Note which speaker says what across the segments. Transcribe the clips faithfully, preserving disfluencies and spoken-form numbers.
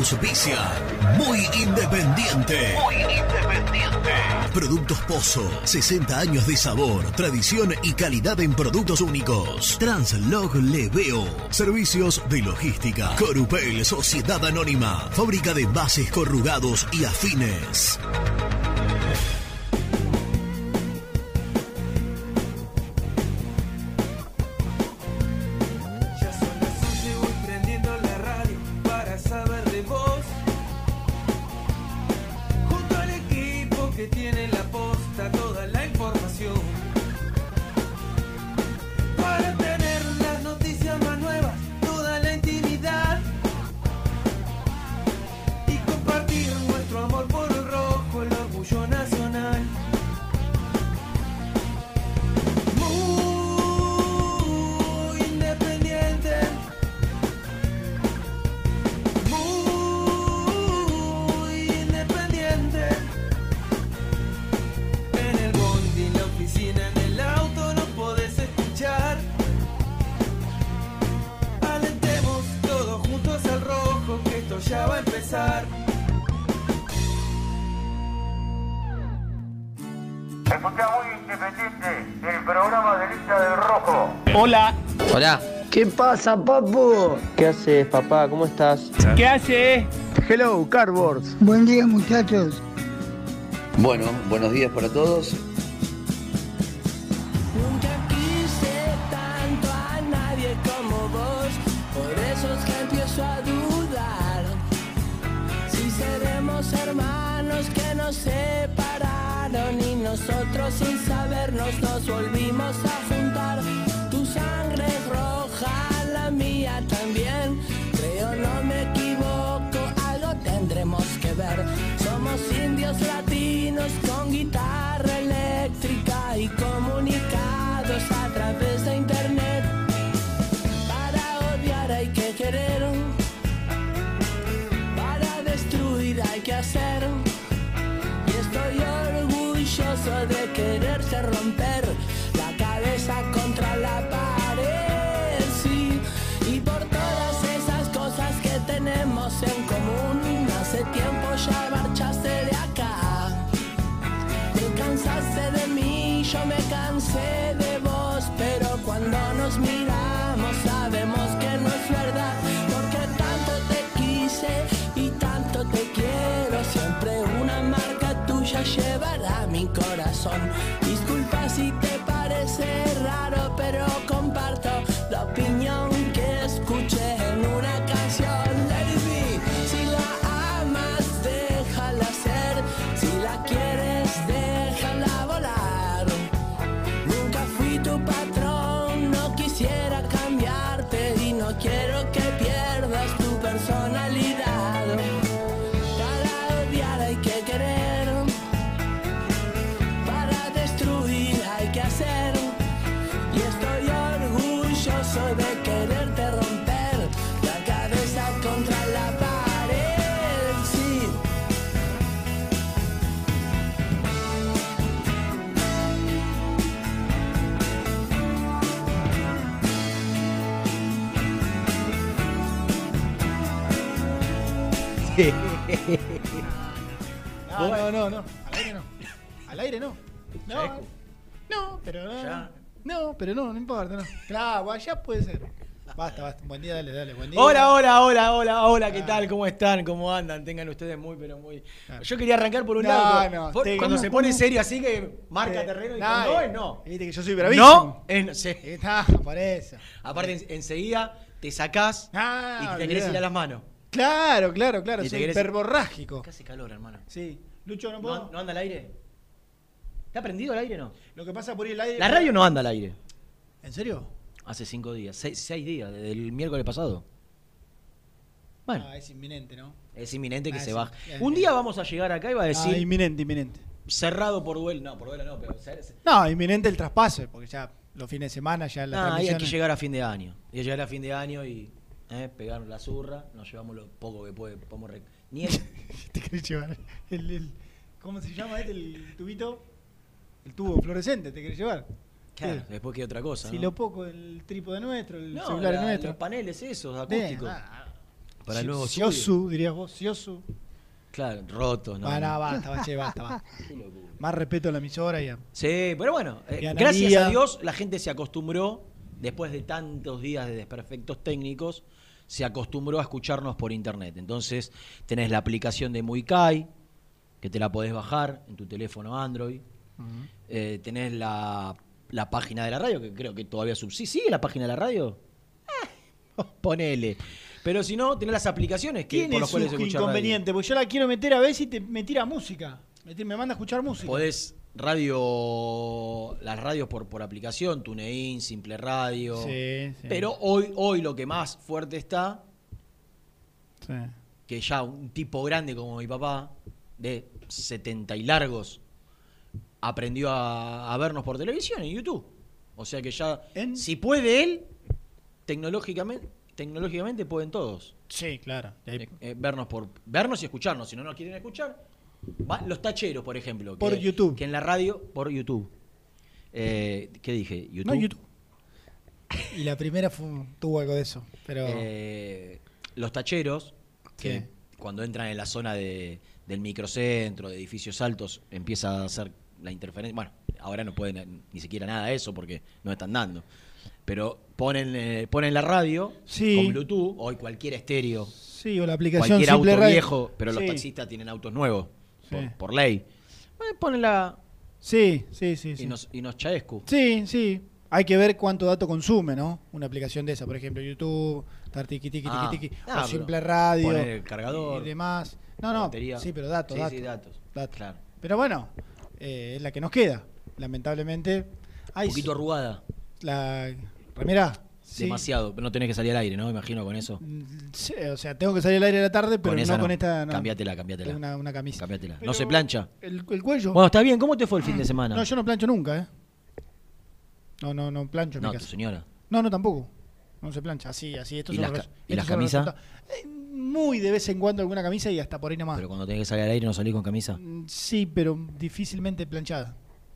Speaker 1: auspicia Muy Independiente. Muy Independiente. Productos Pozo, sesenta años de sabor, tradición y calidad en productos únicos. Translog Leveo, servicios de logística. Corupel, Sociedad Anónima, fábrica de envases corrugados y afines.
Speaker 2: Hola.
Speaker 3: Hola.
Speaker 4: ¿Qué pasa, papu?
Speaker 3: ¿Qué haces, papá? ¿Cómo estás?
Speaker 2: ¿Qué haces?
Speaker 4: Hello, Cardboards.
Speaker 5: Buen día, muchachos.
Speaker 6: Bueno, buenos días para todos.
Speaker 7: Nunca quise tanto a nadie como vos, por eso es que empiezo a dudar. Si seremos hermanos que nos separaron y nosotros sin sabernos nos volvimos a juntar. Tu sangre es roja, la mía también. Creo no me equivoco, algo tendremos que ver. Somos indios latinos con guitarra eléctrica y comunicados a través de internet. Para odiar hay que querer, para destruir hay que hacer. Y estoy orgulloso de quererse romper la cabeza contra la pared, sí. Y por todas esas cosas que tenemos en común, hace tiempo ya marchaste de acá. Te cansaste de mí, yo me cansé de vos, pero cuando nos miramos sabemos que no es verdad. Porque tanto te quise y tanto te quiero, siempre una marca tuya llevará mi corazón. Disculpa si te parece raro, pero comparto la opinión que escuché en una canción. Lady, si la amas, déjala ser. Si la quieres, déjala volar. Nunca fui tu patrón, no quisiera cambiarte y no quiero que pierdas tu personalidad. Para odiar hay que querer, para destruir hay que hacer. Y estoy orgulloso de quererte romper la cabeza contra la pared, sí.
Speaker 2: No, no, no, no. Al aire no. Al aire no. No, no, pero no.
Speaker 3: ¿Ya?
Speaker 2: No, pero no, no importa, no. Claro, allá puede ser. Basta, basta. Buen día, dale, dale. Buen día.
Speaker 8: Hola, hola, hola, hola, hola, ¿qué
Speaker 2: Ah.
Speaker 8: tal? ¿Cómo están? ¿Cómo andan? Tengan ustedes muy, pero muy...
Speaker 2: Ah.
Speaker 8: Yo quería arrancar por un
Speaker 2: No,
Speaker 8: lado.
Speaker 2: no,
Speaker 8: por-
Speaker 2: te-
Speaker 8: cuando
Speaker 2: ¿cómo,
Speaker 8: se pone
Speaker 2: cómo?
Speaker 8: serio así que marca
Speaker 2: Eh,
Speaker 8: terreno y
Speaker 2: no,
Speaker 8: cuando
Speaker 2: eh,
Speaker 8: es no.
Speaker 2: Viste que yo soy bravísimo.
Speaker 8: No, es no. Sí.
Speaker 2: Está, por eso.
Speaker 8: Aparte, en- enseguida te sacás
Speaker 2: Ah,
Speaker 8: y te
Speaker 2: olvidá.
Speaker 8: querés ir a las manos.
Speaker 2: Claro, claro, claro.
Speaker 8: Y te
Speaker 2: Soy
Speaker 8: querés-
Speaker 2: hiperborrágico.
Speaker 8: Casi calor, hermano.
Speaker 2: Sí. Lucho, no puedo.
Speaker 8: ¿No, no anda al aire? ¿Está prendido el aire o no?
Speaker 2: Lo que pasa por ir al aire.
Speaker 8: La radio no anda al aire.
Speaker 2: ¿En serio?
Speaker 8: Hace cinco días, seis, seis días, desde el miércoles pasado. Bueno,
Speaker 2: Ah, es inminente, ¿no?
Speaker 8: es inminente que
Speaker 2: ah,
Speaker 8: se
Speaker 2: sí.
Speaker 8: baje.
Speaker 2: Eh,
Speaker 8: Un día vamos a llegar acá y va a decir
Speaker 2: Ah, inminente, inminente.
Speaker 8: cerrado por duelo. No, por duelo no, pero... cer-
Speaker 2: No, inminente el traspaso, porque ya los fines de semana ya la
Speaker 8: No, ahí hay
Speaker 2: transmisión
Speaker 8: que
Speaker 2: es-
Speaker 8: llegar a fin de año. Y hay que llegar a fin de año y eh, pegar la zurra, nos llevamos lo poco que puede, podemos rec- Ni el-
Speaker 2: Te querés llevar el, el- ¿cómo se llama este? El tubito, el tubo fluorescente, te querés llevar.
Speaker 8: Claro,
Speaker 2: Sí.
Speaker 8: después queda otra cosa.
Speaker 2: Si
Speaker 8: ¿no?
Speaker 2: lo poco, el trípode nuestro, el
Speaker 8: No,
Speaker 2: celular
Speaker 8: la-
Speaker 2: nuestro.
Speaker 8: los paneles esos,
Speaker 2: Bien,
Speaker 8: acústicos.
Speaker 2: ah,
Speaker 8: Para el nuevo
Speaker 2: Siosu, dirías vos, Siosu.
Speaker 8: Claro, roto, ¿no?
Speaker 2: Ah, no, basta, basta, basta, basta. Más respeto a la emisora y a...
Speaker 8: Sí, pero bueno, eh,
Speaker 2: Y a
Speaker 8: gracias
Speaker 2: Analía.
Speaker 8: a Dios la gente se acostumbró, después de tantos días de desperfectos técnicos, se acostumbró a escucharnos por internet. Entonces tenés la aplicación de Muikai, que te la podés bajar en tu teléfono Android.
Speaker 2: Uh-huh.
Speaker 8: Eh, tenés la, la página de la radio, que creo que todavía subsiste. ¿Sigue la página de la radio? Eh, ponele. Pero si no, tenés las aplicaciones que, por
Speaker 2: Tiene
Speaker 8: las
Speaker 2: su
Speaker 8: cuales escuchar radio.
Speaker 2: inconveniente, porque yo la quiero meter a ver si te, me tira música. Me, me manda a escuchar música.
Speaker 8: Podés radio, las radios por, por aplicación, TuneIn, Simple Radio.
Speaker 2: Sí, sí.
Speaker 8: Pero hoy, hoy lo que más fuerte está,
Speaker 2: Sí.
Speaker 8: que ya un tipo grande como mi papá, de setenta y largos, aprendió a, a vernos por televisión en YouTube. O sea que ya,
Speaker 2: ¿En?
Speaker 8: si puede él, tecnológicamente, tecnológicamente pueden todos.
Speaker 2: Sí, claro. Y ahí-
Speaker 8: Eh, eh, vernos por vernos y escucharnos. Si no nos quieren escuchar, va- los tacheros, por ejemplo.
Speaker 2: Por
Speaker 8: que,
Speaker 2: YouTube.
Speaker 8: Que en la radio, por YouTube. Eh, ¿Qué dije? YouTube.
Speaker 2: No, YouTube. Y la primera fue, tuvo algo de eso. Pero.
Speaker 8: Eh, los tacheros, que
Speaker 2: Sí.
Speaker 8: cuando entran en la zona de, del microcentro, de edificios altos, empieza a hacer la interferencia. Bueno, ahora no pueden ni siquiera nada de eso porque no están dando. Pero ponen, eh, ponen la radio
Speaker 2: Sí.
Speaker 8: con Bluetooth, hoy cualquier estéreo,
Speaker 2: Sí, o la aplicación
Speaker 8: cualquier auto
Speaker 2: Simple Radio.
Speaker 8: viejo, pero los
Speaker 2: Sí.
Speaker 8: taxistas tienen autos nuevos,
Speaker 2: Sí.
Speaker 8: por, por ley. Eh, ponen la
Speaker 2: Sí, sí, sí. sí.
Speaker 8: y nos, y nos chaescu.
Speaker 2: Sí, sí. Hay que ver cuánto dato consume, ¿no? Una aplicación de esa, por ejemplo, YouTube, estar tiqui tiqui
Speaker 8: Ah,
Speaker 2: tiqui tiqui,
Speaker 8: ah,
Speaker 2: o
Speaker 8: pero
Speaker 2: Simple Radio
Speaker 8: poner el cargador,
Speaker 2: y demás. No, no,
Speaker 8: batería.
Speaker 2: sí, pero datos,
Speaker 8: Sí,
Speaker 2: datos.
Speaker 8: sí, datos.
Speaker 2: datos.
Speaker 8: Claro.
Speaker 2: Pero bueno, eh, es la que nos queda, lamentablemente. Ay,
Speaker 8: Un poquito arrugada,
Speaker 2: la remera, sí.
Speaker 8: demasiado, pero no tenés que salir al aire, ¿no? Imagino con eso.
Speaker 2: Mm, sí, o sea, tengo que salir al aire a la tarde, pero
Speaker 8: Con
Speaker 2: no,
Speaker 8: esa no.
Speaker 2: con esta. No.
Speaker 8: Cambiátela, cambiátela.
Speaker 2: Tengo Una, una camisa.
Speaker 8: Cambiátela.
Speaker 2: Pero
Speaker 8: ¿No se plancha?
Speaker 2: El, el cuello.
Speaker 8: Bueno, está bien. ¿Cómo te fue el fin de semana?
Speaker 2: No, yo no plancho nunca, ¿eh? No, no, no plancho en
Speaker 8: No,
Speaker 2: mi
Speaker 8: tu
Speaker 2: casa.
Speaker 8: señora.
Speaker 2: No, no, tampoco. No se plancha. Así, así. Estos
Speaker 8: ¿Y
Speaker 2: son
Speaker 8: las
Speaker 2: los
Speaker 8: ca-
Speaker 2: res-
Speaker 8: y las
Speaker 2: estos son los
Speaker 8: camisas?
Speaker 2: resultados. Eh, muy de vez en cuando alguna camisa y hasta por ahí nomás.
Speaker 8: Pero cuando tenés que salir al aire no salís con camisa.
Speaker 2: Mm, Sí, pero difícilmente planchada.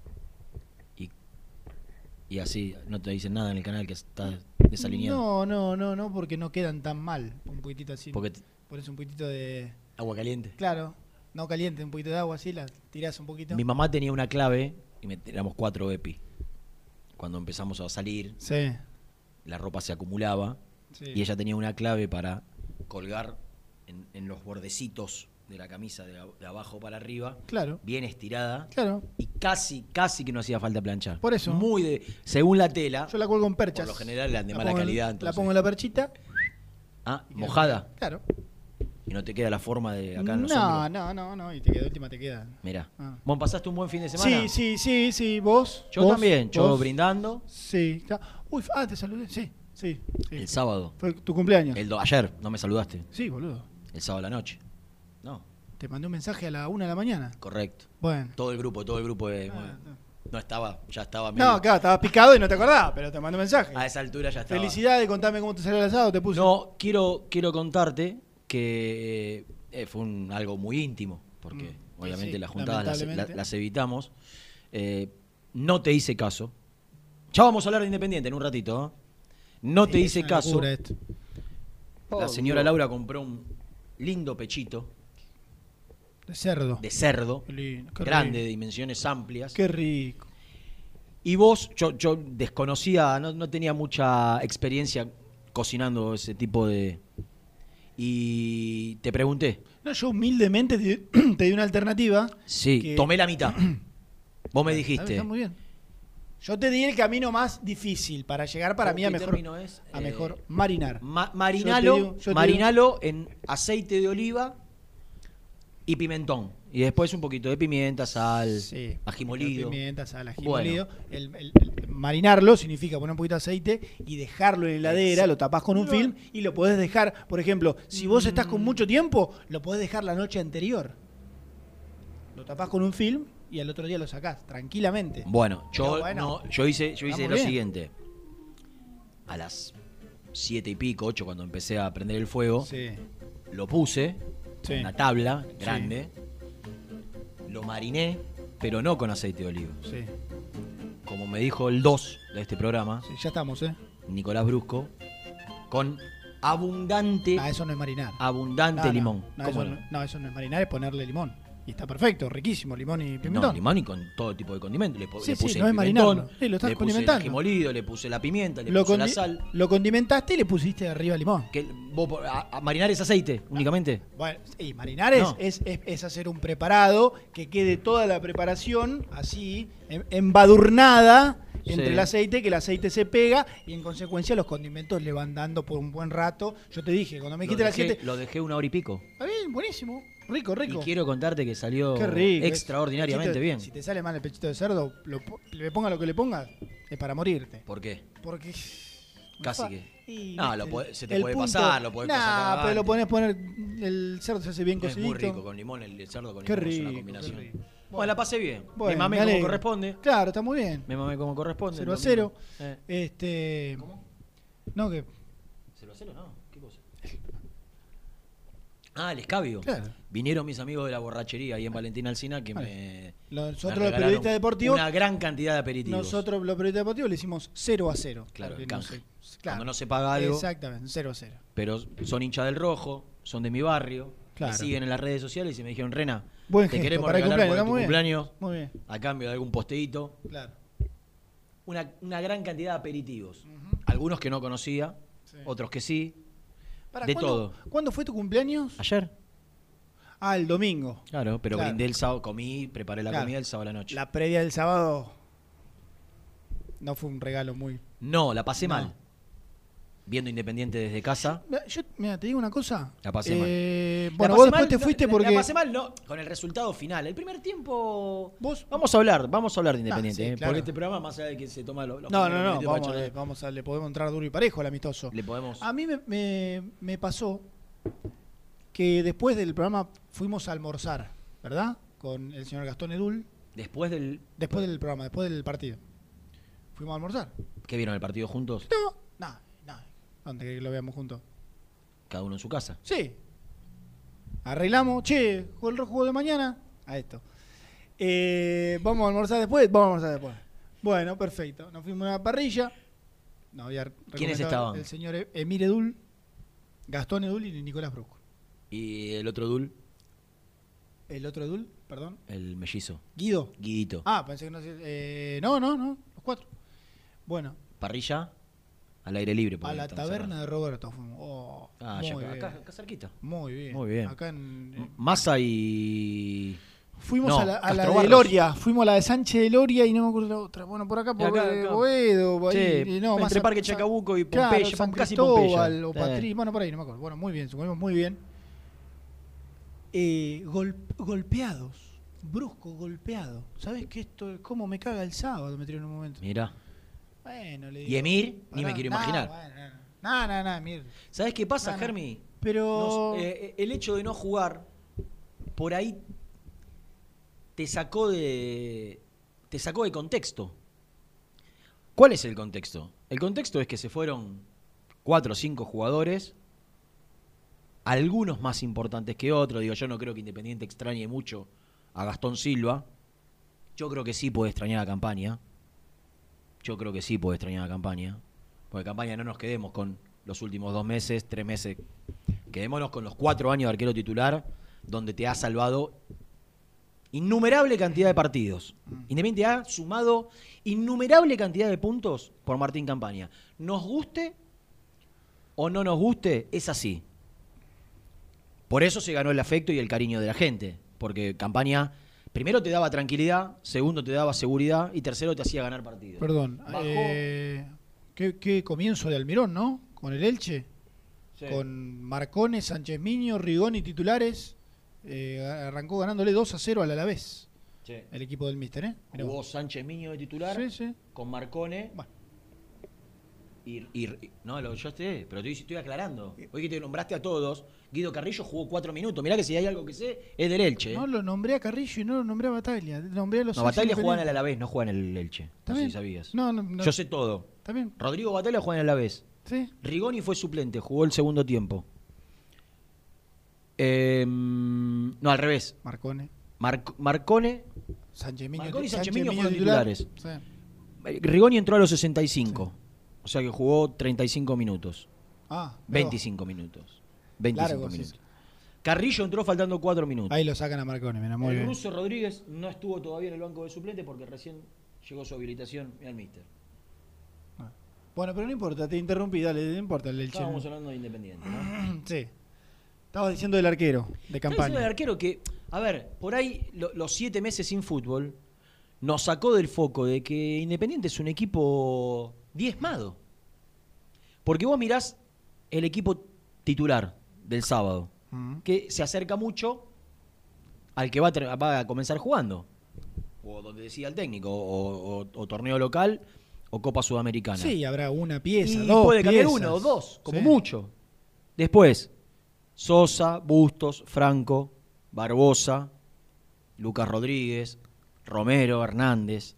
Speaker 8: Y, y así no te dicen nada en el canal que está desalineado.
Speaker 2: No, no, no, no, porque no quedan tan mal. Un poquitito así.
Speaker 8: Porque t-
Speaker 2: Pones un poquitito de.
Speaker 8: agua caliente.
Speaker 2: Claro, no caliente, un poquito de agua así, la tirás un poquito.
Speaker 8: Mi mamá tenía una clave y me, éramos cuatro EPI. Cuando empezamos a salir,
Speaker 2: Sí.
Speaker 8: la ropa se acumulaba
Speaker 2: Sí.
Speaker 8: y ella tenía una clave para colgar en, en los bordecitos de la camisa de, a- de abajo para arriba,
Speaker 2: Claro,
Speaker 8: bien estirada.
Speaker 2: claro.
Speaker 8: Y casi, casi que no hacía falta planchar.
Speaker 2: Por eso.
Speaker 8: Muy de. Según la tela.
Speaker 2: Yo la cuelgo en perchas.
Speaker 8: Por lo general eran de
Speaker 2: La
Speaker 8: mala
Speaker 2: pongo en-
Speaker 8: calidad,
Speaker 2: La
Speaker 8: entonces.
Speaker 2: pongo en la perchita.
Speaker 8: Ah,
Speaker 2: y queda-
Speaker 8: mojada.
Speaker 2: Claro.
Speaker 8: Y no te queda la forma de acá en los
Speaker 2: No,
Speaker 8: hombros.
Speaker 2: no, no, no. Y te queda, de última te queda.
Speaker 8: Mirá.
Speaker 2: Ah.
Speaker 8: ¿Vos pasaste un buen fin de semana?
Speaker 2: Sí, sí, sí, sí. ¿Vos?
Speaker 8: Yo
Speaker 2: ¿Vos?
Speaker 8: también. Yo
Speaker 2: ¿Vos?
Speaker 8: brindando.
Speaker 2: Sí. está- Uy, ah, te saludé. Sí, sí. sí.
Speaker 8: El sábado.
Speaker 2: Fue tu cumpleaños.
Speaker 8: El do- ayer, no me saludaste.
Speaker 2: Sí, boludo.
Speaker 8: El sábado a la noche. No,
Speaker 2: Te mandé un mensaje a la una de la mañana.
Speaker 8: correcto.
Speaker 2: Bueno.
Speaker 8: Todo el grupo, todo el grupo de.
Speaker 2: Ah, no.
Speaker 8: No estaba, ya estaba medio-
Speaker 2: No, claro, estabas picado y no te acordabas, pero te mandé un mensaje.
Speaker 8: A esa altura ya estaba.
Speaker 2: Felicidades, contame cómo te salió el asado, te puse.
Speaker 8: No, quiero, quiero contarte que eh, fue un, algo muy íntimo, porque
Speaker 2: Mm,
Speaker 8: obviamente
Speaker 2: sí,
Speaker 8: las juntadas las,
Speaker 2: lamentablemente.
Speaker 8: la- las evitamos. Eh, no te hice caso. Ya vamos a hablar de Independiente en un ratito. ¿eh? No te
Speaker 2: Sí,
Speaker 8: hice
Speaker 2: es una
Speaker 8: caso.
Speaker 2: locura esto.
Speaker 8: La señora Laura compró un lindo pechito
Speaker 2: De cerdo.
Speaker 8: de cerdo,
Speaker 2: Qué lindo, qué
Speaker 8: grande, de
Speaker 2: rico.
Speaker 8: dimensiones amplias.
Speaker 2: Qué rico.
Speaker 8: Y vos, yo, yo desconocía, no, no tenía mucha experiencia cocinando ese tipo de... Y te pregunté.
Speaker 2: No, yo humildemente te, te di una alternativa.
Speaker 8: Sí,
Speaker 2: que-
Speaker 8: tomé la mitad. Vos me
Speaker 2: Está-
Speaker 8: dijiste.
Speaker 2: Está muy bien. Yo te di el camino más difícil para llegar para
Speaker 8: ¿Cómo
Speaker 2: mí a
Speaker 8: qué
Speaker 2: mejor,
Speaker 8: término es?
Speaker 2: a
Speaker 8: Eh,
Speaker 2: mejor marinar.
Speaker 8: Ma-
Speaker 2: Yo te
Speaker 8: marinalo,
Speaker 2: digo- yo te
Speaker 8: marinalo en aceite de oliva y pimentón. Y después un poquito de pimienta, sal,
Speaker 2: Sí,
Speaker 8: ají
Speaker 2: un poquito de
Speaker 8: molido.
Speaker 2: Pimienta, sal, ají
Speaker 8: Bueno.
Speaker 2: molido. El, el- el marinarlo significa poner un poquito de aceite y dejarlo en la heladera,
Speaker 8: Exacto.
Speaker 2: lo tapás con un film y lo podés dejar, por ejemplo, si vos estás con mucho tiempo, lo podés dejar la noche anterior. Lo tapás con un film y al otro día lo sacás, tranquilamente.
Speaker 8: Bueno, yo,
Speaker 2: Pero bueno,
Speaker 8: no, yo hice, yo hice
Speaker 2: estamos
Speaker 8: lo
Speaker 2: bien.
Speaker 8: siguiente. A las siete y pico, ocho, cuando empecé a prender el fuego,
Speaker 2: Sí.
Speaker 8: lo puse
Speaker 2: Sí.
Speaker 8: en una tabla grande, lo mariné, pero no con aceite de oliva.
Speaker 2: Sí,
Speaker 8: Como me dijo el dos de este programa,
Speaker 2: sí, ya estamos, ¿eh?
Speaker 8: Nicolás Brusco, con abundante,
Speaker 2: Ah, eso no es marinar.
Speaker 8: abundante
Speaker 2: No, no,
Speaker 8: limón.
Speaker 2: No,
Speaker 8: ¿Cómo
Speaker 2: eso
Speaker 8: no?
Speaker 2: no, no, eso no es marinar, es ponerle limón. Y está perfecto, riquísimo, limón y pimentón.
Speaker 8: No, limón y con todo tipo de condimentos. Le, po-
Speaker 2: Sí,
Speaker 8: le
Speaker 2: sí,
Speaker 8: puse
Speaker 2: no
Speaker 8: el
Speaker 2: es
Speaker 8: pimentón,
Speaker 2: marinarlo. Sí, lo estás
Speaker 8: le puse el
Speaker 2: condimentando.
Speaker 8: ají molido, le puse la pimienta, le
Speaker 2: Lo,
Speaker 8: puse la
Speaker 2: condi-
Speaker 8: sal.
Speaker 2: lo condimentaste y le pusiste arriba limón.
Speaker 8: Que vos, po- a, a marinar es aceite únicamente.
Speaker 2: Bueno, y marinar es,
Speaker 8: No.
Speaker 2: es, es- es hacer un preparado que quede toda la preparación así, em- embadurnada entre
Speaker 8: Sí.
Speaker 2: el aceite, que el aceite se pega y en consecuencia los condimentos le van dando por un buen rato. Yo te dije, cuando me
Speaker 8: Lo
Speaker 2: dijiste las
Speaker 8: dejé,
Speaker 2: siete...
Speaker 8: lo dejé una hora y pico.
Speaker 2: Está bien, buenísimo, rico, rico.
Speaker 8: Y quiero contarte que salió
Speaker 2: Qué rico.
Speaker 8: extraordinariamente
Speaker 2: Pechito-
Speaker 8: bien.
Speaker 2: Si te sale mal el pechito de cerdo, lo po- le ponga lo que le pongas, es para morirte.
Speaker 8: ¿Por qué?
Speaker 2: Porque...
Speaker 8: Casi
Speaker 2: fa-
Speaker 8: que-
Speaker 2: y,
Speaker 8: No,
Speaker 2: viste,
Speaker 8: lo puede- se te
Speaker 2: el
Speaker 8: puede
Speaker 2: punto-
Speaker 8: pasar, lo podés
Speaker 2: Nah,
Speaker 8: sacar
Speaker 2: pero lo
Speaker 8: antes.
Speaker 2: pones poner... El cerdo se hace bien
Speaker 8: Es
Speaker 2: cocidito.
Speaker 8: muy rico con limón, el cerdo con
Speaker 2: Qué
Speaker 8: limón es
Speaker 2: rico,
Speaker 8: una
Speaker 2: qué
Speaker 8: combinación.
Speaker 2: rico.
Speaker 8: Bueno, la pasé bien.
Speaker 2: Bueno,
Speaker 8: me mamé
Speaker 2: me
Speaker 8: como
Speaker 2: alegro.
Speaker 8: corresponde.
Speaker 2: Claro, está muy bien.
Speaker 8: Me mamé como corresponde.
Speaker 2: Cero a
Speaker 8: el
Speaker 2: cero.
Speaker 8: domingo. Eh.
Speaker 2: Este.
Speaker 8: ¿Cómo?
Speaker 2: No, que.
Speaker 8: ¿Cero a cero? No. ¿Qué cosa? Ah, el escabio.
Speaker 2: Claro.
Speaker 8: Vinieron mis amigos de la borrachería ahí en Valentín Alsina que me.
Speaker 2: Nosotros,
Speaker 8: me
Speaker 2: los
Speaker 8: regalaron
Speaker 2: periodistas deportivos.
Speaker 8: Una gran cantidad de aperitivos.
Speaker 2: Nosotros, los periodistas deportivos, le hicimos cero a cero.
Speaker 8: Claro,
Speaker 2: porque
Speaker 8: el
Speaker 2: no
Speaker 8: canje.
Speaker 2: sé-
Speaker 8: Cuando no se paga algo.
Speaker 2: Exactamente, cero a cero.
Speaker 8: Pero son hinchas del rojo, son de mi barrio.
Speaker 2: Claro.
Speaker 8: Me siguen en las redes sociales y me dijeron, Rena,
Speaker 2: Buen
Speaker 8: te
Speaker 2: gesto,
Speaker 8: queremos
Speaker 2: para el
Speaker 8: regalar
Speaker 2: cumpleaños,
Speaker 8: por
Speaker 2: está
Speaker 8: tu
Speaker 2: muy bien.
Speaker 8: cumpleaños
Speaker 2: Muy bien,
Speaker 8: a cambio de algún posteíto.
Speaker 2: claro.
Speaker 8: Una, una gran cantidad de aperitivos. Algunos que no conocía,
Speaker 2: Sí.
Speaker 8: otros que sí.
Speaker 2: Pará,
Speaker 8: De
Speaker 2: ¿cuándo-
Speaker 8: todo.
Speaker 2: ¿Cuándo fue tu cumpleaños?
Speaker 8: Ayer.
Speaker 2: Ah, el domingo.
Speaker 8: Claro, pero
Speaker 2: Claro.
Speaker 8: brindé el sábado, comí, preparé la
Speaker 2: Claro.
Speaker 8: comida el sábado a la noche.
Speaker 2: La previa del sábado. No fue un regalo muy.
Speaker 8: No, la pasé
Speaker 2: No.
Speaker 8: mal. Viendo Independiente desde casa.
Speaker 2: Mira, yo, mira, te digo una cosa.
Speaker 8: La pasé
Speaker 2: Eh,
Speaker 8: La
Speaker 2: Bueno,
Speaker 8: pasé
Speaker 2: vos después
Speaker 8: mal,
Speaker 2: te
Speaker 8: no,
Speaker 2: fuiste
Speaker 8: la-
Speaker 2: porque.
Speaker 8: La pasé mal, no, con el resultado final. El primer tiempo.
Speaker 2: Vos-
Speaker 8: Vamos a hablar, vamos a hablar de Independiente.
Speaker 2: sí,
Speaker 8: eh,
Speaker 2: claro.
Speaker 8: Porque este programa, más allá de que se toma los. los
Speaker 2: No, no,
Speaker 8: primeros
Speaker 2: no,
Speaker 8: minutos para
Speaker 2: vamos,
Speaker 8: charlar,
Speaker 2: a- vamos a, le podemos entrar duro y parejo al amistoso.
Speaker 8: Le podemos.
Speaker 2: A mí me, me- me pasó que después del programa fuimos a almorzar, ¿verdad? Con el señor Gastón Edul,
Speaker 8: Después del.
Speaker 2: después del programa, después del partido. Fuimos a almorzar.
Speaker 8: ¿Qué vieron el partido juntos?
Speaker 2: No, no, no. ¿Dónde querés que lo veamos juntos?
Speaker 8: Cada uno en su casa.
Speaker 2: Sí. Arreglamos, che, jugó el rojo de mañana. A esto. Eh, ¿Vamos a almorzar después? Vamos a almorzar después. Bueno, perfecto. Nos fuimos a una parrilla. No había
Speaker 8: ¿Quiénes
Speaker 2: recomendado
Speaker 8: estaban?
Speaker 2: El señor E- Emir Edul, Gastón Edul y Nicolás Brusco.
Speaker 8: Y el otro Dul,
Speaker 2: El otro Edul, perdón.
Speaker 8: el mellizo.
Speaker 2: Guido.
Speaker 8: Guidito.
Speaker 2: Ah, pensé que no sé. Eh, no, no, no. Los cuatro. Bueno,
Speaker 8: Parrilla al aire libre. porque
Speaker 2: a la
Speaker 8: estamos
Speaker 2: taberna
Speaker 8: cerrados.
Speaker 2: de Roberto fuimos. Oh,
Speaker 8: Ah,
Speaker 2: muy
Speaker 8: ya acá,
Speaker 2: bien.
Speaker 8: acá, acá cerquita.
Speaker 2: Muy bien.
Speaker 8: Muy bien.
Speaker 2: Acá en, en-
Speaker 8: Massa y.
Speaker 2: Fuimos
Speaker 8: No,
Speaker 2: a la, a la
Speaker 8: Castro
Speaker 2: de
Speaker 8: Barros.
Speaker 2: Loria, fuimos a la de Sánchez de Loria y no me acuerdo la otra. Bueno, por acá, por
Speaker 8: Acá,
Speaker 2: eh,
Speaker 8: acá.
Speaker 2: Boedo, por ahí,
Speaker 8: Sí,
Speaker 2: y no,
Speaker 8: entre
Speaker 2: a-
Speaker 8: Parque
Speaker 2: Sa-
Speaker 8: Chacabuco y
Speaker 2: claro,
Speaker 8: Pompeya,
Speaker 2: San
Speaker 8: casi
Speaker 2: Cristóbal
Speaker 8: Pompeya.
Speaker 2: o
Speaker 8: Eh.
Speaker 2: Patrí, bueno, por ahí, no me acuerdo. Bueno, muy bien, comimos muy bien. Eh, gol- golpeados, brusco, golpeado. ¿Sabes qué esto? ¿Cómo me caga el sábado? Me tiró en un momento.
Speaker 8: Mirá.
Speaker 2: Bueno, le
Speaker 8: Y
Speaker 2: digo,
Speaker 8: Emir, ni
Speaker 2: pará,
Speaker 8: me quiero
Speaker 2: no,
Speaker 8: imaginar.
Speaker 2: bueno, no, no, no, Emir.
Speaker 8: ¿Sabes qué pasa,
Speaker 2: No, no.
Speaker 8: Germi?
Speaker 2: Pero.
Speaker 8: Nos- eh, el hecho de no jugar, por ahí te sacó de. te sacó de contexto. ¿Cuál es el contexto? El contexto es que se fueron cuatro o cinco jugadores, algunos más importantes que otros. Digo, yo no creo que Independiente extrañe mucho a Gastón Silva. Yo creo que sí puede extrañar a Campaña. Yo creo que sí puede extrañar a Campaña. Porque Campaña no nos quedemos con los últimos dos meses, tres meses. Quedémonos con los cuatro años de arquero titular, donde te ha salvado innumerable cantidad de partidos. Independiente ha sumado innumerable cantidad de puntos por Martín Campaña. Nos guste o no nos guste, es así. Por eso se ganó el afecto y el cariño de la gente. Porque Campaña, primero te daba tranquilidad, segundo te daba seguridad y tercero te hacía ganar partidos.
Speaker 2: Perdón.
Speaker 8: Bajó-
Speaker 2: Eh, ¿qué, qué comienzo de Almirón, ¿no? Con el Elche.
Speaker 8: Sí.
Speaker 2: Con Marcone, Sánchez Miño, Rigoni titulares. Eh, arrancó ganándole dos a cero al Alavés.
Speaker 8: Sí.
Speaker 2: El equipo del Míster, ¿eh? Mirá
Speaker 8: Jugó
Speaker 2: vos.
Speaker 8: Sánchez Miño de titular
Speaker 2: Sí, sí.
Speaker 8: con Marcone.
Speaker 2: Bueno.
Speaker 8: Y, y- y- no, lo, yo estoy, pero estoy, estoy aclarando. Hoy que te nombraste a todos, Guido Carrillo jugó cuatro minutos. Mirá que si hay algo que sé, es del Elche. ¿eh?
Speaker 2: No lo nombré a Carrillo y no lo nombré a Bataglia. Nombré a los
Speaker 8: No,
Speaker 2: seis
Speaker 8: Bataglia juega en el
Speaker 2: independientes.
Speaker 8: Alavés, no juega en el Elche.
Speaker 2: ¿Está
Speaker 8: No sé
Speaker 2: bien?
Speaker 8: si sabías.
Speaker 2: No, no, no.
Speaker 8: Yo sé todo.
Speaker 2: ¿Está bien?
Speaker 8: Rodrigo Bataglia juega en el Alavés.
Speaker 2: Sí.
Speaker 8: Rigoni fue suplente, jugó el segundo tiempo. Eh, no, al revés.
Speaker 2: Marcone.
Speaker 8: Mar- Marcone,
Speaker 2: Sánchez Miño.
Speaker 8: Marcone y
Speaker 2: Sánchez
Speaker 8: Sánchez Miño
Speaker 2: Miño
Speaker 8: fueron
Speaker 2: titular.
Speaker 8: titulares.
Speaker 2: Sí.
Speaker 8: eh, Rigoni entró a los sesenta y cinco. O sea que jugó treinta y cinco minutos.
Speaker 2: Ah,
Speaker 8: veinticinco minutos. veinticinco
Speaker 2: Largo,
Speaker 8: minutos.
Speaker 2: sí.
Speaker 8: Carrillo entró faltando cuatro minutos.
Speaker 2: Ahí lo sacan a Marconi, mira, muy
Speaker 8: el
Speaker 2: bien.
Speaker 8: ruso Rodríguez no estuvo todavía en el banco de suplente porque recién llegó su habilitación al míster.
Speaker 2: Bueno, pero no importa, te interrumpí, dale, no importa el Elche.
Speaker 8: Estábamos hablando de Independiente, ¿no?
Speaker 2: Sí. Estabas diciendo del arquero, de
Speaker 8: Estaba
Speaker 2: campaña.
Speaker 8: diciendo del arquero que, a ver, por ahí lo- los siete meses sin fútbol nos sacó del foco de que Independiente es un equipo diezmado. Porque vos mirás el equipo titular del sábado,
Speaker 2: Mm.
Speaker 8: que se acerca mucho al que va a, ter- va a comenzar jugando. O donde decida el técnico, o, o- o torneo local, o Copa Sudamericana.
Speaker 2: Sí, habrá una pieza,
Speaker 8: Y
Speaker 2: dos
Speaker 8: puede cambiar
Speaker 2: piezas.
Speaker 8: uno o dos, como
Speaker 2: Sí.
Speaker 8: mucho. Después, Sosa, Bustos, Franco, Barbosa, Lucas Rodríguez, Romero, Hernández,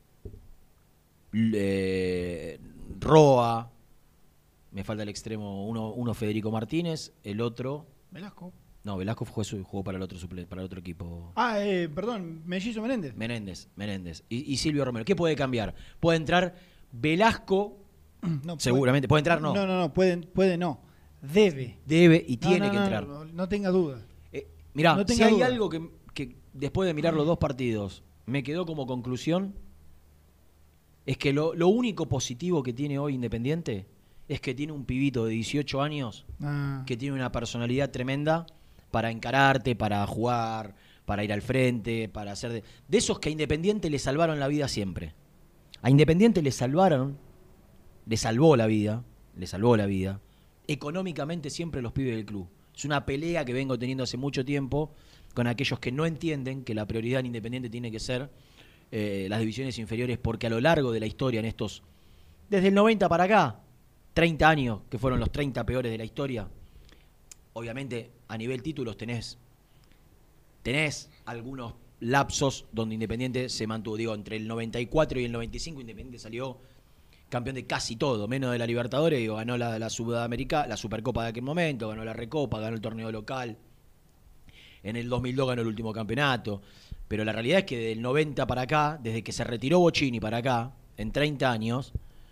Speaker 8: eh, Roa, me falta el extremo, uno, uno Federico Martínez, el otro,
Speaker 2: Velasco.
Speaker 8: no, Velasco jugó, su- jugó para el otro suple- para el otro equipo.
Speaker 2: Ah, eh, perdón, Mellizo Menéndez.
Speaker 8: Menéndez, Menéndez y, y Silvio Romero. ¿Qué puede cambiar? Puede entrar Velasco,
Speaker 2: No,
Speaker 8: seguramente. Puede entrar, no.
Speaker 2: No, no, no, puede, puede no. Debe.
Speaker 8: debe y
Speaker 2: No,
Speaker 8: tiene
Speaker 2: no,
Speaker 8: que
Speaker 2: no,
Speaker 8: entrar.
Speaker 2: No, no tenga duda.
Speaker 8: Eh, mirá,
Speaker 2: No
Speaker 8: si
Speaker 2: tenga
Speaker 8: hay
Speaker 2: duda.
Speaker 8: algo que, que después de mirar los dos partidos me quedó como conclusión, es que lo, lo único positivo que tiene hoy Independiente es que tiene un pibito de dieciocho años
Speaker 2: Ah,
Speaker 8: que tiene una personalidad tremenda para encararte, para jugar, para ir al frente, para hacer... De, de esos que a Independiente le salvaron la vida siempre. A Independiente le salvaron, le salvó la vida, le salvó la vida, económicamente siempre los pibes del club. Es una pelea que vengo teniendo hace mucho tiempo con aquellos que no entienden que la prioridad en Independiente tiene que ser eh, las divisiones inferiores, porque a lo largo de la historia, en estos, desde el noventa para acá, treinta años, que fueron los treinta peores de la historia, obviamente a nivel títulos tenés, tenés algunos lapsos donde Independiente se mantuvo, digo, entre el noventa y cuatro y el noventa y cinco Independiente salió campeón de casi todo, menos de la Libertadores, digo, ganó la, la Sudamericana, la Supercopa de aquel momento, ganó la Recopa, ganó el torneo local. En el dos mil dos ganó el último campeonato. Pero la realidad es que del noventa para acá, desde que se retiró Bocini para acá, en treinta años,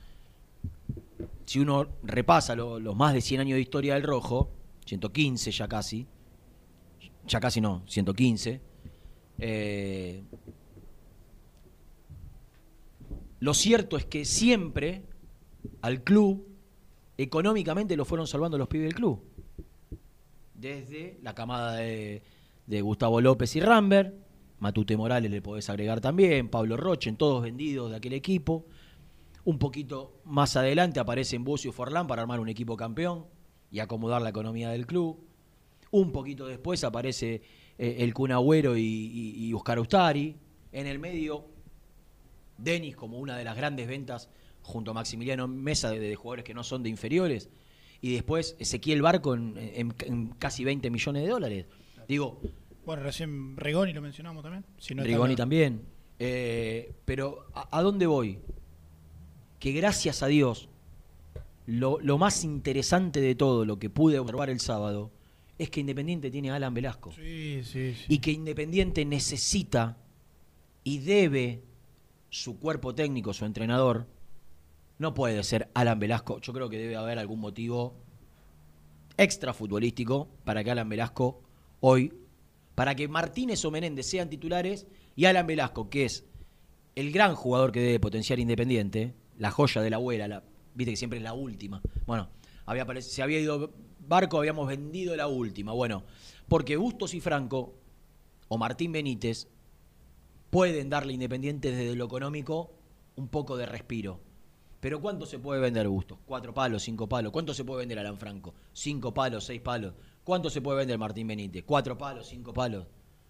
Speaker 8: si uno repasa lo- los más de cien años de historia del Rojo, ciento quince ya casi, ya casi no, ciento quince, eh, lo cierto es que siempre al club, económicamente lo fueron salvando los pibes del club. Desde la camada de, de Gustavo López y Rambert, Matute Morales le podés agregar también, Pablo Rochen, todos vendidos de aquel equipo. Un poquito más adelante aparecen Bucio y Forlán para armar un equipo campeón y acomodar la economía del club. Un poquito después aparece eh, el Kun Agüero y, y, y Oscar Ustari. En el medio, Denis como una de las grandes ventas junto a Maximiliano Mesa de, de jugadores que no son de inferiores. Y después Ezequiel Barco en, en- en casi veinte millones de dólares. Digo,
Speaker 2: bueno, recién Rigoni lo mencionamos también. Si no está
Speaker 8: Rigoni
Speaker 2: la-
Speaker 8: también. Eh, pero, ¿a, a dónde voy? Que gracias a Dios, lo, lo más interesante de todo, lo que pude observar el sábado, es que Independiente tiene a Alan Velasco.
Speaker 2: Sí, sí, sí.
Speaker 8: Y que Independiente necesita y debe su cuerpo técnico, su entrenador, no puede ser Alan Velasco. Yo creo que debe haber algún motivo extra futbolístico para que Alan Velasco hoy, para que Martínez o Menéndez sean titulares y Alan Velasco, que es el gran jugador que debe potenciar Independiente, la joya de la abuela, la, viste que siempre es la última. Bueno, había aparec- se había ido Barco, habíamos vendido la última. Bueno, porque Bustos y Franco o Martín Benítez pueden darle a Independiente desde lo económico un poco de respiro. Pero ¿cuánto se puede vender Bustos? Cuatro palos, cinco palos. ¿Cuánto se puede vender Alan Franco? Cinco palos, seis palos. ¿Cuánto se puede vender Martín Benítez? Cuatro palos, cinco palos.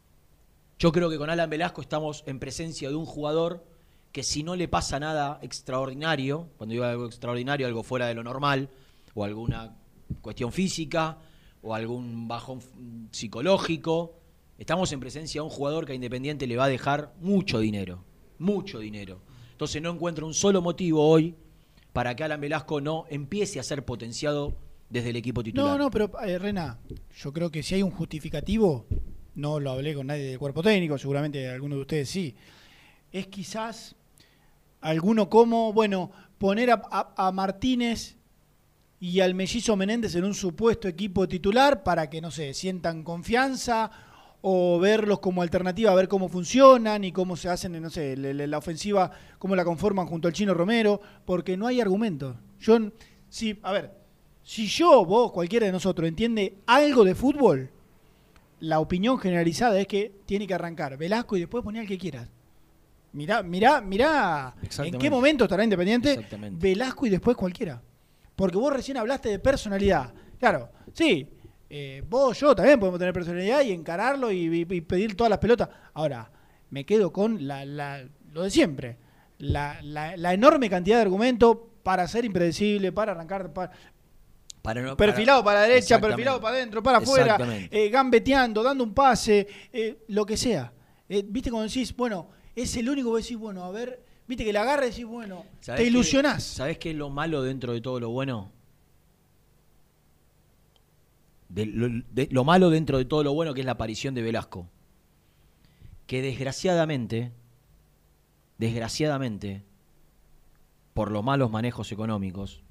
Speaker 8: Yo creo que con Alan Velasco estamos en presencia de un jugador que si no le pasa nada extraordinario, cuando digo algo extraordinario, algo fuera de lo normal, o alguna cuestión física, o algún bajón psicológico, estamos en presencia de un jugador que a Independiente le va a dejar mucho dinero, mucho dinero. Entonces no encuentro un solo motivo hoy para que Alan Velasco no empiece a ser potenciado desde el equipo titular.
Speaker 2: No, no, pero eh, Rena, yo creo que si hay un justificativo, no lo hablé con nadie del cuerpo técnico, seguramente alguno de ustedes sí, es quizás alguno como, bueno, poner a, a- a Martínez y al mellizo Menéndez en un supuesto equipo titular para que, no sé, sientan confianza o verlos como alternativa, a ver cómo funcionan y cómo se hacen, no sé, la, la ofensiva, cómo la conforman junto al Chino Romero, porque no hay argumentos. Yo, si, a ver, si yo, vos, cualquiera de nosotros entiende algo de fútbol, la opinión generalizada es que tiene que arrancar Velasco y después poner al que quieras. Mirá, mirá, mirá en qué momento estará Independiente Velasco y después cualquiera. Porque vos recién hablaste de personalidad. Claro, sí, eh, vos, yo también podemos tener personalidad y encararlo y, y, y pedir todas las pelotas. Ahora, me quedo con la, la, lo de siempre. La, la, la enorme cantidad de argumentos para ser impredecible, para arrancar... Para, Para no, perfilado para, para la derecha, perfilado para adentro, para afuera, eh, gambeteando, dando un pase, eh, lo que sea. Eh, ¿Viste cuando decís, bueno, es el único que decís, bueno, a ver, viste que la agarra y decís, bueno, te ilusionás?
Speaker 8: ¿Sabés qué es lo malo dentro de todo lo bueno? De lo, de, lo malo dentro de todo lo bueno que es la aparición de Velasco. Que desgraciadamente, desgraciadamente, por los malos manejos económicos,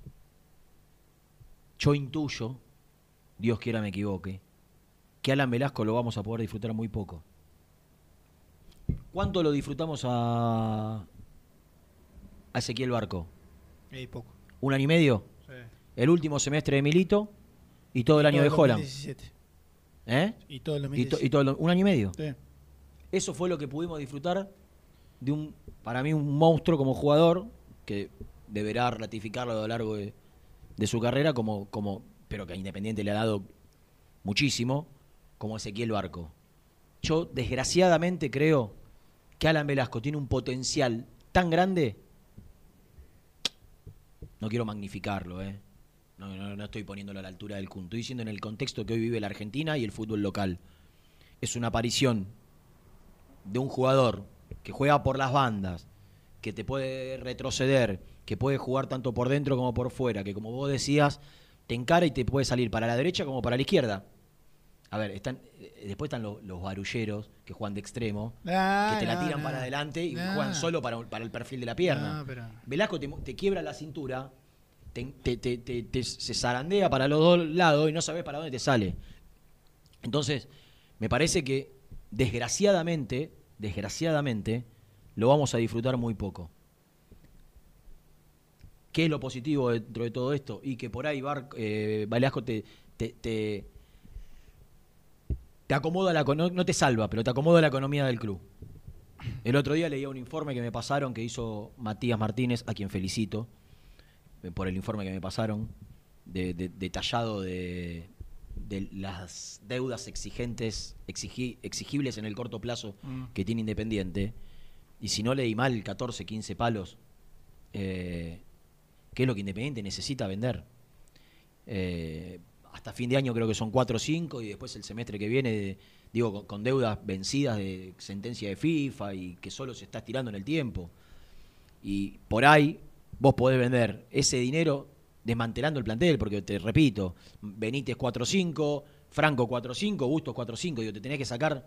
Speaker 8: yo intuyo, Dios quiera me equivoque, que Alan Velasco lo vamos a poder disfrutar muy poco. ¿Cuánto lo disfrutamos a, a Ezequiel Barco?
Speaker 2: Eh, poco.
Speaker 8: ¿Un año y medio?
Speaker 2: Sí.
Speaker 8: El último semestre de Milito y todo el y año todo de Holland.
Speaker 2: dos mil diecisiete.
Speaker 8: ¿Eh?
Speaker 2: Y todo el dos mil diecisiete.
Speaker 8: Y, to, y todo el, un año y medio.
Speaker 2: Sí.
Speaker 8: Eso fue lo que pudimos disfrutar de un, para mí, un monstruo como jugador que deberá ratificarlo a lo largo de, de su carrera, como, como, pero que a Independiente le ha dado muchísimo, como Ezequiel Barco. Yo, desgraciadamente, creo que Alan Velasco tiene un potencial tan grande, no quiero magnificarlo, ¿eh? no, no, no estoy poniéndolo a la altura del Kun, estoy diciendo en el contexto que hoy vive la Argentina y el fútbol local. Es una aparición de un jugador que juega por las bandas, que te puede retroceder, que puede jugar tanto por dentro como por fuera, que como vos decías, te encara y te puede salir para la derecha como para la izquierda. A ver, están, después están los, los barulleros que juegan de extremo,
Speaker 2: ah,
Speaker 8: que te la
Speaker 2: no,
Speaker 8: tiran
Speaker 2: no,
Speaker 8: para adelante y
Speaker 2: no.
Speaker 8: juegan solo para, para el perfil de la pierna.
Speaker 2: No, pero...
Speaker 8: Velasco te, te quiebra la cintura, te, te, te, te, te se zarandea para los dos lados y no sabes para dónde te sale. Entonces, me parece que desgraciadamente, desgraciadamente, lo vamos a disfrutar muy poco. ¿Qué es lo positivo dentro de todo esto? Y que por ahí Bar, eh, Velasco te, te, te, te acomoda, la, no, no te salva, pero te acomoda la economía del club. El otro día leía un informe que me pasaron que hizo Matías Martínez, a quien felicito eh, por el informe que me pasaron, de, de, detallado de, de las deudas exigentes, exigi, exigibles en el corto plazo mm. que tiene Independiente. Y si no leí mal, catorce, quince palos. Eh, ¿Qué es lo que Independiente necesita vender? Eh, hasta fin de año creo que son cuatro o cinco y después el semestre que viene, de, digo, con, con deudas vencidas de sentencia de FIFA y que solo se está estirando en el tiempo. Y por ahí vos podés vender ese dinero desmantelando el plantel, porque te repito, Benítez cuatro cinco, Franco cuatro cinco, Bustos cuatro cinco, digo, te tenés que sacar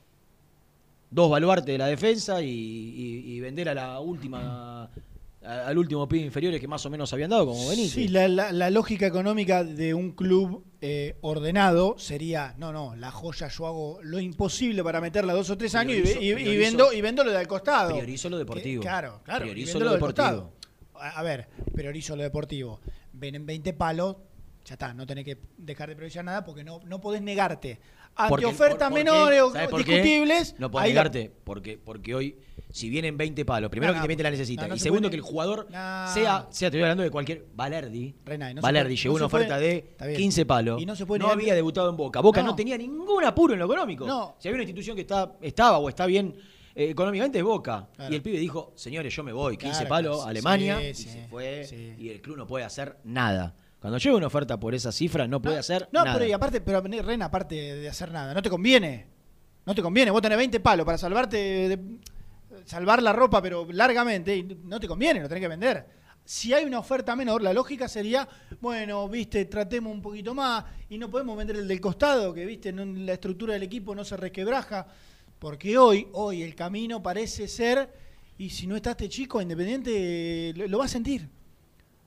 Speaker 8: dos baluartes de la defensa y, y, y vender a la última... al último pibe inferiores que más o menos habían dado, como Benítez.
Speaker 2: Sí, la, la, la lógica económica de un club eh, ordenado sería, no, no, la joya yo hago lo imposible para meterla dos o tres años priorizo, y, y, priorizo, y, vendo, y vendo lo de al costado.
Speaker 8: Priorizo lo deportivo.
Speaker 2: Que, claro, claro.
Speaker 8: Priorizo lo deportivo.
Speaker 2: A, a ver, priorizo lo deportivo. Ven en veinte palos, ya está, no tenés que dejar de priorizar nada porque no, no podés negarte. Ante ofertas por, menores o discutibles.
Speaker 8: No podés negarte, la... porque, porque hoy... Si vienen veinte palos, primero no, no, que Independiente la necesita. No, no y segundo, que el jugador no. sea, sea, te estoy hablando de cualquier. Valerdi. Renay, no Valerdi puede, llegó no una oferta puede, de quince palos. Y no se puede no había debutado en Boca. Boca no, no tenía ningún apuro en lo económico. No. Si había una institución que está, estaba o está bien eh, económicamente, es Boca. Claro. Y el pibe dijo: señores, yo me voy. quince claro, palos, claro. Alemania. Sí, y sí, se fue. Sí. Y el club no puede hacer nada. Cuando llega una oferta por esa cifra, no puede hacer
Speaker 2: no,
Speaker 8: nada.
Speaker 2: No, pero y aparte, pero Ren, aparte de hacer nada, no te conviene. No te conviene. Vos tenés veinte palos para salvarte de. de salvar la ropa, pero largamente, y no te conviene, lo tenés que vender. Si hay una oferta menor, la lógica sería, bueno, viste, tratemos un poquito más, y no podemos vender el del costado, que viste, no, la estructura del equipo no se resquebraja, porque hoy, hoy el camino parece ser, y si no está este chico, Independiente lo, lo va a sentir.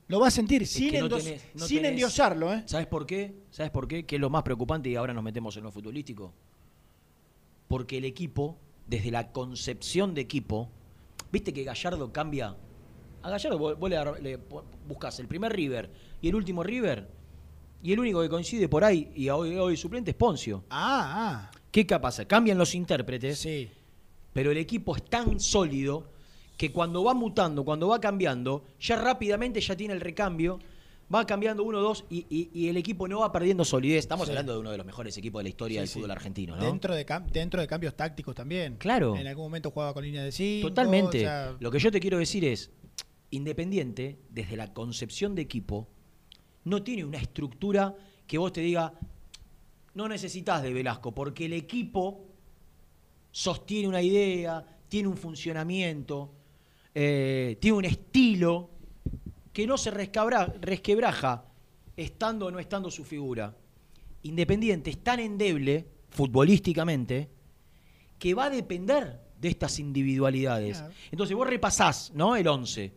Speaker 2: Lo va a sentir sin,
Speaker 8: que no
Speaker 2: endos-
Speaker 8: tenés- no
Speaker 2: sin
Speaker 8: tenés-
Speaker 2: endiosarlo, ¿eh?
Speaker 8: ¿Sabes por qué? ¿Sabes por qué? Que es lo más preocupante y ahora nos metemos en lo futbolístico. Porque el equipo, desde la concepción de equipo, viste que Gallardo cambia. A Gallardo vos, vos le, agar- le buscás el primer River y el último River, y el único que coincide por ahí y hoy, hoy suplente es Poncio.
Speaker 2: Ah,
Speaker 8: ¿Qué pasa? Cambian los
Speaker 2: ah.
Speaker 8: intérpretes,
Speaker 2: Sí.
Speaker 8: pero el equipo es tan sólido que cuando va mutando, cuando va cambiando, ya rápidamente ya tiene el recambio, va cambiando uno, dos, y, y- y el equipo no va perdiendo solidez. Estamos
Speaker 2: Sí.
Speaker 8: hablando de uno de los mejores equipos de la historia
Speaker 2: Sí,
Speaker 8: del
Speaker 2: sí.
Speaker 8: fútbol argentino, ¿no?
Speaker 2: Dentro, de cam- dentro de cambios tácticos también.
Speaker 8: Claro.
Speaker 2: En algún momento jugaba con línea de cinco.
Speaker 8: Totalmente.
Speaker 2: o sea,
Speaker 8: Lo que yo te quiero decir es, Independiente, desde la concepción de equipo, no tiene una estructura que vos te diga, no necesitas de Velasco, porque el equipo sostiene una idea, tiene un funcionamiento, eh, tiene un estilo que no se rescabra- resquebraja estando o no estando su figura. Independiente es tan endeble futbolísticamente que va a depender de estas individualidades.
Speaker 2: Claro.
Speaker 8: Entonces vos repasás, ¿no? El once.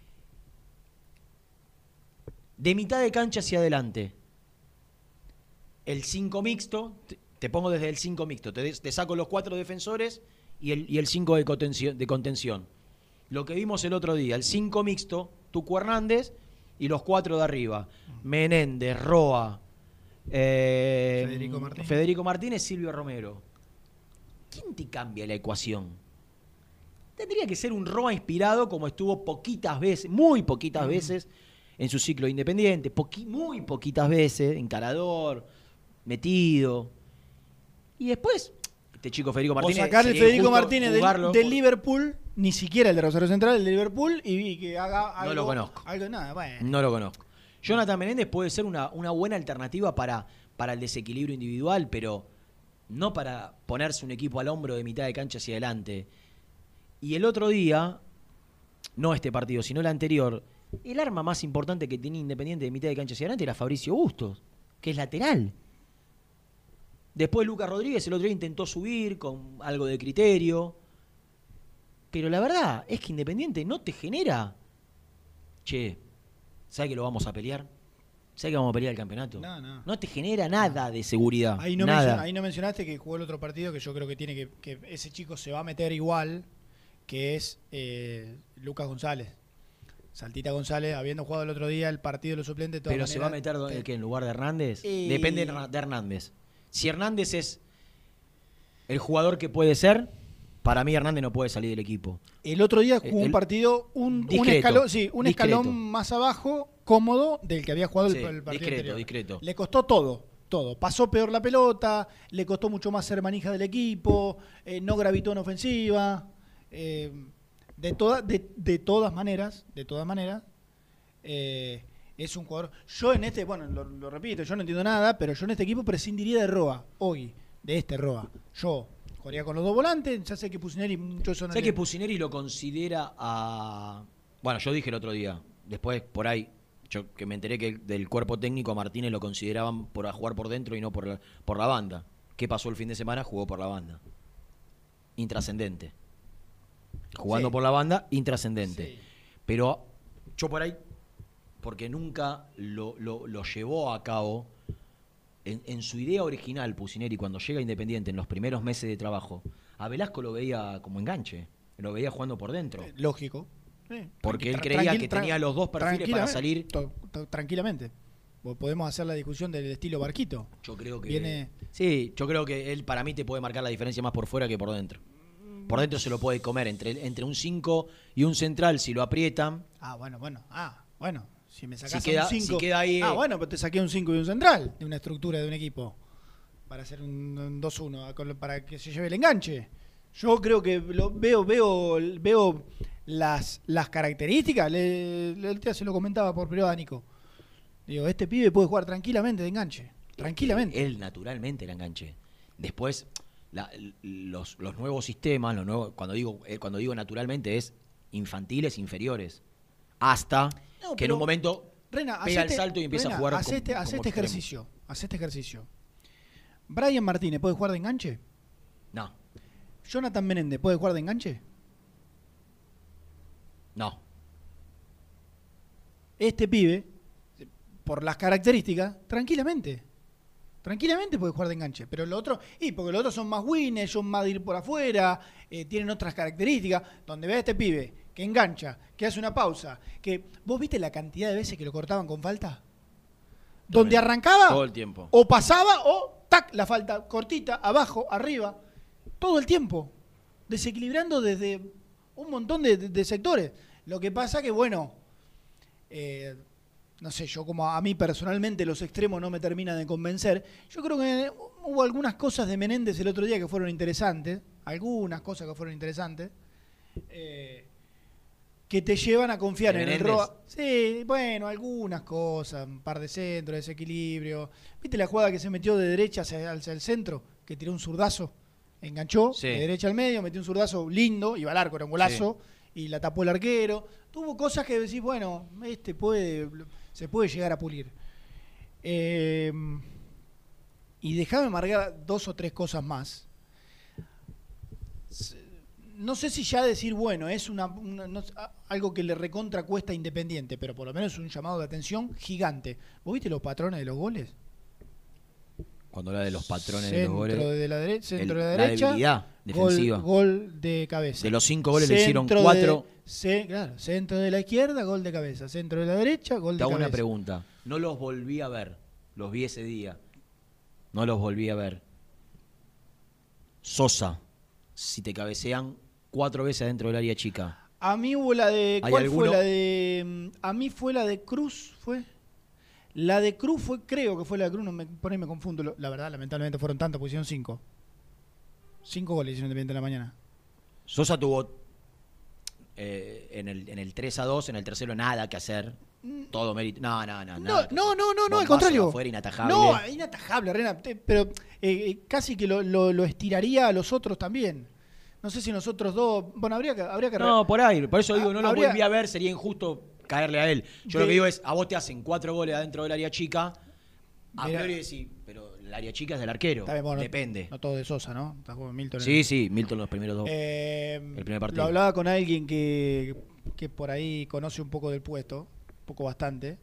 Speaker 8: De mitad de cancha hacia adelante. El cinco mixto, te, te pongo desde el cinco mixto, te, te saco los cuatro defensores y el, y el cinco de contención, de contención. Lo que vimos el otro día, el cinco mixto, Tucu Hernández y los cuatro de arriba. Menéndez, Roa, eh,
Speaker 2: Federico Martínez.
Speaker 8: Federico Martínez, Silvio Romero. ¿Quién te cambia la ecuación? Tendría que ser un Roa inspirado como estuvo poquitas veces, muy poquitas veces, en su ciclo independiente, poqui- muy poquitas veces, encarador, metido. Y después, este chico Federico Martínez.
Speaker 2: o sacar el
Speaker 8: sería
Speaker 2: Federico
Speaker 8: injusto
Speaker 2: Martínez del,
Speaker 8: jugarlo
Speaker 2: del
Speaker 8: por-
Speaker 2: Liverpool, ni siquiera el de Rosario Central, el de Liverpool, y, y que haga algo.
Speaker 8: No lo conozco.
Speaker 2: Algo, nada, bueno.
Speaker 8: No lo conozco. Jonathan Menéndez puede ser una, una buena alternativa para, para el desequilibrio individual, pero no para ponerse un equipo al hombro de mitad de cancha hacia adelante. Y el otro día, no este partido, sino el anterior, el arma más importante que tenía Independiente de mitad de cancha hacia adelante era Fabricio Bustos, que es lateral. Después Lucas Rodríguez el otro día intentó subir con algo de criterio. Pero la verdad es que Independiente no te genera. Che, ¿sabes que lo vamos a pelear? ¿Sabes que vamos a pelear el campeonato?
Speaker 2: No, no.
Speaker 8: No te genera nada de seguridad.
Speaker 2: Ahí no,
Speaker 8: nada.
Speaker 2: mencion- ahí no mencionaste que jugó el otro partido que yo creo que tiene que, que ese chico se va a meter igual, que es eh, Lucas González. Saltita González, habiendo jugado el otro día el partido de los suplentes. de todas
Speaker 8: Pero se va a
Speaker 2: maneras,
Speaker 8: meter
Speaker 2: te-
Speaker 8: ¿el qué, en lugar de Hernández.
Speaker 2: Y-
Speaker 8: Depende de Herna- de Hernández. Si Hernández es el jugador que puede ser, para mí Hernández no puede salir del equipo.
Speaker 2: El otro día jugó
Speaker 8: El-
Speaker 2: un partido, un, un
Speaker 8: discreto,
Speaker 2: escalón, sí, un
Speaker 8: discreto.
Speaker 2: escalón más abajo, cómodo, del que había jugado el-
Speaker 8: Sí,
Speaker 2: el, partido
Speaker 8: discreto,
Speaker 2: anterior.
Speaker 8: discreto.
Speaker 2: Le costó todo, todo. Pasó peor la pelota, le costó mucho más ser manija del equipo, eh, no gravitó en ofensiva. eh, de, toda, de, de todas maneras, de todas maneras, eh, es un jugador. Yo en este, bueno, lo, lo repito, yo no entiendo nada, pero yo en este equipo prescindiría de Roa, hoy, de este Roa. Yo jugaría con los dos volantes, ya sé que Pusineri mucho eso no
Speaker 8: ¿Sabes
Speaker 2: le-
Speaker 8: que Pusineri lo considera a... Bueno, yo dije el otro día, después por ahí, yo que me enteré que del cuerpo técnico a Martínez lo consideraban por a jugar por dentro y no por la, por la banda. ¿Qué pasó el fin de semana? Jugó por la banda. Intrascendente. Jugando
Speaker 2: Sí.
Speaker 8: por la banda, intrascendente.
Speaker 2: Sí.
Speaker 8: Pero yo por ahí, porque nunca lo, lo- lo llevó a cabo, en, en su idea original, Pusineri, cuando llega a Independiente, en los primeros meses de trabajo, a Velasco lo veía como enganche, lo veía jugando por dentro.
Speaker 2: Eh, Lógico. Sí.
Speaker 8: Porque él
Speaker 2: Tranqui-
Speaker 8: creía
Speaker 2: tranquil-
Speaker 8: que
Speaker 2: tran-
Speaker 8: tenía los dos perfiles para
Speaker 2: tranquilamente,
Speaker 8: salir.
Speaker 2: to- to- tranquilamente. Po- Podemos hacer la discusión del estilo Barquito.
Speaker 8: Yo creo que.
Speaker 2: Viene-
Speaker 8: Sí, yo creo que él para mí te puede marcar la diferencia más por fuera que por dentro. Por dentro se lo puede comer entre, entre un cinco y un central si lo aprietan.
Speaker 2: Ah, bueno, bueno. Ah, bueno. Si me sacás
Speaker 8: Si queda-
Speaker 2: a un cinco.
Speaker 8: si queda ahí,
Speaker 2: Ah,
Speaker 8: eh.
Speaker 2: bueno, pero te saqué un cinco y un central de una estructura de un equipo. Para hacer un, un dos uno, a- con lo- para que se lleve el enganche. Yo creo que lo veo, veo, veo las, las características. Le, le- el día se lo comentaba por privado a Nico. Digo, este pibe puede jugar tranquilamente de enganche. Tranquilamente.
Speaker 8: Él naturalmente la enganche. Después, la- los, los nuevos sistemas, los nuevos, cuando digo eh, cuando digo naturalmente es infantiles inferiores. Hasta
Speaker 2: No,
Speaker 8: que en
Speaker 2: pero,
Speaker 8: un momento
Speaker 2: Rena,
Speaker 8: pega
Speaker 2: hacete-
Speaker 8: el salto y empieza
Speaker 2: Rena,
Speaker 8: a jugar
Speaker 2: hacé
Speaker 8: como-
Speaker 2: este,
Speaker 8: como
Speaker 2: hacé este
Speaker 8: extremo.
Speaker 2: ejercicio. Hacé este ejercicio. Brian Martínez puede jugar de enganche.
Speaker 8: No,
Speaker 2: Jonathan Menéndez puede jugar de enganche.
Speaker 8: no.
Speaker 2: este pibe, por las características, tranquilamente. Tranquilamente puede jugar de enganche. Pero lo otro, y porque los otros son más winners, son más de ir por afuera, eh, tienen otras características. Donde ve a este pibe que engancha, que hace una pausa, que vos viste la cantidad de veces que lo cortaban con falta. Donde arrancaba,
Speaker 8: todo el tiempo.
Speaker 2: O pasaba, o tac, la falta cortita, abajo, arriba, todo el tiempo. Desequilibrando desde un montón de, de, de sectores. Lo que pasa que, bueno, eh, no sé, yo como a mí personalmente los extremos no me terminan de convencer. Yo creo que hubo algunas cosas de Menéndez el otro día que fueron interesantes, algunas cosas que fueron interesantes, eh, que te llevan a confiar en el Roa. Sí, bueno, algunas cosas, un par de centros, desequilibrio. ¿Viste la jugada que se metió de derecha hacia, hacia el centro? Que tiró un zurdazo, enganchó, sí. De derecha al medio, metió un zurdazo lindo, iba al arco, era un golazo, sí. Y la tapó el arquero. Tuvo cosas que decís, bueno, este puede, se puede llegar a pulir. Eh, y déjame marcar dos o tres cosas más. No sé si ya decir, bueno, es una, una no, algo que le recontra cuesta a Independiente, pero por lo menos es un llamado de atención gigante. ¿Vos viste los patrones de los goles?
Speaker 8: Cuando habla de los patrones
Speaker 2: centro
Speaker 8: de los goles.
Speaker 2: De la dere- centro
Speaker 8: el,
Speaker 2: de la derecha.
Speaker 8: La debilidad defensiva.
Speaker 2: Gol, gol de cabeza.
Speaker 8: De los cinco goles
Speaker 2: centro
Speaker 8: le hicieron cuatro.
Speaker 2: De, ce, claro, centro de la izquierda, gol de cabeza. Centro de la derecha, gol de
Speaker 8: Te hago
Speaker 2: cabeza.
Speaker 8: una pregunta. No los volví a ver. Los vi ese día. No los volví a ver. Sosa, si te cabecean cuatro veces adentro del área chica.
Speaker 2: A mí hubo la de... ¿Cuál
Speaker 8: alguno?
Speaker 2: fue la de...? A mí fue la de Cruz, ¿fue? La de Cruz fue, creo que fue la de Cruz, no me, por ahí me confundo. La verdad, lamentablemente fueron tantas, porque hicieron cinco. Cinco goles hicieron Independiente en la mañana.
Speaker 8: Sosa tuvo eh, en, el, en el tres a dos, en el tercero nada que hacer. Todo mérito. No, no, no.
Speaker 2: No,
Speaker 8: nada
Speaker 2: no, no, no, no, al
Speaker 8: Bombazo
Speaker 2: contrario.
Speaker 8: Afuera, inatajable.
Speaker 2: No, inatajable, Rena. Pero eh, casi que lo, lo, lo estiraría a los otros también. No sé si nosotros dos... Bueno, habría que... Habría que
Speaker 8: No, por ahí. Por eso digo, no lo
Speaker 2: habría,
Speaker 8: volví a ver, sería injusto caerle a él. Yo
Speaker 2: de,
Speaker 8: lo que digo es, a vos te hacen cuatro goles adentro del área chica, a
Speaker 2: mira,
Speaker 8: priori decís, pero el área chica es del arquero.
Speaker 2: Bien, bueno,
Speaker 8: depende.
Speaker 2: No, no todo de Sosa, ¿no? Está jugando Milton.
Speaker 8: Sí, sí, Milton los primeros dos.
Speaker 2: Eh,
Speaker 8: el primer partido.
Speaker 2: Lo hablaba con alguien que, que por ahí conoce un poco del puesto, un poco bastante.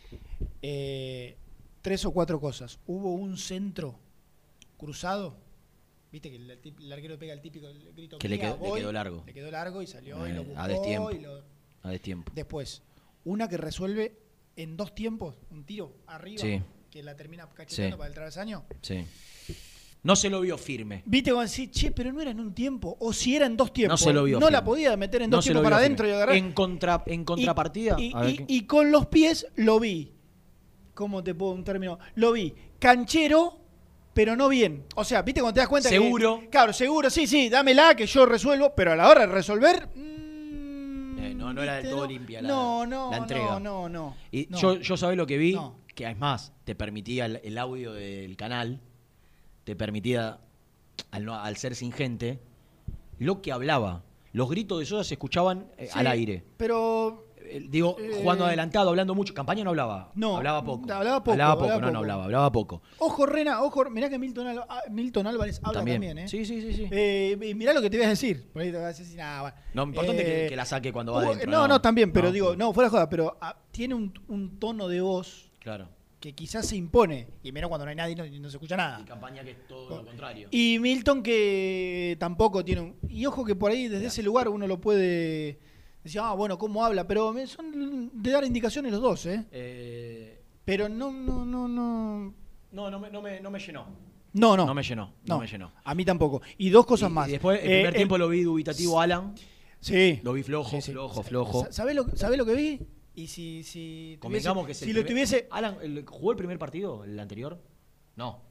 Speaker 2: Eh, tres o cuatro cosas. Hubo un centro cruzado. Viste que el, el arquero pega el típico el grito
Speaker 8: que le quedó, voy, le quedó largo.
Speaker 2: Le quedó largo y salió
Speaker 8: eh,
Speaker 2: y lo buscó.
Speaker 8: A destiempo.
Speaker 2: Y lo...
Speaker 8: A destiempo.
Speaker 2: Después, una que resuelve en dos tiempos, un tiro arriba,
Speaker 8: sí.
Speaker 2: Que la termina cacheteando
Speaker 8: sí.
Speaker 2: para el travesaño.
Speaker 8: Sí. No se lo vio firme.
Speaker 2: Viste cuando decís, che, pero no era en un tiempo, o si era en dos tiempos.
Speaker 8: No se lo vio
Speaker 2: No
Speaker 8: firme.
Speaker 2: la podía meter en
Speaker 8: no
Speaker 2: dos tiempos para adentro y agarrar.
Speaker 8: En, contra, en contrapartida.
Speaker 2: Y, y, y, y con los pies lo vi. ¿Cómo te puedo un término? Lo vi canchero, pero no bien. O sea, viste cuando te das cuenta
Speaker 8: seguro.
Speaker 2: que... Claro, seguro, sí, sí, dámela que yo resuelvo, pero a la hora de resolver...
Speaker 8: Mmm, eh, no, no era del todo
Speaker 2: no,
Speaker 8: limpia la,
Speaker 2: no, no,
Speaker 8: la entrega.
Speaker 2: No, no, no.
Speaker 8: Y
Speaker 2: no.
Speaker 8: yo, yo sabés lo que vi,
Speaker 2: no.
Speaker 8: que es más, te permitía el, el audio del canal, te permitía, al, no, al ser sin gente, lo que hablaba. Los gritos de Sosa se escuchaban eh,
Speaker 2: sí,
Speaker 8: al aire.
Speaker 2: Pero...
Speaker 8: Digo,
Speaker 2: eh,
Speaker 8: jugando adelantado, hablando mucho. Campaña no hablaba.
Speaker 2: No.
Speaker 8: Hablaba poco.
Speaker 2: Hablaba poco.
Speaker 8: Hablaba poco,
Speaker 2: hablaba
Speaker 8: no,
Speaker 2: poco.
Speaker 8: no hablaba. Hablaba poco.
Speaker 2: Ojo, Rena, ojo. Mirá que Milton, Al- Milton Álvarez habla también, también ¿eh?
Speaker 8: Sí, sí, sí. sí.
Speaker 2: Eh, y mirá lo que te voy a decir. Por ahí te vas a decir, nada, bueno.
Speaker 8: No, importante
Speaker 2: eh,
Speaker 8: que, que la saque cuando va
Speaker 2: uh,
Speaker 8: adentro.
Speaker 2: No, no, no, también, pero
Speaker 8: no,
Speaker 2: digo, no, fuera de joda, pero ah, tiene un, un tono de voz
Speaker 8: claro.
Speaker 2: que quizás se impone. Y menos cuando no hay nadie y no, no se escucha nada.
Speaker 8: Y Campaña que es todo lo contrario.
Speaker 2: Y Milton que tampoco tiene un... Y ojo que por ahí desde ese lugar uno lo puede... Decía, ah, bueno, ¿cómo habla? Pero son de dar indicaciones los dos, ¿eh?
Speaker 8: eh
Speaker 2: pero no, no, no, no...
Speaker 8: No, no me, no me, no me llenó.
Speaker 2: No, no.
Speaker 8: No me llenó. No, no me llenó.
Speaker 2: A mí tampoco. Y dos cosas
Speaker 8: y,
Speaker 2: más.
Speaker 8: Y después, el
Speaker 2: eh,
Speaker 8: primer
Speaker 2: eh,
Speaker 8: tiempo lo vi dubitativo a Alan.
Speaker 2: Sí.
Speaker 8: Lo vi flojo,
Speaker 2: sí, sí.
Speaker 8: flojo, flojo.
Speaker 2: ¿Sabés lo, ¿sabés lo que vi? Y si... si
Speaker 8: Convengamos que es
Speaker 2: si
Speaker 8: el
Speaker 2: lo
Speaker 8: primer,
Speaker 2: tuviese...
Speaker 8: Alan, el, ¿jugó el primer partido? ¿El anterior? No.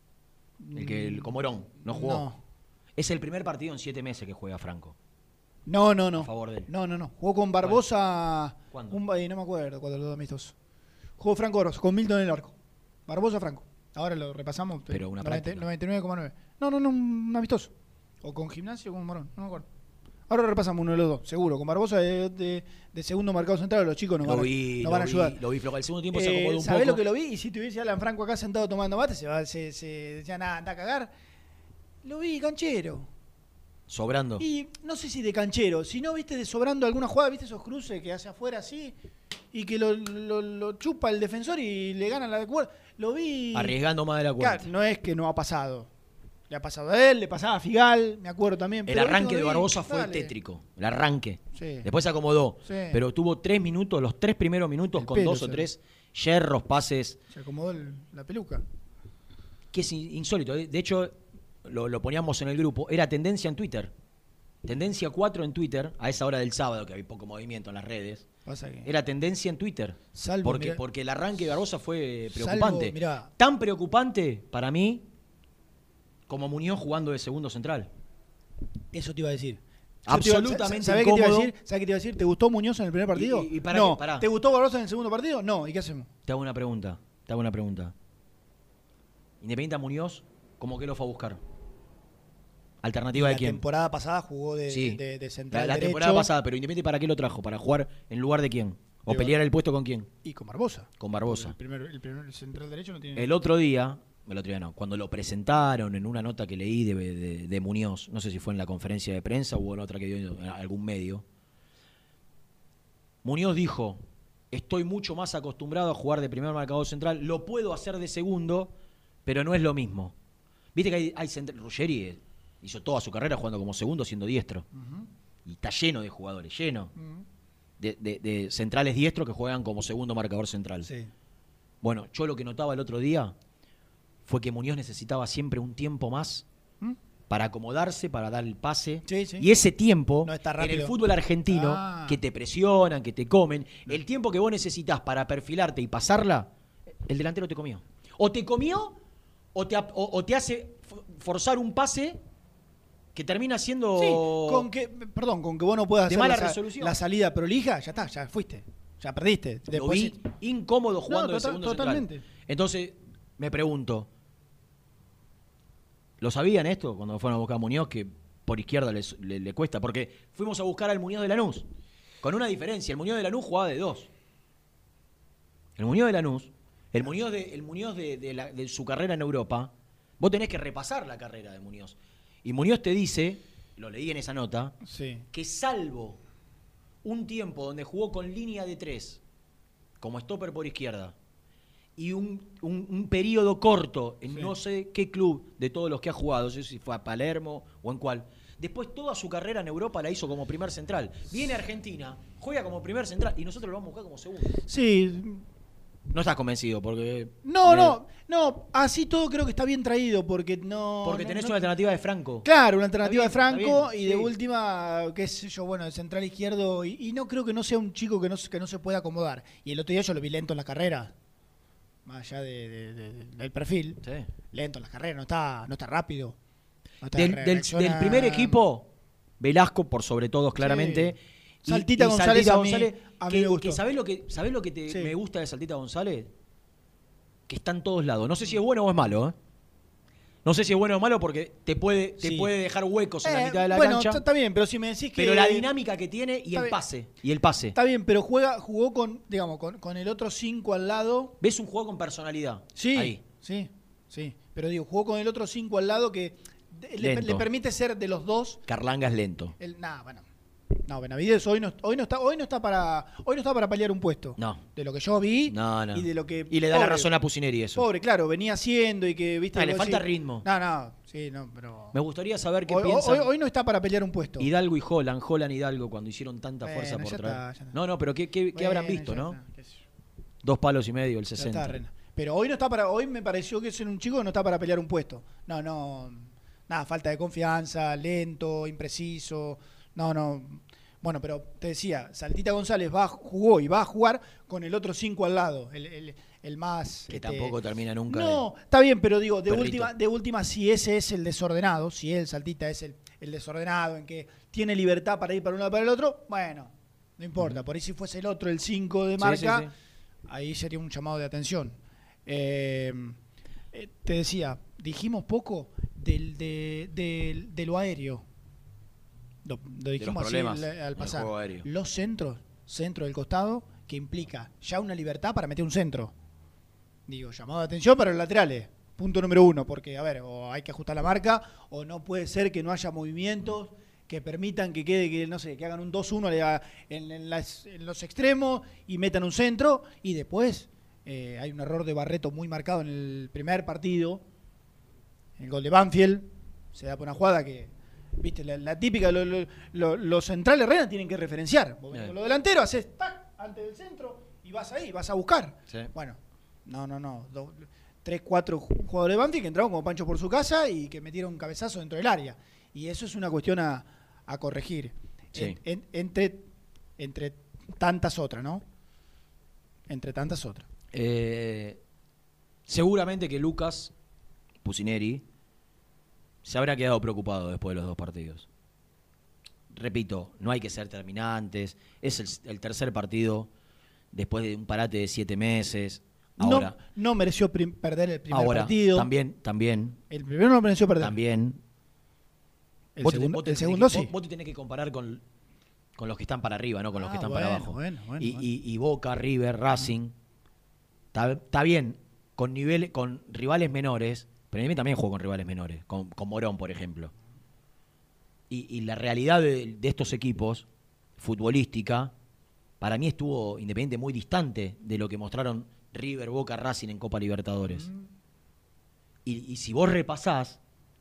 Speaker 8: El que el Comorón no jugó.
Speaker 2: No.
Speaker 8: Es el primer partido en siete meses que juega Franco.
Speaker 2: No, no, no.
Speaker 8: A favor de él.
Speaker 2: No, no, no. Jugó con Barbosa...
Speaker 8: ¿Cuándo?
Speaker 2: Un, no me acuerdo cuándo los dos amistosos. Jugó Franco Oroz, con Milton en el arco. Barbosa, Franco. Ahora lo repasamos.
Speaker 8: Pero una
Speaker 2: noventa,
Speaker 8: práctica.
Speaker 2: noventa y nueve coma nueve. No, no, no, un amistoso. O con Gimnasio o con Morón, no me acuerdo. Ahora repasamos uno de los dos, seguro. Con Barbosa de, de, de segundo marcado central, los chicos nos
Speaker 8: lo
Speaker 2: van,
Speaker 8: vi,
Speaker 2: a, nos
Speaker 8: lo
Speaker 2: van a
Speaker 8: vi,
Speaker 2: ayudar.
Speaker 8: Lo vi flojo. El segundo tiempo se
Speaker 2: Eh,
Speaker 8: acomodó un
Speaker 2: ¿Sabés
Speaker 8: poco.
Speaker 2: lo que lo vi? Y si tuviese a Alan Franco acá sentado tomando mate, se, va, se, se decía, nada, anda a cagar. Lo vi canchero.
Speaker 8: Sobrando.
Speaker 2: Y no sé si de canchero, si no, viste, de sobrando alguna jugada, viste esos cruces que hace afuera así, y que lo, lo, lo chupa el defensor y le gana la cuerda. Lo vi.
Speaker 8: Arriesgando más de la cuenta.
Speaker 2: Claro, no es que no ha pasado. Le ha pasado a él, le pasaba a Figal, me acuerdo también.
Speaker 8: El
Speaker 2: pero
Speaker 8: arranque de
Speaker 2: vi,
Speaker 8: Barbosa fue
Speaker 2: dale.
Speaker 8: tétrico. El arranque.
Speaker 2: Sí.
Speaker 8: Después se acomodó.
Speaker 2: Sí.
Speaker 8: Pero tuvo tres minutos, los tres primeros minutos
Speaker 2: El
Speaker 8: con
Speaker 2: pelo,
Speaker 8: dos o
Speaker 2: se-
Speaker 8: tres yerros, pases.
Speaker 2: Se acomodó el- la peluca.
Speaker 8: Que es in- insólito. De hecho, lo, lo poníamos en el grupo. Era tendencia en Twitter. Tendencia cuatro en Twitter, a esa hora del sábado, que había poco movimiento en las redes.
Speaker 2: Pasa que.
Speaker 8: Era tendencia en Twitter.
Speaker 2: Salvo,
Speaker 8: porque,
Speaker 2: mirá-
Speaker 8: porque el arranque de Barbosa fue
Speaker 2: Salvo,
Speaker 8: preocupante.
Speaker 2: mirá.
Speaker 8: Tan preocupante para mí como Muñoz jugando de segundo central.
Speaker 2: Eso te iba a decir.
Speaker 8: Absolutamente
Speaker 2: ¿Sabés qué te iba a
Speaker 8: incómodo.
Speaker 2: decir? ¿Sabés qué te iba a decir? ¿Te gustó Muñoz en el primer partido?
Speaker 8: Y- y- y pará
Speaker 2: no.
Speaker 8: que- pará.
Speaker 2: ¿Te gustó Barbosa en el segundo partido? No. ¿Y qué hacemos?
Speaker 8: Te hago una pregunta. Te hago una pregunta. Independiente a Muñoz, ¿cómo que lo fue a buscar? ¿Alternativa de
Speaker 2: La
Speaker 8: quién?
Speaker 2: temporada pasada jugó de,
Speaker 8: Sí.
Speaker 2: de, de
Speaker 8: La,
Speaker 2: central
Speaker 8: la
Speaker 2: derecho
Speaker 8: temporada pasada, pero Independiente ¿para qué lo trajo? ¿Para jugar en lugar de quién? ¿O
Speaker 2: De
Speaker 8: pelear el puesto con quién?
Speaker 2: y con Barbosa.
Speaker 8: Con Barbosa.
Speaker 2: El primer, el primer central derecho no tiene.
Speaker 8: El otro día, el otro día no, cuando lo presentaron en una nota que leí de, de- de Muñoz, no sé si fue en la conferencia de prensa o en otra que dio en algún medio, Muñoz dijo, estoy mucho más acostumbrado a jugar de primer marcador central, lo puedo hacer de segundo, pero no es lo mismo. Viste que hay, hay central, Ruggeri hizo toda su carrera jugando como segundo siendo diestro.
Speaker 2: Ujú,
Speaker 8: Y está lleno de jugadores, lleno
Speaker 2: ujú.
Speaker 8: de, de- de centrales diestros que juegan como segundo marcador central.
Speaker 2: Sí.
Speaker 8: Bueno, yo lo que notaba el otro día fue que Muñoz necesitaba siempre un tiempo más
Speaker 2: ¿Mm?
Speaker 8: para acomodarse, para dar el pase.
Speaker 2: Sí, sí.
Speaker 8: Y ese tiempo,
Speaker 2: No está
Speaker 8: en el
Speaker 2: rápido.
Speaker 8: fútbol argentino,
Speaker 2: Ah.
Speaker 8: que te presionan, que te comen, el tiempo que vos necesitas para perfilarte y pasarla, el delantero te comió. O te comió o te, ap- o, o te hace f- forzar un pase que termina siendo...
Speaker 2: Sí, con que, perdón, con que vos no puedas
Speaker 8: De
Speaker 2: hacer
Speaker 8: mala
Speaker 2: la, sa-
Speaker 8: resolución.
Speaker 2: la salida prolija, ya está, ya fuiste. Ya perdiste.
Speaker 8: Lo
Speaker 2: Después
Speaker 8: vi
Speaker 2: sí-
Speaker 8: incómodo jugando
Speaker 2: No,
Speaker 8: de
Speaker 2: total-
Speaker 8: segundo
Speaker 2: totalmente.
Speaker 8: central. Entonces, me pregunto, ¿lo sabían esto cuando fueron a buscar a Muñoz que por izquierda les- le, le cuesta? Porque fuimos a buscar al Muñoz de Lanús, con una diferencia. El Muñoz de Lanús jugaba de dos. El Muñoz de Lanús, el Muñoz de, el Muñoz de, de la- de su carrera en Europa, vos tenés que repasar la carrera de Muñoz. Y Muñoz te dice, lo leí en esa nota,
Speaker 2: Sí.
Speaker 8: que salvo un tiempo donde jugó con línea de tres, como stopper por izquierda, y un, un, un periodo corto en
Speaker 2: Sí.
Speaker 8: no sé qué club de todos los que ha jugado, no sé si fue a Palermo o en cuál, después toda su carrera en Europa la hizo como primer central. Viene a Argentina, juega como primer central y nosotros lo vamos a buscar como segundo.
Speaker 2: Sí.
Speaker 8: No estás convencido porque...
Speaker 2: No,
Speaker 8: me-
Speaker 2: no, no. Así todo creo que está bien traído porque no.
Speaker 8: Porque
Speaker 2: no-
Speaker 8: tenés
Speaker 2: no-
Speaker 8: una alternativa de Franco.
Speaker 2: Claro, una alternativa
Speaker 8: Está bien,
Speaker 2: de Franco
Speaker 8: está bien,
Speaker 2: y de
Speaker 8: sí.
Speaker 2: última, qué sé yo, bueno, de central izquierdo. Y, y no creo que no sea un chico que no, se- que no se pueda acomodar. Y el otro día yo lo vi lento en la carrera. Más allá de, de- de- del perfil.
Speaker 8: Sí.
Speaker 2: Lento en la carrera, no está, no está rápido. No está
Speaker 8: Del, del-
Speaker 2: reacciona-
Speaker 8: del primer equipo, Velasco por sobre todos claramente.
Speaker 2: Sí. Saltita González a mí- a mí
Speaker 8: que,
Speaker 2: me gustó.
Speaker 8: que ¿sabés lo que, sabés lo que te,
Speaker 2: Sí.
Speaker 8: me gusta de Saltita González? Que está en todos lados. No sé si es bueno o es malo, ¿eh? No sé si es bueno o malo porque te puede, te
Speaker 2: Sí.
Speaker 8: puede dejar huecos en la
Speaker 2: Eh,
Speaker 8: mitad de la
Speaker 2: bueno,
Speaker 8: cancha.
Speaker 2: está- está bien, pero si me decís que.
Speaker 8: Pero la dinámica que tiene y
Speaker 2: Está
Speaker 8: el
Speaker 2: bien.
Speaker 8: pase. Y el pase.
Speaker 2: Está bien, pero juega, jugó con, digamos, con, con el otro cinco al lado.
Speaker 8: ¿Ves un juego con personalidad?
Speaker 2: Sí,
Speaker 8: Ahí.
Speaker 2: sí, sí. Pero digo, jugó con el otro cinco al lado que de- le,
Speaker 8: Lento.
Speaker 2: le permite ser de los dos.
Speaker 8: Carlanga es lento.
Speaker 2: El, nah, bueno. No, Benavides hoy no, hoy no está, hoy no está para, hoy no está para pelear un puesto.
Speaker 8: No.
Speaker 2: De lo que yo vi
Speaker 8: No, no.
Speaker 2: y de lo que.
Speaker 8: Y le da la
Speaker 2: pobre,
Speaker 8: razón a Pusineri eso.
Speaker 2: Pobre, claro, venía haciendo y que viste.
Speaker 8: Ah, le
Speaker 2: vos
Speaker 8: falta
Speaker 2: decís-
Speaker 8: ritmo.
Speaker 2: No, no, sí, no, pero.
Speaker 8: Me gustaría saber qué
Speaker 2: Hoy,
Speaker 8: piensan.
Speaker 2: hoy- hoy no está para pelear un puesto.
Speaker 8: Hidalgo y Holland, Holland y Hidalgo, cuando hicieron tanta
Speaker 2: Bueno,
Speaker 8: fuerza por
Speaker 2: ya
Speaker 8: traer.
Speaker 2: está, ya está.
Speaker 8: No, no, pero ¿qué, qué- qué
Speaker 2: Bueno,
Speaker 8: habrán visto,
Speaker 2: ya
Speaker 8: no?
Speaker 2: está, qué sé yo.
Speaker 8: Dos palos y medio, el
Speaker 2: Ya
Speaker 8: sesenta.
Speaker 2: está, Rena. Pero hoy no está para, hoy me pareció que es un chico que no está para pelear un puesto. No, no, nada, falta de confianza, lento, impreciso. No, no. Bueno, pero te decía, Saltita González va, jugó y va a jugar con el otro cinco al lado, el, el- el más.
Speaker 8: Que
Speaker 2: este,
Speaker 8: tampoco termina nunca.
Speaker 2: No, está bien, pero digo, de
Speaker 8: Perrito.
Speaker 2: última, de última, si ese es el desordenado, si él, Saltita, es el, el desordenado, en que tiene libertad para ir para un lado para el otro, bueno, no importa. Por ahí si fuese el otro, el cinco de
Speaker 8: Sí,
Speaker 2: marca,
Speaker 8: sí, sí.
Speaker 2: ahí sería un llamado de atención. Eh, eh, te decía, dijimos poco del, de, del- de lo aéreo. Lo, lo dijimos así
Speaker 8: problemas
Speaker 2: al-
Speaker 8: en
Speaker 2: al
Speaker 8: el
Speaker 2: pasar.
Speaker 8: juego aéreo.
Speaker 2: Los centros, centro del costado, que implica ya una libertad para meter un centro. Digo, llamado de atención para los laterales. Punto número uno, porque, a ver, o hay que ajustar la marca, o no puede ser que no haya movimientos que permitan que quede, que no sé, que hagan un dos uno en, en, las, en los extremos y metan un centro, y después eh, hay un error de Barreto muy marcado en el primer partido, el gol de Banfield, se da por una jugada que, viste, la, la típica, lo, lo, lo, los centrales Renan tienen que referenciar, vos venís con los delanteros, haces tac, antes del centro, y vas ahí, vas a buscar. Sí. Bueno, no, no, no, dos, tres, cuatro jugadores de Banfield que entraron como Pancho por su casa y que metieron un cabezazo dentro del área. Y eso es una cuestión a, a corregir. Sí. En, en, entre, entre tantas otras, ¿no? Entre tantas otras.
Speaker 8: Eh, seguramente que Lucas Pusineri se habrá quedado preocupado después de los dos partidos. Repito, no hay que ser terminantes. Es el, el tercer partido después de un parate de siete meses. Ahora,
Speaker 2: no, no mereció prim- perder el primer
Speaker 8: ahora,
Speaker 2: partido.
Speaker 8: También, también.
Speaker 2: El primero no mereció perder.
Speaker 8: También.
Speaker 2: El,
Speaker 8: vos
Speaker 2: segundo,
Speaker 8: te, vos
Speaker 2: el segundo
Speaker 8: que,
Speaker 2: sí.
Speaker 8: Vos, vos te tenés que comparar con, con los que están para arriba, no con los
Speaker 2: ah,
Speaker 8: que están
Speaker 2: bueno,
Speaker 8: para abajo.
Speaker 2: Bueno, bueno,
Speaker 8: y,
Speaker 2: bueno.
Speaker 8: Y, y Boca, River, Racing. Está bien, con niveles, con rivales menores, pero a mí también juego con rivales menores, con, con Morón, por ejemplo. Y, y la realidad de, de estos equipos, futbolística, para mí estuvo Independiente muy distante de lo que mostraron River, Boca, Racing en Copa Libertadores. Mm. Y, y si vos repasás,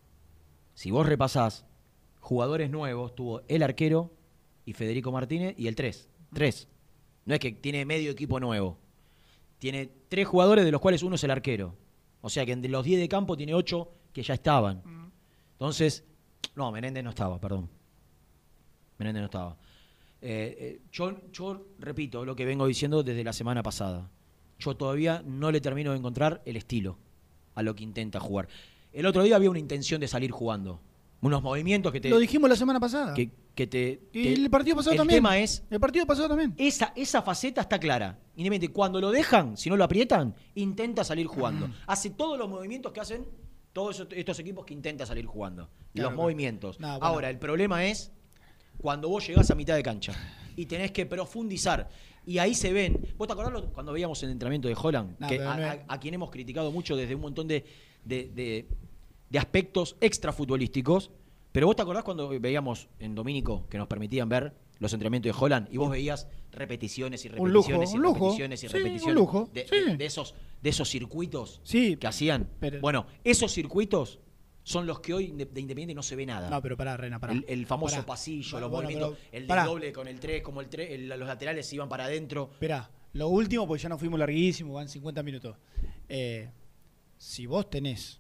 Speaker 8: si vos repasás, jugadores nuevos, tuvo el arquero y Federico Martínez y el tres. Tres. No es que tiene medio equipo nuevo. Tiene tres jugadores de los cuales uno es el arquero. O sea que de los diez de campo tiene ocho que ya estaban. Mm. Entonces, no, Menéndez no estaba, perdón. Menéndez no estaba. Eh, eh, yo, yo repito lo que vengo diciendo desde la semana pasada. Yo todavía no le termino de encontrar el estilo a lo que intenta jugar. El otro día había una intención de salir jugando. Unos movimientos que te...
Speaker 2: Lo dijimos la semana pasada.
Speaker 8: Que, que te,
Speaker 2: y
Speaker 8: te,
Speaker 2: el partido pasado
Speaker 8: el
Speaker 2: también.
Speaker 8: El tema es...
Speaker 2: El partido pasado también.
Speaker 8: Esa, esa faceta está clara. Independiente, cuando lo dejan, si no lo aprietan, intenta salir jugando. Mm. Hace todos los movimientos que hacen todos estos equipos que intentan salir jugando. Claro, los movimientos. No, bueno. Ahora, el problema es cuando vos llegás a mitad de cancha y tenés que profundizar. Y ahí se ven. ¿Vos te acordás cuando veíamos el entrenamiento de Holland? No, que a, no es... a, a quien hemos criticado mucho desde un montón de, de, de, de aspectos extrafutbolísticos. Pero vos te acordás cuando veíamos en Domínico que nos permitían ver los entrenamientos de Holland y vos veías repeticiones y repeticiones
Speaker 2: un
Speaker 8: y
Speaker 2: lujo,
Speaker 8: repeticiones
Speaker 2: un
Speaker 8: y
Speaker 2: lujo.
Speaker 8: repeticiones
Speaker 2: sí, un lujo.
Speaker 8: De,
Speaker 2: sí.
Speaker 8: de, de, esos, de esos circuitos
Speaker 2: sí,
Speaker 8: que hacían.
Speaker 2: Pero...
Speaker 8: Bueno, esos circuitos son los que hoy de Independiente no se ve nada.
Speaker 2: No, pero pará, Reina, pará.
Speaker 8: El, el famoso
Speaker 2: pará.
Speaker 8: pasillo,
Speaker 2: bueno,
Speaker 8: los
Speaker 2: bueno,
Speaker 8: movimientos,
Speaker 2: pero,
Speaker 8: el
Speaker 2: pará.
Speaker 8: desdoble con el tres, como el tres, el, los laterales se iban para adentro.
Speaker 2: Esperá, lo último, porque ya nos fuimos larguísimos, van cincuenta minutos. Eh, si vos tenés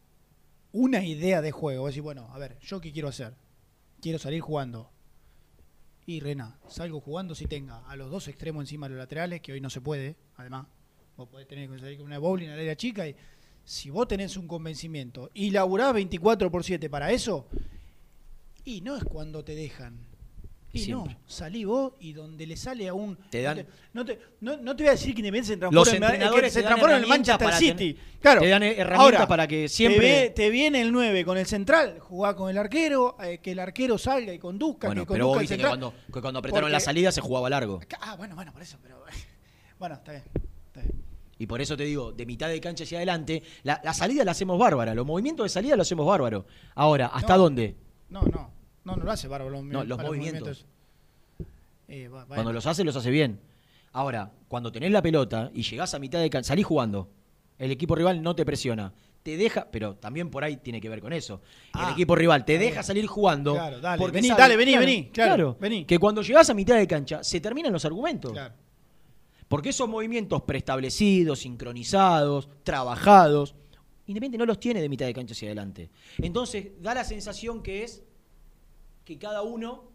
Speaker 2: una idea de juego, vos decís, bueno, a ver, ¿yo qué quiero hacer? Quiero salir jugando. Y Rena, salgo jugando si tenga a los dos extremos encima de los laterales, que hoy no se puede, además. Vos podés tener que salir con una bowling al área chica y si vos tenés un convencimiento y laburás veinticuatro por siete para eso, y no es cuando te dejan. Y
Speaker 8: siempre.
Speaker 2: No, salí vos y donde le sale a un...
Speaker 8: Te dan...
Speaker 2: No te, no te, no, no te voy a decir que Independiente se
Speaker 8: Los
Speaker 2: transforma,
Speaker 8: entrenadores
Speaker 2: en, se
Speaker 8: te dan
Speaker 2: transforma en el Manchester
Speaker 8: para
Speaker 2: City.
Speaker 8: Ten...
Speaker 2: Claro.
Speaker 8: Te dan herramientas
Speaker 2: Ahora,
Speaker 8: para que siempre...
Speaker 2: Te, ve, te viene el nueve con el central, jugá con el arquero, eh, que el arquero salga y conduzca,
Speaker 8: bueno,
Speaker 2: que conduzca
Speaker 8: pero vos
Speaker 2: el
Speaker 8: viste que
Speaker 2: central.
Speaker 8: cuando, que cuando apretaron
Speaker 2: Porque...
Speaker 8: la salida se jugaba largo.
Speaker 2: Ah, bueno, bueno, por eso, pero... Bueno, está bien, está bien.
Speaker 8: Y por eso te digo, de mitad de cancha hacia adelante, la, la salida la hacemos bárbara, los movimientos de salida los hacemos bárbaro. Ahora, ¿hasta
Speaker 2: no,
Speaker 8: dónde?
Speaker 2: No, no, no, no lo hace bárbaro. Los,
Speaker 8: no, los movimientos.
Speaker 2: movimientos. Eh, bueno.
Speaker 8: Cuando los hace, los hace bien. Ahora, cuando tenés la pelota y llegás a mitad de cancha, salís jugando, el equipo rival no te presiona, te deja, pero también por ahí tiene que ver con eso. Ah, el equipo rival te deja salir jugando.
Speaker 2: Claro, dale,
Speaker 8: porque
Speaker 2: vení,
Speaker 8: sabe,
Speaker 2: dale, vení,
Speaker 8: claro,
Speaker 2: vení, claro,
Speaker 8: claro,
Speaker 2: vení.
Speaker 8: Que cuando llegás a mitad de cancha, se terminan los argumentos.
Speaker 2: Claro.
Speaker 8: Porque esos movimientos preestablecidos, sincronizados, trabajados, Independiente no los tiene de mitad de cancha hacia adelante. Entonces, da la sensación que es que cada uno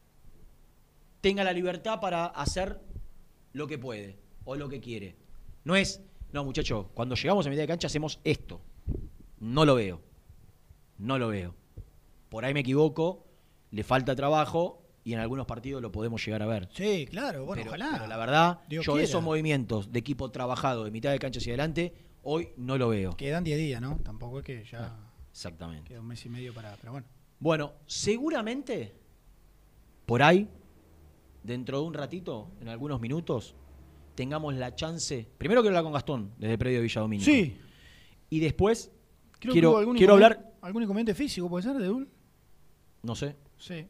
Speaker 8: tenga la libertad para hacer lo que puede o lo que quiere. No es, no muchachos, cuando llegamos a mitad de cancha hacemos esto. No lo veo. No lo veo. Por ahí me equivoco, le falta trabajo y en algunos partidos lo podemos llegar a ver.
Speaker 2: Sí, claro, bueno,
Speaker 8: pero,
Speaker 2: ojalá.
Speaker 8: Pero la verdad,
Speaker 2: Dios
Speaker 8: yo
Speaker 2: quiera.
Speaker 8: Esos movimientos de equipo trabajado de mitad de cancha hacia adelante, hoy no lo veo.
Speaker 2: Quedan diez días, ¿no? Tampoco es que ya...
Speaker 8: Ah, exactamente.
Speaker 2: Queda un mes y medio para... Pero bueno.
Speaker 8: Bueno, seguramente, por ahí, dentro de un ratito, en algunos minutos, tengamos la chance... Primero quiero hablar con Gastón, desde el predio de Villa Domínico.
Speaker 2: Sí.
Speaker 8: Y después,
Speaker 2: Creo
Speaker 8: quiero,
Speaker 2: que algún
Speaker 8: quiero hablar...
Speaker 2: ¿Algún inconveniente físico puede ser, de Dul?
Speaker 8: No sé.
Speaker 2: Sí.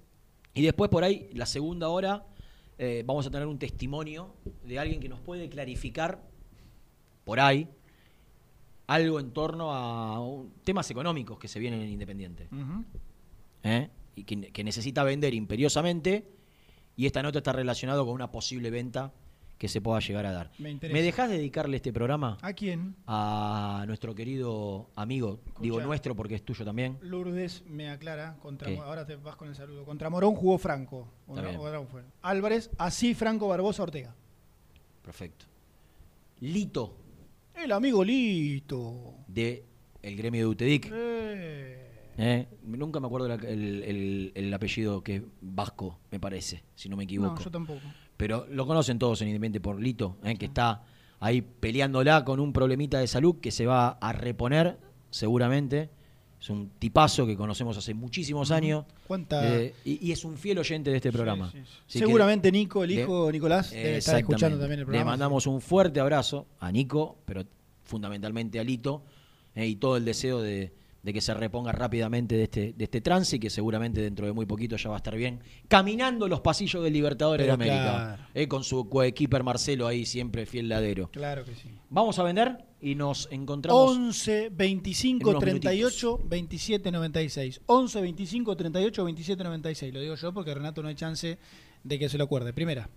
Speaker 8: Y después por ahí, la segunda hora, eh, vamos a tener un testimonio de alguien que nos puede clarificar por ahí algo en torno a un, temas económicos que se vienen en Independiente.
Speaker 2: Uh-huh.
Speaker 8: ¿Eh? Y que, que necesita vender imperiosamente, y esta nota está relacionada con una posible venta que se pueda llegar a dar.
Speaker 2: Me interesa.
Speaker 8: ¿Me dejás dedicarle este programa?
Speaker 2: ¿A quién?
Speaker 8: A nuestro querido amigo,
Speaker 2: Escucha,
Speaker 8: digo nuestro porque es tuyo también.
Speaker 2: Lourdes me aclara, contra,
Speaker 8: ¿Qué?
Speaker 2: ahora te vas con el saludo. Contra Morón jugó Franco. O
Speaker 8: Está
Speaker 2: no,
Speaker 8: bien.
Speaker 2: o no fue. Álvarez, así Franco Barbosa Ortega.
Speaker 8: Perfecto. Lito,
Speaker 2: El amigo Lito.
Speaker 8: de el gremio de Utedic.
Speaker 2: Eh.
Speaker 8: ¿Eh? Nunca me acuerdo la- el, el- el apellido, que es vasco, me parece, si no me equivoco.
Speaker 2: No, yo tampoco.
Speaker 8: Pero lo conocen todos en Independiente por Lito, ¿eh? Que está ahí peleándola con un problemita de salud que se va a reponer seguramente. Es un tipazo que conocemos hace muchísimos años.
Speaker 2: ¿Cuánta?
Speaker 8: Eh, y, y es un fiel oyente de este programa.
Speaker 2: Sí, sí, sí.
Speaker 8: Así
Speaker 2: Seguramente Nico, el
Speaker 8: le-
Speaker 2: hijo de Nicolás, debe estar
Speaker 8: Exactamente.
Speaker 2: escuchando también el programa.
Speaker 8: Le mandamos un fuerte abrazo a Nico, pero fundamentalmente a Lito, eh, y todo el deseo de, de que se reponga rápidamente de este, de este trance, y que seguramente dentro de muy poquito ya va a estar bien, caminando los pasillos del Libertadores
Speaker 2: Pero
Speaker 8: de América,
Speaker 2: claro.
Speaker 8: eh, con su coequiper Marcelo ahí siempre fiel ladero.
Speaker 2: Claro que sí.
Speaker 8: Vamos a vender y nos encontramos.
Speaker 2: once, veinticinco,
Speaker 8: en unos
Speaker 2: treinta y ocho, veintisiete, noventa y seis. once, veinticinco, treinta y ocho, veintisiete, noventa y seis. Lo digo yo porque Renato no hay chance de que se lo acuerde. Primera.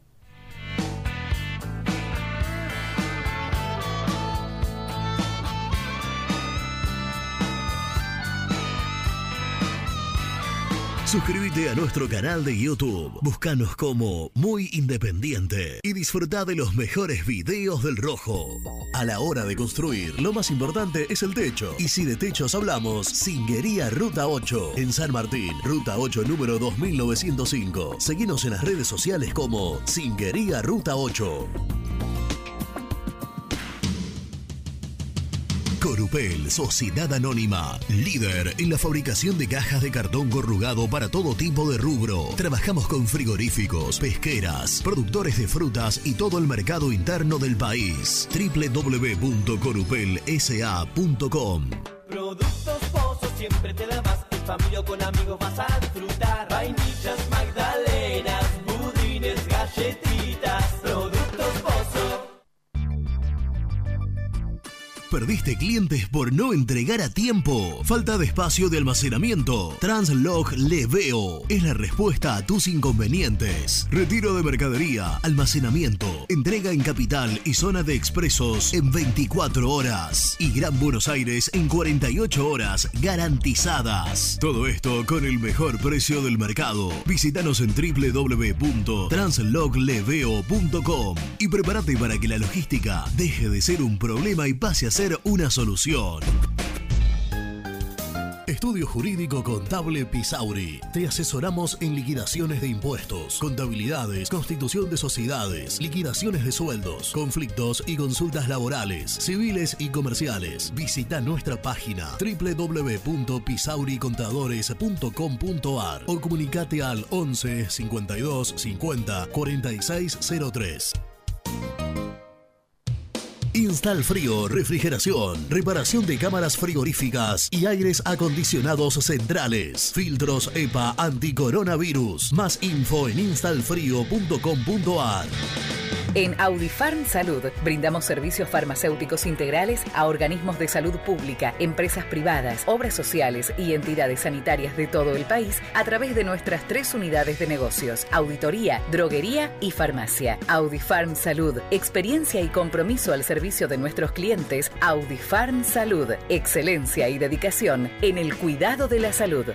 Speaker 1: Suscríbete a nuestro canal de YouTube. Búscanos como Muy Independiente y disfruta de los mejores videos del Rojo. A la hora de construir, lo más importante es el techo. Y si de techos hablamos, Zinguería Ruta ocho. En San Martín, Ruta ocho número dos mil novecientos cinco. Seguinos en las redes sociales como Zinguería Ruta ocho. Corupel, Sociedad Anónima, líder en la fabricación de cajas de cartón corrugado para todo tipo de rubro. Trabajamos con frigoríficos, pesqueras, productores de frutas y todo el mercado interno del país. doble u doble u doble u punto corupel s a punto com.
Speaker 5: Productos Pozo siempre te da más. En familia o con amigos vas a disfrutar. Vainillas, magdalenas, budines, galletitas. Productos Pozo.
Speaker 1: ¿Perdiste clientes por no entregar a tiempo? ¿Falta de espacio de almacenamiento? Translog Leveo es la respuesta a tus inconvenientes. Retiro de mercadería, almacenamiento, entrega en Capital y zona de expresos en veinticuatro horas y Gran Buenos Aires en cuarenta y ocho horas garantizadas. Todo esto con el mejor precio del mercado. Visítanos en doble u doble u doble u punto translog leveo punto com y prepárate para que la logística deje de ser un problema y pase a ser una solución. Estudio Jurídico Contable Pisauri. Te asesoramos en liquidaciones de impuestos, contabilidades, constitución de sociedades, liquidaciones de sueldos, conflictos y consultas laborales, civiles y comerciales. Visita nuestra página doble u doble u doble u punto pisauri contadores punto com punto a r o comunicate al once, cincuenta y dos, cincuenta, cuarenta y seis cero tres. Install Frío, refrigeración, reparación de cámaras frigoríficas y aires acondicionados centrales. Filtros E P A anticoronavirus. Más info en install frío punto com punto a r.
Speaker 9: En Audifarm Salud brindamos servicios farmacéuticos integrales a organismos de salud pública, empresas privadas, obras sociales y entidades sanitarias de todo el país a través de nuestras tres unidades de negocios: auditoría, droguería y farmacia. Audifarm Salud, experiencia y compromiso al servicio de nuestros clientes. Audifarm Salud, excelencia y dedicación en el cuidado de la salud.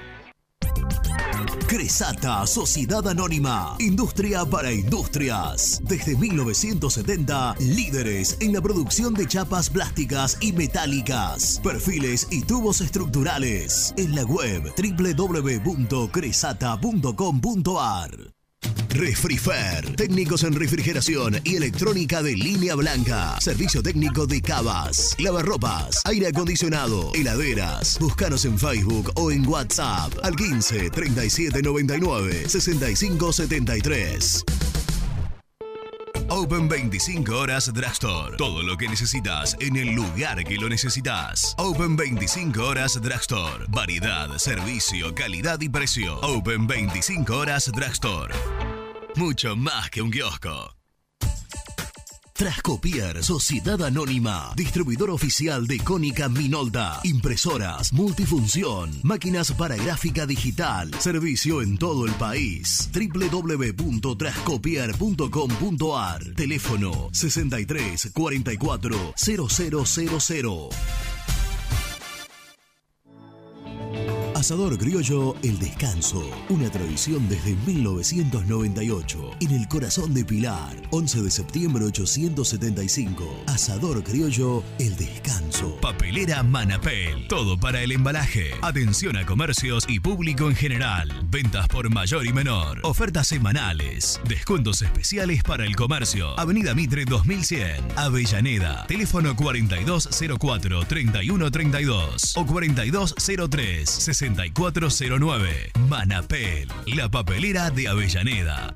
Speaker 1: Cresata, Sociedad Anónima, industria para industrias. Desde mil novecientos setenta, líderes en la producción de chapas plásticas y metálicas, perfiles y tubos estructurales. En la web doble u doble u doble u punto cresata punto com punto a r. Refrifer, técnicos en refrigeración y electrónica de línea blanca. Servicio técnico de cavas, lavarropas, aire acondicionado, heladeras. Búscanos en Facebook o en WhatsApp al quince, treinta y siete, noventa y nueve, sesenta y cinco, setenta y tres. Open veinticinco horas Drugstore. Todo lo que necesitas en el lugar que lo necesitas. Open veinticinco horas Drugstore. Variedad, servicio, calidad y precio. Open veinticinco horas Drugstore. Mucho más que un kiosco. Trascopier, Sociedad Anónima, distribuidor oficial de Cónica Minolta, impresoras, multifunción, máquinas para gráfica digital, servicio en todo el país. doble u doble u doble u punto trascopier punto com punto a r, teléfono sesenta y tres cuarenta y cuatro cero cero cero cero. Asador Criollo El Descanso, una tradición desde mil novecientos noventa y ocho, en el corazón de Pilar, once de septiembre ochocientos setenta y cinco. Asador Criollo El Descanso. Papelera Manapel, todo para el embalaje. Atención a comercios y público en general. Ventas por mayor y menor. Ofertas semanales. Descuentos especiales para el comercio. Avenida Mitre dos mil cien, Avellaneda. Teléfono cuarenta y dos cero cuatro treinta y uno treinta y dos o cuarenta y dos cero tres sesenta y cuatro cero nueve. Manapel, la papelera de Avellaneda.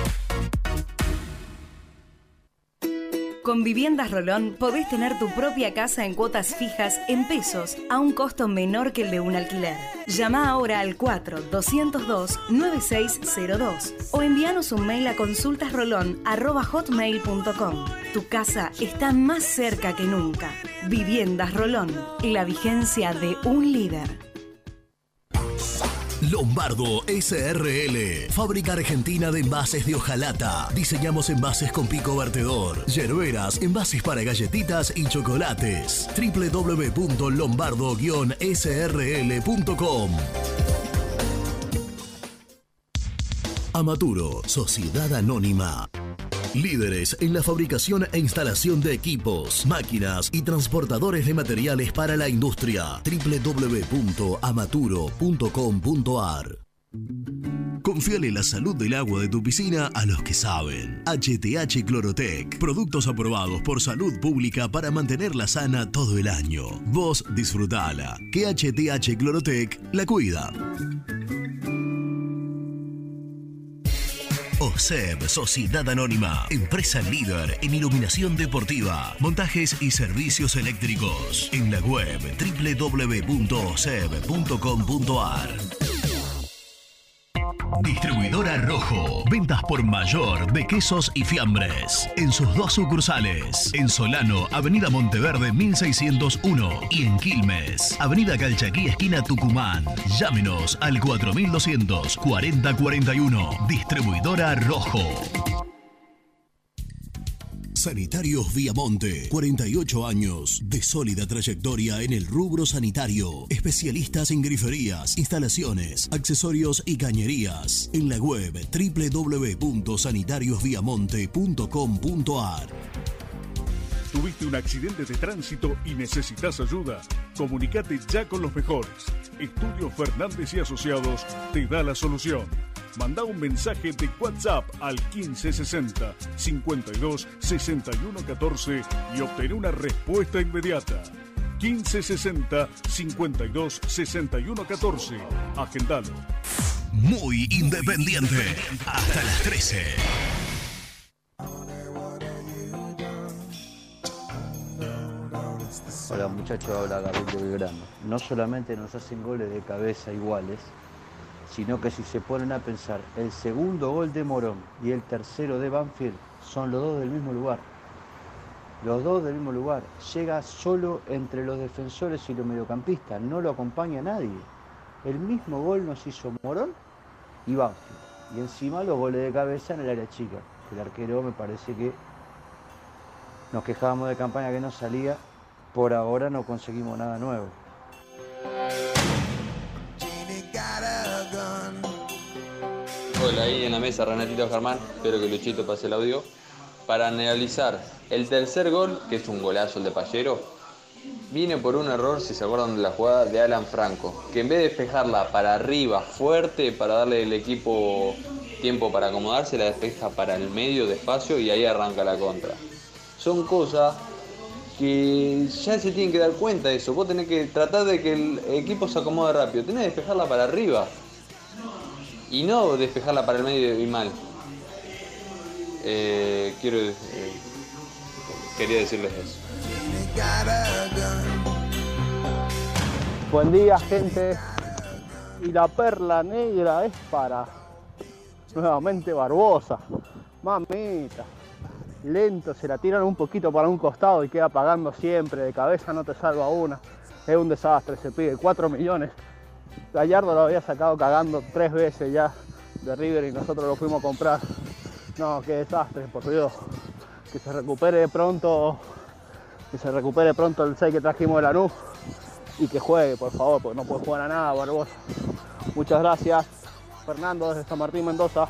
Speaker 10: Con Viviendas Rolón podés tener tu propia casa en cuotas fijas en pesos a un costo menor que el de un alquiler. Llama ahora al cuatro doscientos dos nueve seis cero dos o envíanos un mail a consultasrolón arroba hotmail punto com. Tu casa está más cerca que nunca. Viviendas Rolón, la vigencia de un líder.
Speaker 1: Lombardo S R L, fábrica argentina de envases de hojalata. Diseñamos envases con pico vertedor, yerberas, envases para galletitas y chocolates. doble u doble u doble u punto lombardo guion s r l punto com. Amaturo, Sociedad Anónima. Líderes en la fabricación e instalación de equipos, máquinas y transportadores de materiales para la industria. doble u doble u doble u punto amaturo punto com punto a r. Confíale la salud del agua de tu piscina a los que saben. H T H Clorotec. Productos aprobados por salud pública para mantenerla sana todo el año. Vos disfrutala, que H T H Clorotec la cuida. O S E B, Sociedad Anónima, empresa líder en iluminación deportiva, montajes y servicios eléctricos. En la web doble u doble u doble u punto o s e b punto com punto a r. Distribuidora Rojo. Ventas por mayor de quesos y fiambres. En sus dos sucursales. En Solano, Avenida Monteverde mil seiscientos uno. Y en Quilmes, Avenida Calchaquí, esquina Tucumán. Llámenos al cuatro mil doscientos cuarenta cuarenta y uno. Distribuidora Rojo. Sanitarios Viamonte, cuarenta y ocho años de sólida trayectoria en el rubro sanitario. Especialistas en griferías, instalaciones, accesorios y cañerías. En la web doble u doble u doble u punto sanitarios viamonte punto com punto a r.
Speaker 11: ¿Tuviste un accidente de tránsito y necesitas ayuda? Comunicate ya con los mejores. Estudio Fernández y Asociados te da la solución. Manda un mensaje de WhatsApp al quince sesenta cincuenta y dos sesenta y uno catorce y obtén una respuesta inmediata. quince sesenta cincuenta y dos sesenta y uno catorce. Agendalo.
Speaker 1: Muy independiente. Hasta las trece.
Speaker 12: Hola muchachos, habla Gabriel de Belgrano. No solamente nos hacen goles de cabeza iguales, sino que si se ponen a pensar, el segundo gol de Morón y el tercero de Banfield son los dos del mismo lugar. Los dos del mismo lugar. Llega solo entre los defensores y los mediocampistas, no lo acompaña nadie. El mismo gol nos hizo Morón y Banfield. Y encima los goles de cabeza en el área chica. El arquero me parece que nos quejábamos de campaña que no salía. Por ahora no conseguimos nada nuevo.
Speaker 13: Hola, ahí en la mesa Renatito Germán, espero que Luchito pase el audio. Para analizar el tercer gol, que es un golazo el de Pallero, viene por un error, si se acuerdan de la jugada de Alan Franco, que en vez de despejarla para arriba fuerte, para darle al equipo tiempo para acomodarse, la despeja para el medio despacio y ahí arranca la contra. Son cosas que ya se tienen que dar cuenta de eso. Vos tenés que tratar de que el equipo se acomode rápido. Tenés que despejarla para arriba y no despejarla para el medio y mal. eh, quiero, eh, quería decirles eso.
Speaker 4: Buen día, gente. Y la perla negra es para nuevamente Barbosa. Mamita. Lento, se la tiran un poquito para un costado y queda pagando siempre. De cabeza no te salva una. Es un desastre ese pibe. cuatro millones. Gallardo lo había sacado cagando tres veces ya de River y nosotros lo fuimos a comprar. No, qué desastre, por Dios. Que se recupere pronto. Que se recupere pronto el seis que trajimos de Lanús. Y que juegue, por favor, porque no puede jugar a nada, Barbosa. Muchas gracias. Fernando desde San Martín, Mendoza.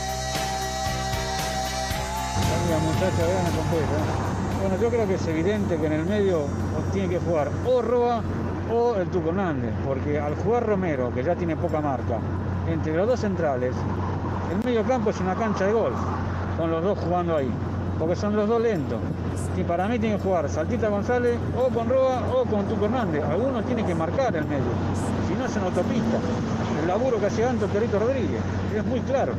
Speaker 14: Amiga, muchacha, vean la completa. Bueno, yo creo que es evidente que en el medio tiene que jugar o Roa o el Tuco Hernández, porque al jugar Romero, que ya tiene poca marca, entre los dos centrales, el medio campo es una cancha de golf, con los dos jugando ahí, porque son los dos lentos. Y para mí tiene que jugar Saltita González o con Roa o con Tuco Hernández. Alguno tiene que marcar el medio, si no es en autopista. El laburo que hace Anto Perito Rodríguez, es muy claro.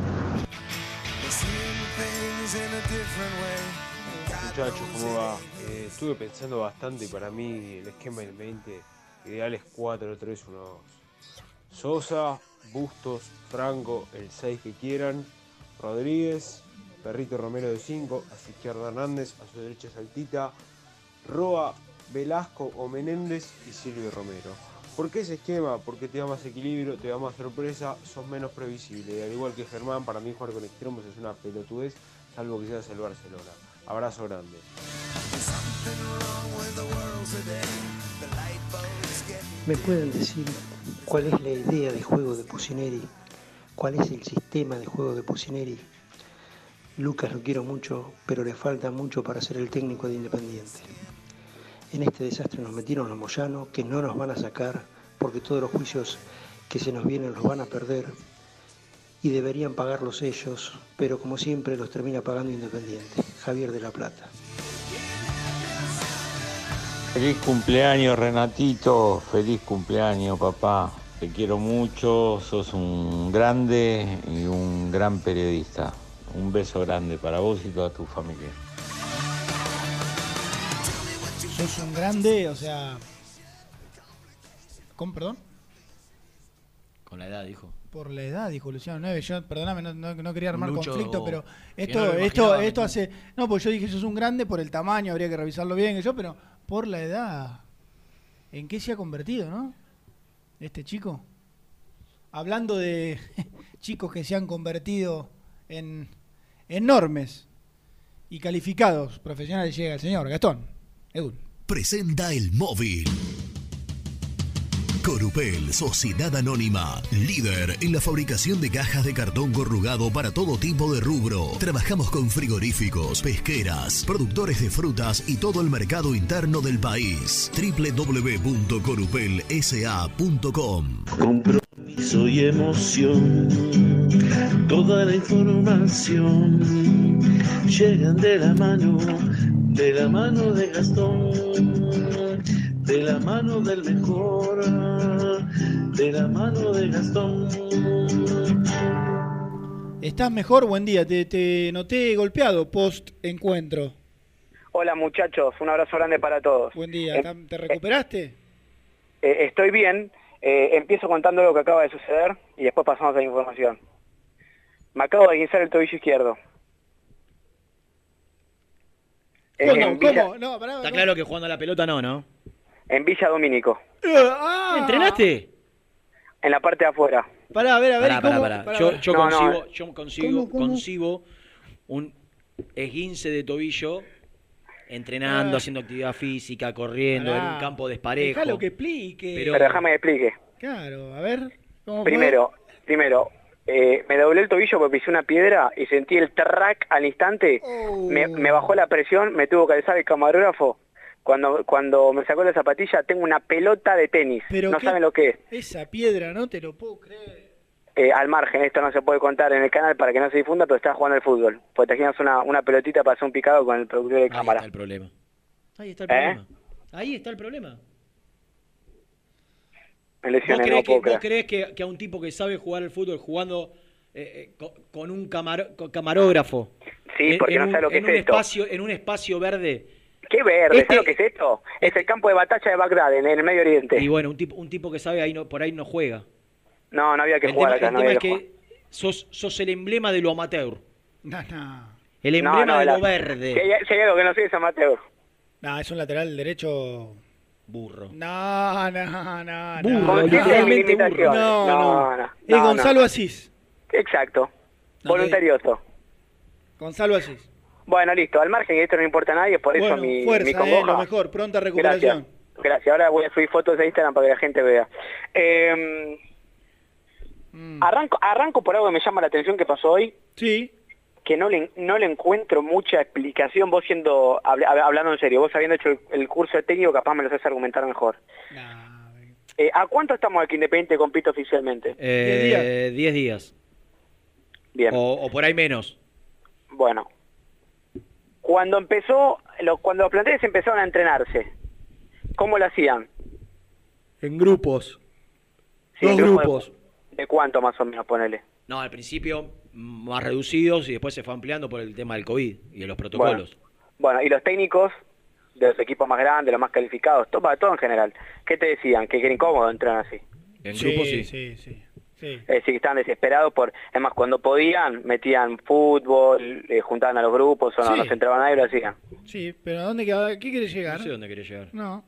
Speaker 15: Muchachos, ¿cómo va? Eh, estuve pensando bastante y para mí el esquema del veinte ideal es cuatro tres uno dos. Sosa, Bustos, Franco, el seis que quieran, Rodríguez, Perrito Romero de cinco, a su izquierda Hernández, a su derecha Saltita, Roa, Velasco o Menéndez y Silvio Romero. ¿Por qué ese esquema? Porque te da más equilibrio, te da más sorpresa, sos menos previsible. Y al igual que Germán, para mí jugar con extremos es una pelotudez, salvo que seas el Barcelona. Abrazo grande.
Speaker 16: ¿Me pueden decir cuál es la idea de juego de Pusineri? ¿Cuál es el sistema de juego de Pusineri? Lucas lo quiero mucho, pero le falta mucho para ser el técnico de Independiente. En este desastre nos metieron los Moyano, que no nos van a sacar, porque todos los juicios que se nos vienen los van a perder, y deberían pagarlos ellos, pero como siempre los termina pagando Independiente. Javier de la Plata.
Speaker 17: Feliz cumpleaños, Renatito, feliz cumpleaños, papá. Te quiero mucho, sos un grande y un gran periodista. Un beso grande para vos y toda tu familia.
Speaker 2: Sos un grande, o sea... ¿Con perdón?
Speaker 8: Con la edad, dijo.
Speaker 2: Por la edad, dijo Luciano Nueve. Yo, perdóname, no, no, no quería armar
Speaker 8: Lucho,
Speaker 2: conflicto, pero esto,
Speaker 8: no
Speaker 2: esto, esto hace... No, pues yo dije, sos un grande por el tamaño, habría que revisarlo bien, que yo, pero por la edad, ¿en qué se ha convertido, no? Este chico. Hablando de chicos que se han convertido en enormes y calificados profesionales, llega el señor Gastón Edul.
Speaker 1: Presenta El Móvil. Corupel, Sociedad Anónima, líder en la fabricación de cajas de cartón corrugado para todo tipo de rubro. Trabajamos con frigoríficos, pesqueras, productores de frutas y todo el mercado interno del país. doble u doble u doble u punto corupel s a punto com.
Speaker 18: Compromiso y emoción, toda la información llegan de la mano, de la mano de Gastón, de la mano del mejor, de la mano de Gastón.
Speaker 2: ¿Estás mejor? Buen día, te, te noté golpeado post encuentro.
Speaker 19: Hola muchachos, un abrazo grande para todos.
Speaker 2: Buen día,
Speaker 19: Eh,
Speaker 2: ¿te recuperaste?
Speaker 19: eh, estoy bien, eh, empiezo contando lo que acaba de suceder y después pasamos a la información. Me acabo de guinzar el tobillo izquierdo.
Speaker 8: ¿Cómo?
Speaker 19: En Villa,
Speaker 8: ¿Cómo? No, pará, Está claro que jugando a la pelota no, ¿no?
Speaker 19: en Villa Domínico,
Speaker 2: Ah,
Speaker 8: ¿Entrenaste?
Speaker 19: en la parte de afuera.
Speaker 2: Pará, a ver, a ver.
Speaker 8: Pará,
Speaker 2: ¿y cómo?
Speaker 8: pará, pará.
Speaker 2: Pará,
Speaker 8: Yo,
Speaker 2: pará.
Speaker 8: yo
Speaker 19: No, no,
Speaker 8: concibo,
Speaker 19: eh.
Speaker 8: yo concibo,
Speaker 2: ¿Cómo, cómo?
Speaker 8: concibo un esguince de tobillo entrenando,
Speaker 2: Ah.
Speaker 8: haciendo actividad física, corriendo en
Speaker 2: Pará.
Speaker 8: un campo desparejo.
Speaker 2: Dejalo que explique.
Speaker 8: Pero-
Speaker 19: Pero déjame que explique.
Speaker 2: Claro, a ver. ¿cómo fue?
Speaker 19: Primero, primero eh, me doblé el tobillo porque pisé una piedra y sentí el track al instante.
Speaker 2: Oh.
Speaker 19: Me, me bajó la presión, me tuvo que alzar el camarógrafo. Cuando, cuando me sacó la zapatilla, tengo una pelota de tenis.
Speaker 2: Pero
Speaker 19: No
Speaker 2: qué-
Speaker 19: saben lo que es.
Speaker 2: Esa piedra, no te lo puedo creer.
Speaker 19: Eh, al margen, esto no se puede contar en el canal para que no se difunda, pero estaba jugando al fútbol. Porque te imaginas una, una pelotita para hacer un picado con el productor de
Speaker 8: Ahí
Speaker 19: cámara.
Speaker 8: está el problema. Ahí está el
Speaker 19: ¿Eh?
Speaker 8: problema. Ahí está el problema.
Speaker 19: Me
Speaker 8: ¿Vos
Speaker 19: lesioné,
Speaker 8: creés,
Speaker 19: no
Speaker 8: que,
Speaker 19: puedo
Speaker 8: vos
Speaker 19: creer.
Speaker 8: creés que, que a un tipo que sabe jugar al fútbol jugando eh, eh, co- con un camar- con camarógrafo
Speaker 19: Sí, porque
Speaker 8: en
Speaker 19: no
Speaker 8: un,
Speaker 19: sabe lo que
Speaker 8: en
Speaker 19: es
Speaker 8: un
Speaker 19: esto.
Speaker 8: espacio, en un espacio verde.
Speaker 19: ¿Qué verde?
Speaker 8: Este-
Speaker 19: ¿Sabes lo que es esto? Es el campo de batalla de Bagdad, en el Medio Oriente.
Speaker 8: Y bueno, un tipo, un tipo que sabe ahí no, por ahí no juega.
Speaker 19: No, no había que
Speaker 8: el
Speaker 19: jugar
Speaker 8: tema,
Speaker 19: acá,
Speaker 8: el
Speaker 19: no
Speaker 8: tema
Speaker 19: había
Speaker 8: es
Speaker 19: que jugar.
Speaker 8: que sos, sos el emblema de lo amateur.
Speaker 2: No, no.
Speaker 8: El
Speaker 19: No,
Speaker 8: emblema
Speaker 19: no,
Speaker 8: de
Speaker 19: la-
Speaker 8: lo verde.
Speaker 19: Si hay, si hay algo que no sé es amateur.
Speaker 2: No, es un lateral derecho.
Speaker 8: Burro.
Speaker 2: No, no, no.
Speaker 8: Burro,
Speaker 2: no.
Speaker 19: Con siete
Speaker 8: literalmente
Speaker 19: limitaciones.
Speaker 8: burro.
Speaker 2: No,
Speaker 19: no,
Speaker 2: no.
Speaker 19: no,
Speaker 2: Es
Speaker 19: no,
Speaker 2: Gonzalo
Speaker 19: no.
Speaker 2: Asís.
Speaker 19: Exacto.
Speaker 2: No,
Speaker 19: Voluntarioso.
Speaker 2: Gonzalo Asís.
Speaker 19: Bueno, listo. Al margen que esto no importa a nadie, por eso
Speaker 2: Bueno,
Speaker 19: mi,
Speaker 2: fuerza,
Speaker 19: mi
Speaker 2: eh,
Speaker 19: congoja.
Speaker 2: lo mejor. Pronta recuperación.
Speaker 19: Gracias. Gracias. Ahora voy a subir fotos de Instagram para que la gente vea. Eh,
Speaker 2: Mm.
Speaker 19: arranco, arranco por algo que me llama la atención que pasó hoy.
Speaker 2: Sí.
Speaker 19: Que no le, no le encuentro mucha explicación, vos siendo, habl- hab- hablando en serio, vos habiendo hecho el, el curso de técnico, capaz me lo haces argumentar mejor. Eh, ¿A cuánto estamos aquí Independiente compite oficialmente?
Speaker 8: Eh, diez días.
Speaker 19: Bien.
Speaker 8: O, o por ahí menos.
Speaker 19: Bueno. Cuando empezó, lo- cuando los planteles empezaron a entrenarse, ¿cómo lo hacían?
Speaker 2: En grupos.
Speaker 19: Sí,
Speaker 2: Dos
Speaker 19: en grupo de-
Speaker 2: grupos.
Speaker 19: ¿De cuánto más o menos, ponele?
Speaker 8: No, al principio mm, más reducidos y después se fue ampliando por el tema del COVID y de los protocolos.
Speaker 19: Bueno, y los técnicos de los equipos más grandes, los más calificados, todo, todo en general, ¿qué te decían? Que era incómodo entrenar así.
Speaker 8: En
Speaker 2: Sí,
Speaker 8: grupo sí.
Speaker 2: sí, sí. sí.
Speaker 19: Es decir, que estaban desesperados por... Es más, cuando podían, metían fútbol, eh, juntaban a los grupos, o no,
Speaker 2: Sí.
Speaker 19: no se entraban nadie, lo hacían.
Speaker 2: Sí, pero ¿a dónde queda? ¿Qué quieres llegar?
Speaker 8: No sé dónde querés llegar.
Speaker 2: No.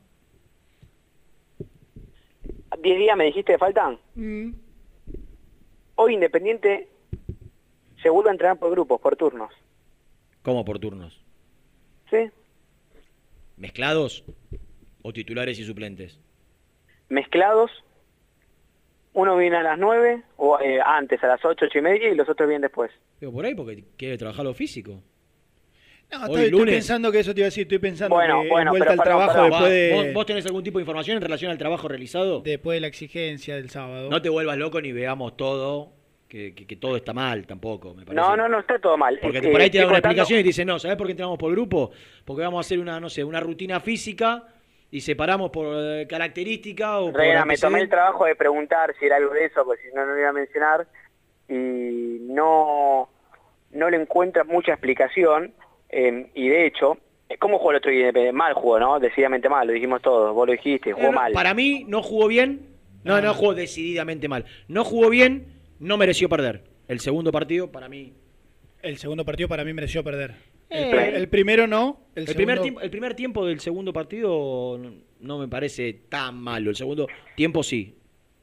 Speaker 19: ¿Diez días me dijiste que faltan?
Speaker 2: Mm.
Speaker 19: Hoy Independiente se vuelve a entrenar por grupos, por turnos.
Speaker 8: ¿Cómo por turnos?
Speaker 19: ¿Sí?
Speaker 8: ¿Mezclados o titulares y suplentes?
Speaker 19: Mezclados. Uno viene a las nueve, o eh, antes, a las ocho, ocho y media, y los otros vienen después.
Speaker 8: Digo, por ahí porque quiere trabajar lo físico.
Speaker 2: No,
Speaker 8: Hoy
Speaker 2: estoy, estoy
Speaker 8: lunes.
Speaker 2: pensando que eso te iba a decir. Estoy pensando
Speaker 19: Bueno,
Speaker 2: que
Speaker 19: bueno,
Speaker 2: vuelta
Speaker 19: pero
Speaker 2: al
Speaker 19: perdón,
Speaker 2: trabajo
Speaker 19: perdón.
Speaker 2: después de,
Speaker 8: ¿Vos, ¿Vos tenés algún tipo de información en relación al trabajo realizado?
Speaker 2: después de la exigencia del sábado.
Speaker 8: No te vuelvas loco ni veamos todo, que, que, que todo está mal tampoco, me parece.
Speaker 19: No, no, no está todo mal.
Speaker 8: Porque
Speaker 19: Eh,
Speaker 8: por ahí te dan
Speaker 19: estoy
Speaker 8: una
Speaker 19: contando-
Speaker 8: explicación y te dicen, no, ¿sabés por qué entrenamos por grupo? Porque vamos a hacer una, no sé, una rutina física y separamos por eh, característica o por
Speaker 19: Reina, me tomé el
Speaker 8: antecedente.
Speaker 19: trabajo de preguntar si era algo de eso, porque si no, no lo iba a mencionar, y no, no le encuentras mucha explicación, eh, y de hecho, ¿cómo jugó el otro día? Mal jugó, ¿no? Decididamente mal, lo dijimos todos, vos lo dijiste, jugó
Speaker 8: Eh,
Speaker 19: mal.
Speaker 8: Para mí no jugó bien, no, no jugó decididamente mal. No jugó bien, no mereció perder. El segundo partido, para mí...
Speaker 2: El segundo partido para mí mereció perder. El,
Speaker 8: Eh.
Speaker 2: pri- el primero no. El,
Speaker 8: El primer,
Speaker 2: segundo-
Speaker 8: tiempo, el primer tiempo del segundo partido no, no me parece tan malo. El segundo tiempo sí.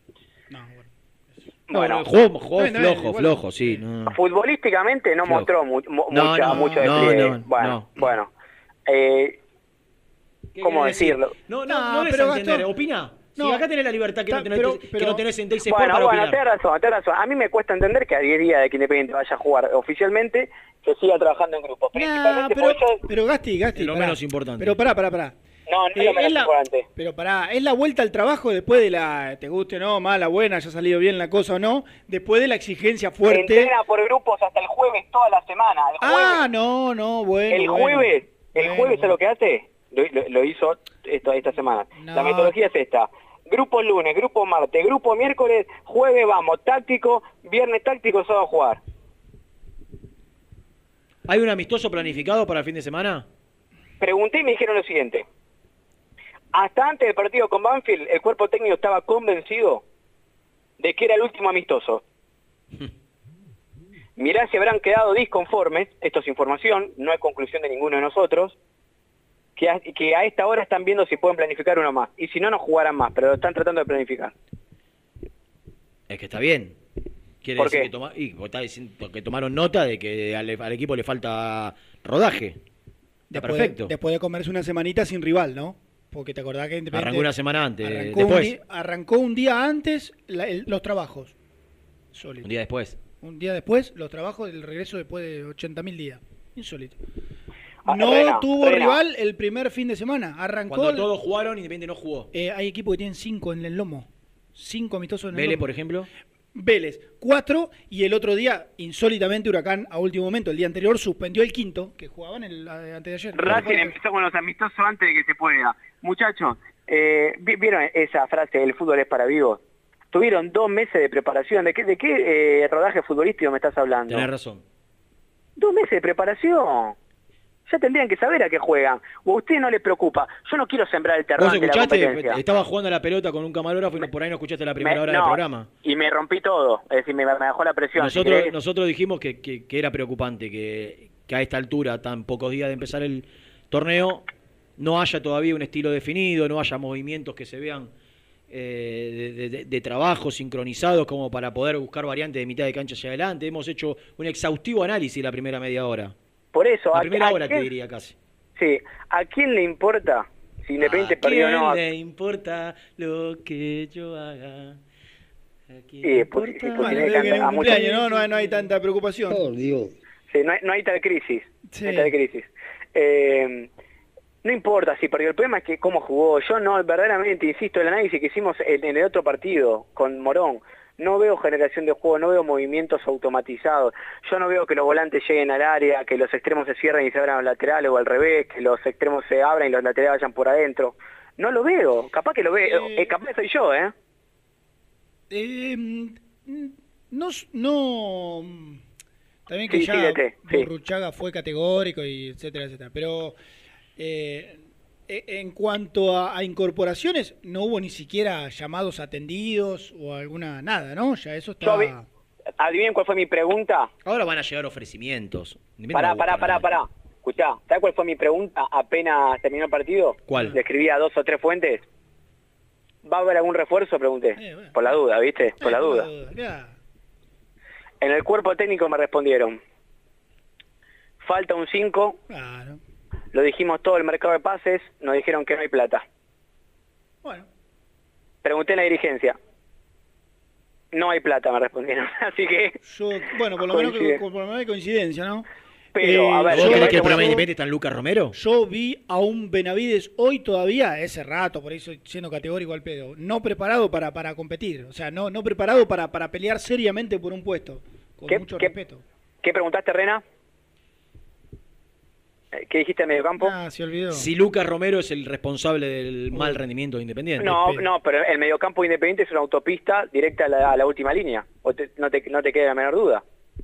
Speaker 8: No,
Speaker 19: Bueno.
Speaker 8: no, jugó, jugó
Speaker 19: Está bien, está bien,
Speaker 8: flojo,
Speaker 19: igual.
Speaker 8: flojo, sí. No.
Speaker 19: Futbolísticamente no
Speaker 8: Flojo.
Speaker 19: mostró mu- mu-
Speaker 8: No,
Speaker 19: mucha,
Speaker 8: no,
Speaker 19: mucho
Speaker 8: no,
Speaker 19: despliegue.
Speaker 8: no,
Speaker 19: bueno,
Speaker 8: no.
Speaker 19: bueno. Eh,
Speaker 8: ¿Qué
Speaker 19: ¿Cómo
Speaker 8: querés decir?
Speaker 19: decirlo?
Speaker 8: No, no,
Speaker 2: No,
Speaker 8: no, des
Speaker 2: pero
Speaker 8: a entender.
Speaker 2: Gastón-
Speaker 8: ¿Opina? Sí,
Speaker 2: No.
Speaker 8: acá tenés la libertad que,
Speaker 2: Ta-
Speaker 8: no tenés,
Speaker 2: pero-
Speaker 8: que
Speaker 2: pero-
Speaker 8: no tenés en Teis Sport
Speaker 19: Bueno,
Speaker 8: para
Speaker 19: bueno,
Speaker 8: opinar.
Speaker 19: tenés razón, tenés razón. A mí me cuesta entender que a diez días de que Independiente vaya a jugar oficialmente, que siga trabajando en grupos.
Speaker 2: Nah,
Speaker 19: Principalmente
Speaker 2: pero,
Speaker 19: por eso-
Speaker 2: pero Gasti, Gasti.
Speaker 8: Es lo
Speaker 2: pará.
Speaker 8: menos importante.
Speaker 2: Pero pará, pará, pará.
Speaker 19: No, no es
Speaker 2: Eh,
Speaker 19: lo menos
Speaker 2: es la-
Speaker 19: importante.
Speaker 2: Pero pará, es la vuelta al trabajo después de la, te guste o no, mala, buena, haya salido bien la cosa o no, después de la exigencia fuerte.
Speaker 19: Entrena por grupos hasta el jueves toda la semana. El jueves,
Speaker 2: Ah, no, no, bueno.
Speaker 19: el
Speaker 2: bueno.
Speaker 19: jueves, el
Speaker 2: Bueno,
Speaker 19: jueves es lo que hace, lo, lo- lo hizo esto, esta semana.
Speaker 2: No.
Speaker 19: La metodología es esta. Grupo lunes, grupo martes, grupo miércoles, jueves vamos, táctico, viernes táctico, sábado jugar.
Speaker 8: ¿Hay un amistoso planificado para el fin de semana?
Speaker 19: Pregunté y me dijeron lo siguiente. Hasta antes del partido con Banfield, el cuerpo técnico estaba convencido de que era el último amistoso. Mirá si habrán quedado disconformes, esto es información, no es conclusión de ninguno de nosotros, que a, que a esta hora están viendo si pueden planificar uno más. Y si no, no jugarán más, pero lo están tratando de planificar.
Speaker 8: Es que está bien. Quiere
Speaker 19: ¿Por
Speaker 8: decir
Speaker 19: qué?
Speaker 8: que, toma- y, porque está diciendo porque tomaron nota de que al, al equipo le falta rodaje. Está
Speaker 2: Después,
Speaker 8: perfecto.
Speaker 2: después de comerse una semanita sin rival, ¿no? Porque te acordás que Independiente
Speaker 8: Arrancó una semana antes.
Speaker 2: arrancó, un
Speaker 8: después.
Speaker 2: di- arrancó un día antes la- el- los trabajos. Insólito.
Speaker 8: Un día después.
Speaker 2: Un día después, los trabajos del regreso después de ochenta mil días. Insólito.
Speaker 19: Ah,
Speaker 2: No
Speaker 19: Rena,
Speaker 2: tuvo
Speaker 19: Rena.
Speaker 2: rival el primer fin de semana. Arrancó.
Speaker 8: Cuando
Speaker 2: el-
Speaker 8: todos jugaron, Independiente no jugó.
Speaker 2: eh, hay equipos que tienen cinco en el lomo. Cinco amistosos en el
Speaker 8: Vélez,
Speaker 2: lomo.
Speaker 8: por ejemplo.
Speaker 2: Vélez, cuatro, y el otro día, insólitamente, Huracán, a último momento, el día anterior, suspendió el quinto, que jugaban el eh, antes de ayer.
Speaker 19: Racing empezó con los amistosos antes de que se pueda. Muchachos, eh, vi- ¿vieron esa frase, el fútbol es para vivos? Tuvieron dos meses de preparación. ¿De qué, de qué eh, rodaje futbolístico me estás hablando?
Speaker 8: Tenés razón.
Speaker 19: Dos meses de preparación. Ya tendrían que saber a qué juegan. O a ustedes no les preocupa. Yo no quiero sembrar el terror
Speaker 8: ¿Vos
Speaker 19: ante la
Speaker 8: escuchaste?
Speaker 19: competencia.
Speaker 8: Estaba jugando a la pelota con un camarógrafo y no- por ahí no escuchaste la primera
Speaker 19: Me-
Speaker 8: hora
Speaker 19: no,
Speaker 8: del programa.
Speaker 19: Y me rompí todo. Es decir, me, me dejó la presión. si
Speaker 8: Nosotros,
Speaker 19: querés.
Speaker 8: nosotros dijimos que, que- que era preocupante que, que a esta altura, tan pocos días de empezar el torneo, no haya todavía un estilo definido, no haya movimientos que se vean eh, de, de- de trabajo sincronizados como para poder buscar variantes de mitad de cancha hacia adelante. Hemos hecho un exhaustivo análisis la primera media hora.
Speaker 19: Por eso,
Speaker 8: La
Speaker 19: ¿a-
Speaker 8: primera
Speaker 19: a
Speaker 8: hora te
Speaker 19: quién-
Speaker 8: diría casi.
Speaker 19: Sí, ¿a quién le importa si Independiente
Speaker 8: ¿A
Speaker 19: perdió o
Speaker 8: quién
Speaker 19: no?
Speaker 8: le importa lo que yo haga? ¿A quién
Speaker 19: Sí,
Speaker 8: le
Speaker 19: pues,
Speaker 8: importa?
Speaker 19: sí, pues,
Speaker 2: Bueno,
Speaker 19: tiene que
Speaker 2: creo que en
Speaker 19: andar a
Speaker 2: un
Speaker 19: mucha-
Speaker 2: cumpleaños, ¿no? No hay, no hay tanta preocupación.
Speaker 16: Por Dios.
Speaker 19: Sí, no hay, no hay tal crisis.
Speaker 2: Sí.
Speaker 19: No hay tal crisis. Eh, no importa si perdió. El problema es que cómo jugó. Yo no, verdaderamente, insisto, el análisis que hicimos en, en el otro partido con Morón, no veo generación de juego, no veo movimientos automatizados. Yo no veo que los volantes lleguen al área, que los extremos se cierren y se abran los laterales o al revés, que los extremos se abran y los laterales vayan por adentro. No lo veo. Capaz que lo veo. Eh, capaz soy yo, ¿eh?
Speaker 2: Eh, mm, no, s- no. También que
Speaker 19: Sí,
Speaker 2: ya
Speaker 19: sí, D T, sí.
Speaker 2: Burruchaga fue categórico y etcétera, etcétera. Pero eh, e- en cuanto a, a incorporaciones, no hubo ni siquiera llamados atendidos o alguna nada, ¿no? Ya eso
Speaker 19: Yo vi-
Speaker 2: está.
Speaker 19: ¿Adivinen cuál fue mi pregunta?
Speaker 8: Ahora van a llegar ofrecimientos.
Speaker 19: Pará, pará, pará, pará. Escuchá, ¿sabes cuál fue mi pregunta apenas terminó el partido?
Speaker 8: ¿Cuál?
Speaker 19: Le escribí a dos o tres fuentes. ¿Va a haber algún refuerzo? Pregunté. Por la duda, ¿viste? Por la duda.
Speaker 2: Ya.
Speaker 19: En el cuerpo técnico me respondieron. Falta un cinco.
Speaker 2: Claro.
Speaker 19: Lo dijimos todo el mercado de pases. Nos dijeron que no hay plata.
Speaker 2: Bueno.
Speaker 19: Pregunté en la dirigencia. No hay plata, me respondieron. Así que...
Speaker 2: Yo, bueno, por lo menos
Speaker 19: Coincide.
Speaker 2: que- por lo menos hay coincidencia, ¿no?
Speaker 19: Pero, a ver,
Speaker 8: ¿Vos
Speaker 19: yo-
Speaker 8: creés que el
Speaker 19: yo-
Speaker 8: programa Independiente está en Lucas Romero?
Speaker 2: Yo vi a un Benavides hoy todavía, ese rato, por eso siendo categórico al pedo, no preparado para, para competir, o sea, no, no preparado para, para pelear seriamente por un puesto, con
Speaker 19: ¿Qué-
Speaker 2: mucho
Speaker 19: qué-
Speaker 2: respeto.
Speaker 19: ¿Qué preguntaste, Rena? Eh, ¿Qué dijiste en medio campo?
Speaker 2: Ah, se olvidó.
Speaker 8: Si Lucas Romero es el responsable del mal rendimiento de Independiente.
Speaker 19: No, no, pero el mediocampo independiente es una autopista directa a la, a la última línea. O te- no, te, no te queda la menor duda.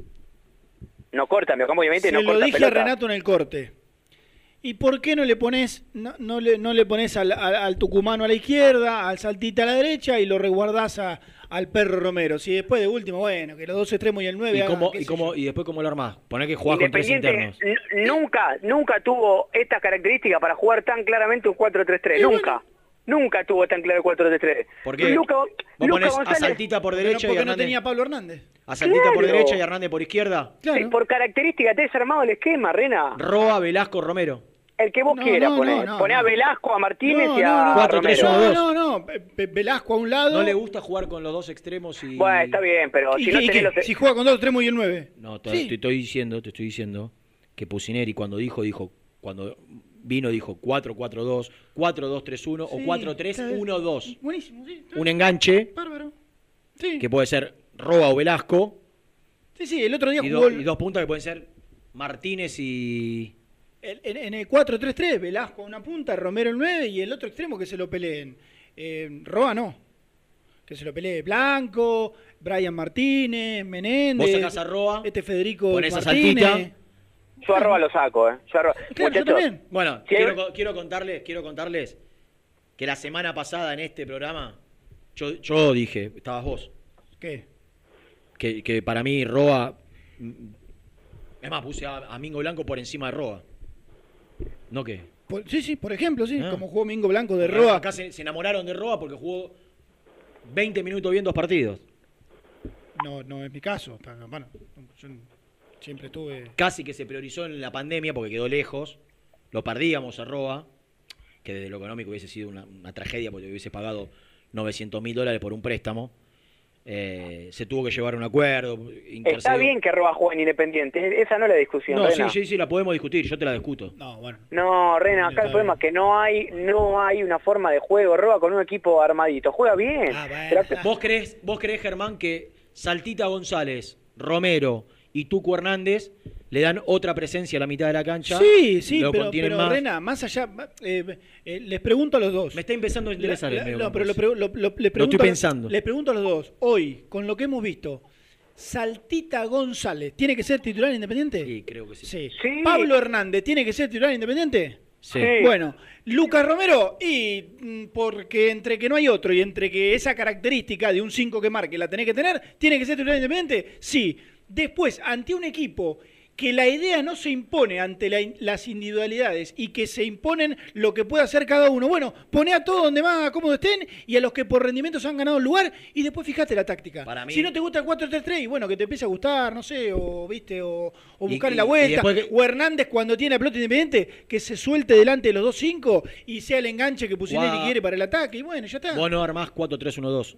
Speaker 19: No corta, el mediocampo independiente
Speaker 2: Se
Speaker 19: no
Speaker 2: lo
Speaker 19: corta
Speaker 2: dije
Speaker 19: pelota.
Speaker 2: a Renato en el corte. ¿Y por qué no le pones, no, no le, no le pones al, al- al tucumano a la izquierda, al saltita a la derecha y lo resguardás a- al perro Romero? Si después de último, bueno, que los dos extremos y el nueve
Speaker 8: ¿Y,
Speaker 2: hagan,
Speaker 8: cómo,
Speaker 2: qué
Speaker 8: y,
Speaker 2: sé
Speaker 8: cómo,
Speaker 2: yo.
Speaker 8: y después cómo lo armás? Poner que jugás con tres
Speaker 19: Independiente
Speaker 8: internos.
Speaker 19: n- nunca, nunca tuvo estas características para jugar tan claramente un cuatro tres tres. Nunca. Nunca tuvo tan claro el cuatro tres tres.
Speaker 8: ¿Por qué?
Speaker 19: Luca,
Speaker 8: Vos
Speaker 19: Luca
Speaker 8: ponés a
Speaker 19: González,
Speaker 8: Saltita por
Speaker 2: Porque no-
Speaker 8: derecha y
Speaker 2: porque no
Speaker 8: Hernández.
Speaker 2: tenía Pablo Hernández.
Speaker 8: A Saltita por
Speaker 19: Claro.
Speaker 8: derecha y Hernández por izquierda.
Speaker 19: sí, por características te has armado el esquema, Rena.
Speaker 8: Roa, Velasco, Romero.
Speaker 19: El que vos
Speaker 2: No,
Speaker 19: quieras
Speaker 2: no,
Speaker 19: poner.
Speaker 2: no, no,
Speaker 19: Poné a
Speaker 2: no.
Speaker 19: Velasco, a Martínez
Speaker 2: No,
Speaker 19: y a
Speaker 2: no, no.
Speaker 8: cuatro tres
Speaker 19: Romero.
Speaker 8: uno dos.
Speaker 2: No, no, no, Pe- Pe- Velasco a un lado.
Speaker 8: No le gusta jugar con los dos extremos y...
Speaker 19: Bueno, está bien, pero
Speaker 2: ¿Y
Speaker 19: si
Speaker 2: qué-
Speaker 19: no
Speaker 2: y
Speaker 19: tenés
Speaker 2: qué?
Speaker 19: los...
Speaker 2: Si juega con dos extremos y el nueve.
Speaker 8: No, te,
Speaker 2: Sí.
Speaker 8: te estoy diciendo, te estoy diciendo que Pusineri cuando dijo, dijo, cuando vino dijo cuatro cuatro dos, cuatro dos tres uno o
Speaker 2: Sí,
Speaker 8: cuatro tres uno dos.
Speaker 2: Buenísimo, sí. está
Speaker 8: Un
Speaker 2: bien.
Speaker 8: enganche
Speaker 2: Bárbaro. Sí.
Speaker 8: que puede ser Roa o Velasco
Speaker 2: Sí, sí, el otro día
Speaker 8: y,
Speaker 2: jugó
Speaker 8: do-
Speaker 2: el-
Speaker 8: y dos puntas que pueden ser Martínez y...
Speaker 2: el- en, en el cuatro tres tres, Velasco a una punta, Romero el nueve y el otro extremo que se lo peleen. Eh, Roa no. Que se lo pelee Blanco, Brian Martínez, Menéndez.
Speaker 8: Vos sacás a Roa,
Speaker 2: este Federico
Speaker 8: ponés a
Speaker 2: Martínez.
Speaker 8: Saltita.
Speaker 19: Yo arroba lo saco, ¿eh? Yo arroba...
Speaker 2: Claro, yo
Speaker 19: Muchachos,
Speaker 2: también.
Speaker 8: Bueno,
Speaker 19: Si hay-
Speaker 8: quiero, co- quiero contarles, quiero contarles que la semana pasada en este programa yo, yo dije, estabas vos,
Speaker 2: ¿Qué?
Speaker 8: que, que para mí Roa, mm, es más, puse a, a Mingo Blanco por encima de Roa. ¿No qué?
Speaker 2: Por- sí, sí, por ejemplo, sí,
Speaker 8: Ah.
Speaker 2: como jugó Mingo Blanco de Roa.
Speaker 8: Acá se, se enamoraron de Roa porque jugó veinte minutos bien dos partidos.
Speaker 2: No, no es mi caso. está- Bueno, yo siempre tuve.
Speaker 8: Casi que se priorizó en la pandemia porque quedó lejos. Lo perdíamos a Roa, que desde lo económico hubiese sido una, una tragedia porque hubiese pagado novecientos mil dólares por un préstamo. Eh, se tuvo que llevar a un acuerdo.
Speaker 19: Está
Speaker 8: intercedió.
Speaker 19: bien que Roa juegue en Independiente. Esa no es la discusión,
Speaker 8: No, sí,
Speaker 19: Rena.
Speaker 8: sí, sí, la podemos discutir, yo te la discuto.
Speaker 2: No, bueno.
Speaker 19: No, Rena, acá el problema es que no hay no hay una forma de juego. Roa con un equipo armadito. Juega bien.
Speaker 2: Ah,
Speaker 19: Pero-
Speaker 8: ¿Vos creés, vos creés, Germán, que Saltita González, Romero y Tuco Hernández le dan otra presencia a la mitad de la cancha?
Speaker 2: Sí, sí,
Speaker 8: lo
Speaker 2: pero,
Speaker 8: contienen
Speaker 2: pero
Speaker 8: más?
Speaker 2: Rena, más allá, eh, eh, les pregunto a los dos.
Speaker 8: Me está empezando a interesar
Speaker 2: La-
Speaker 8: el
Speaker 2: la-
Speaker 8: medio
Speaker 2: No,
Speaker 8: campo
Speaker 2: pero lo,
Speaker 8: ese.
Speaker 2: pre- lo- lo- les
Speaker 8: Lo
Speaker 2: pregunto
Speaker 8: estoy
Speaker 2: a-
Speaker 8: pensando.
Speaker 2: Les pregunto a los dos, hoy, con lo que hemos visto, Saltita González, ¿tiene que ser titular Independiente?
Speaker 8: Sí, creo que sí.
Speaker 2: Sí.
Speaker 19: Sí.
Speaker 2: Pablo Hernández, ¿tiene que ser titular Independiente?
Speaker 8: Sí.
Speaker 2: Bueno, Lucas Romero, y mm, porque entre que no hay otro y entre que esa característica de un cinco que marque la tenés que tener, ¿tiene que ser titular Independiente? Sí. Después, ante un equipo que la idea no se impone ante la, las individualidades y que se imponen lo que puede hacer cada uno. Bueno, pone a todos donde más cómodo estén y a los que por rendimiento se han ganado el lugar y después fíjate la táctica.
Speaker 8: Para mí,
Speaker 2: si no te gusta el cuatro tres tres y bueno, que te empiece a gustar, no sé, o viste, o, o buscar
Speaker 8: y,
Speaker 2: la vuelta.
Speaker 8: que...
Speaker 2: O Hernández cuando tiene a pelota Independiente, que se suelte delante de los dos cinco y sea el enganche que Pusineri wow. quiere para el ataque y bueno, ya está.
Speaker 8: Vos no armás cuatro tres uno dos.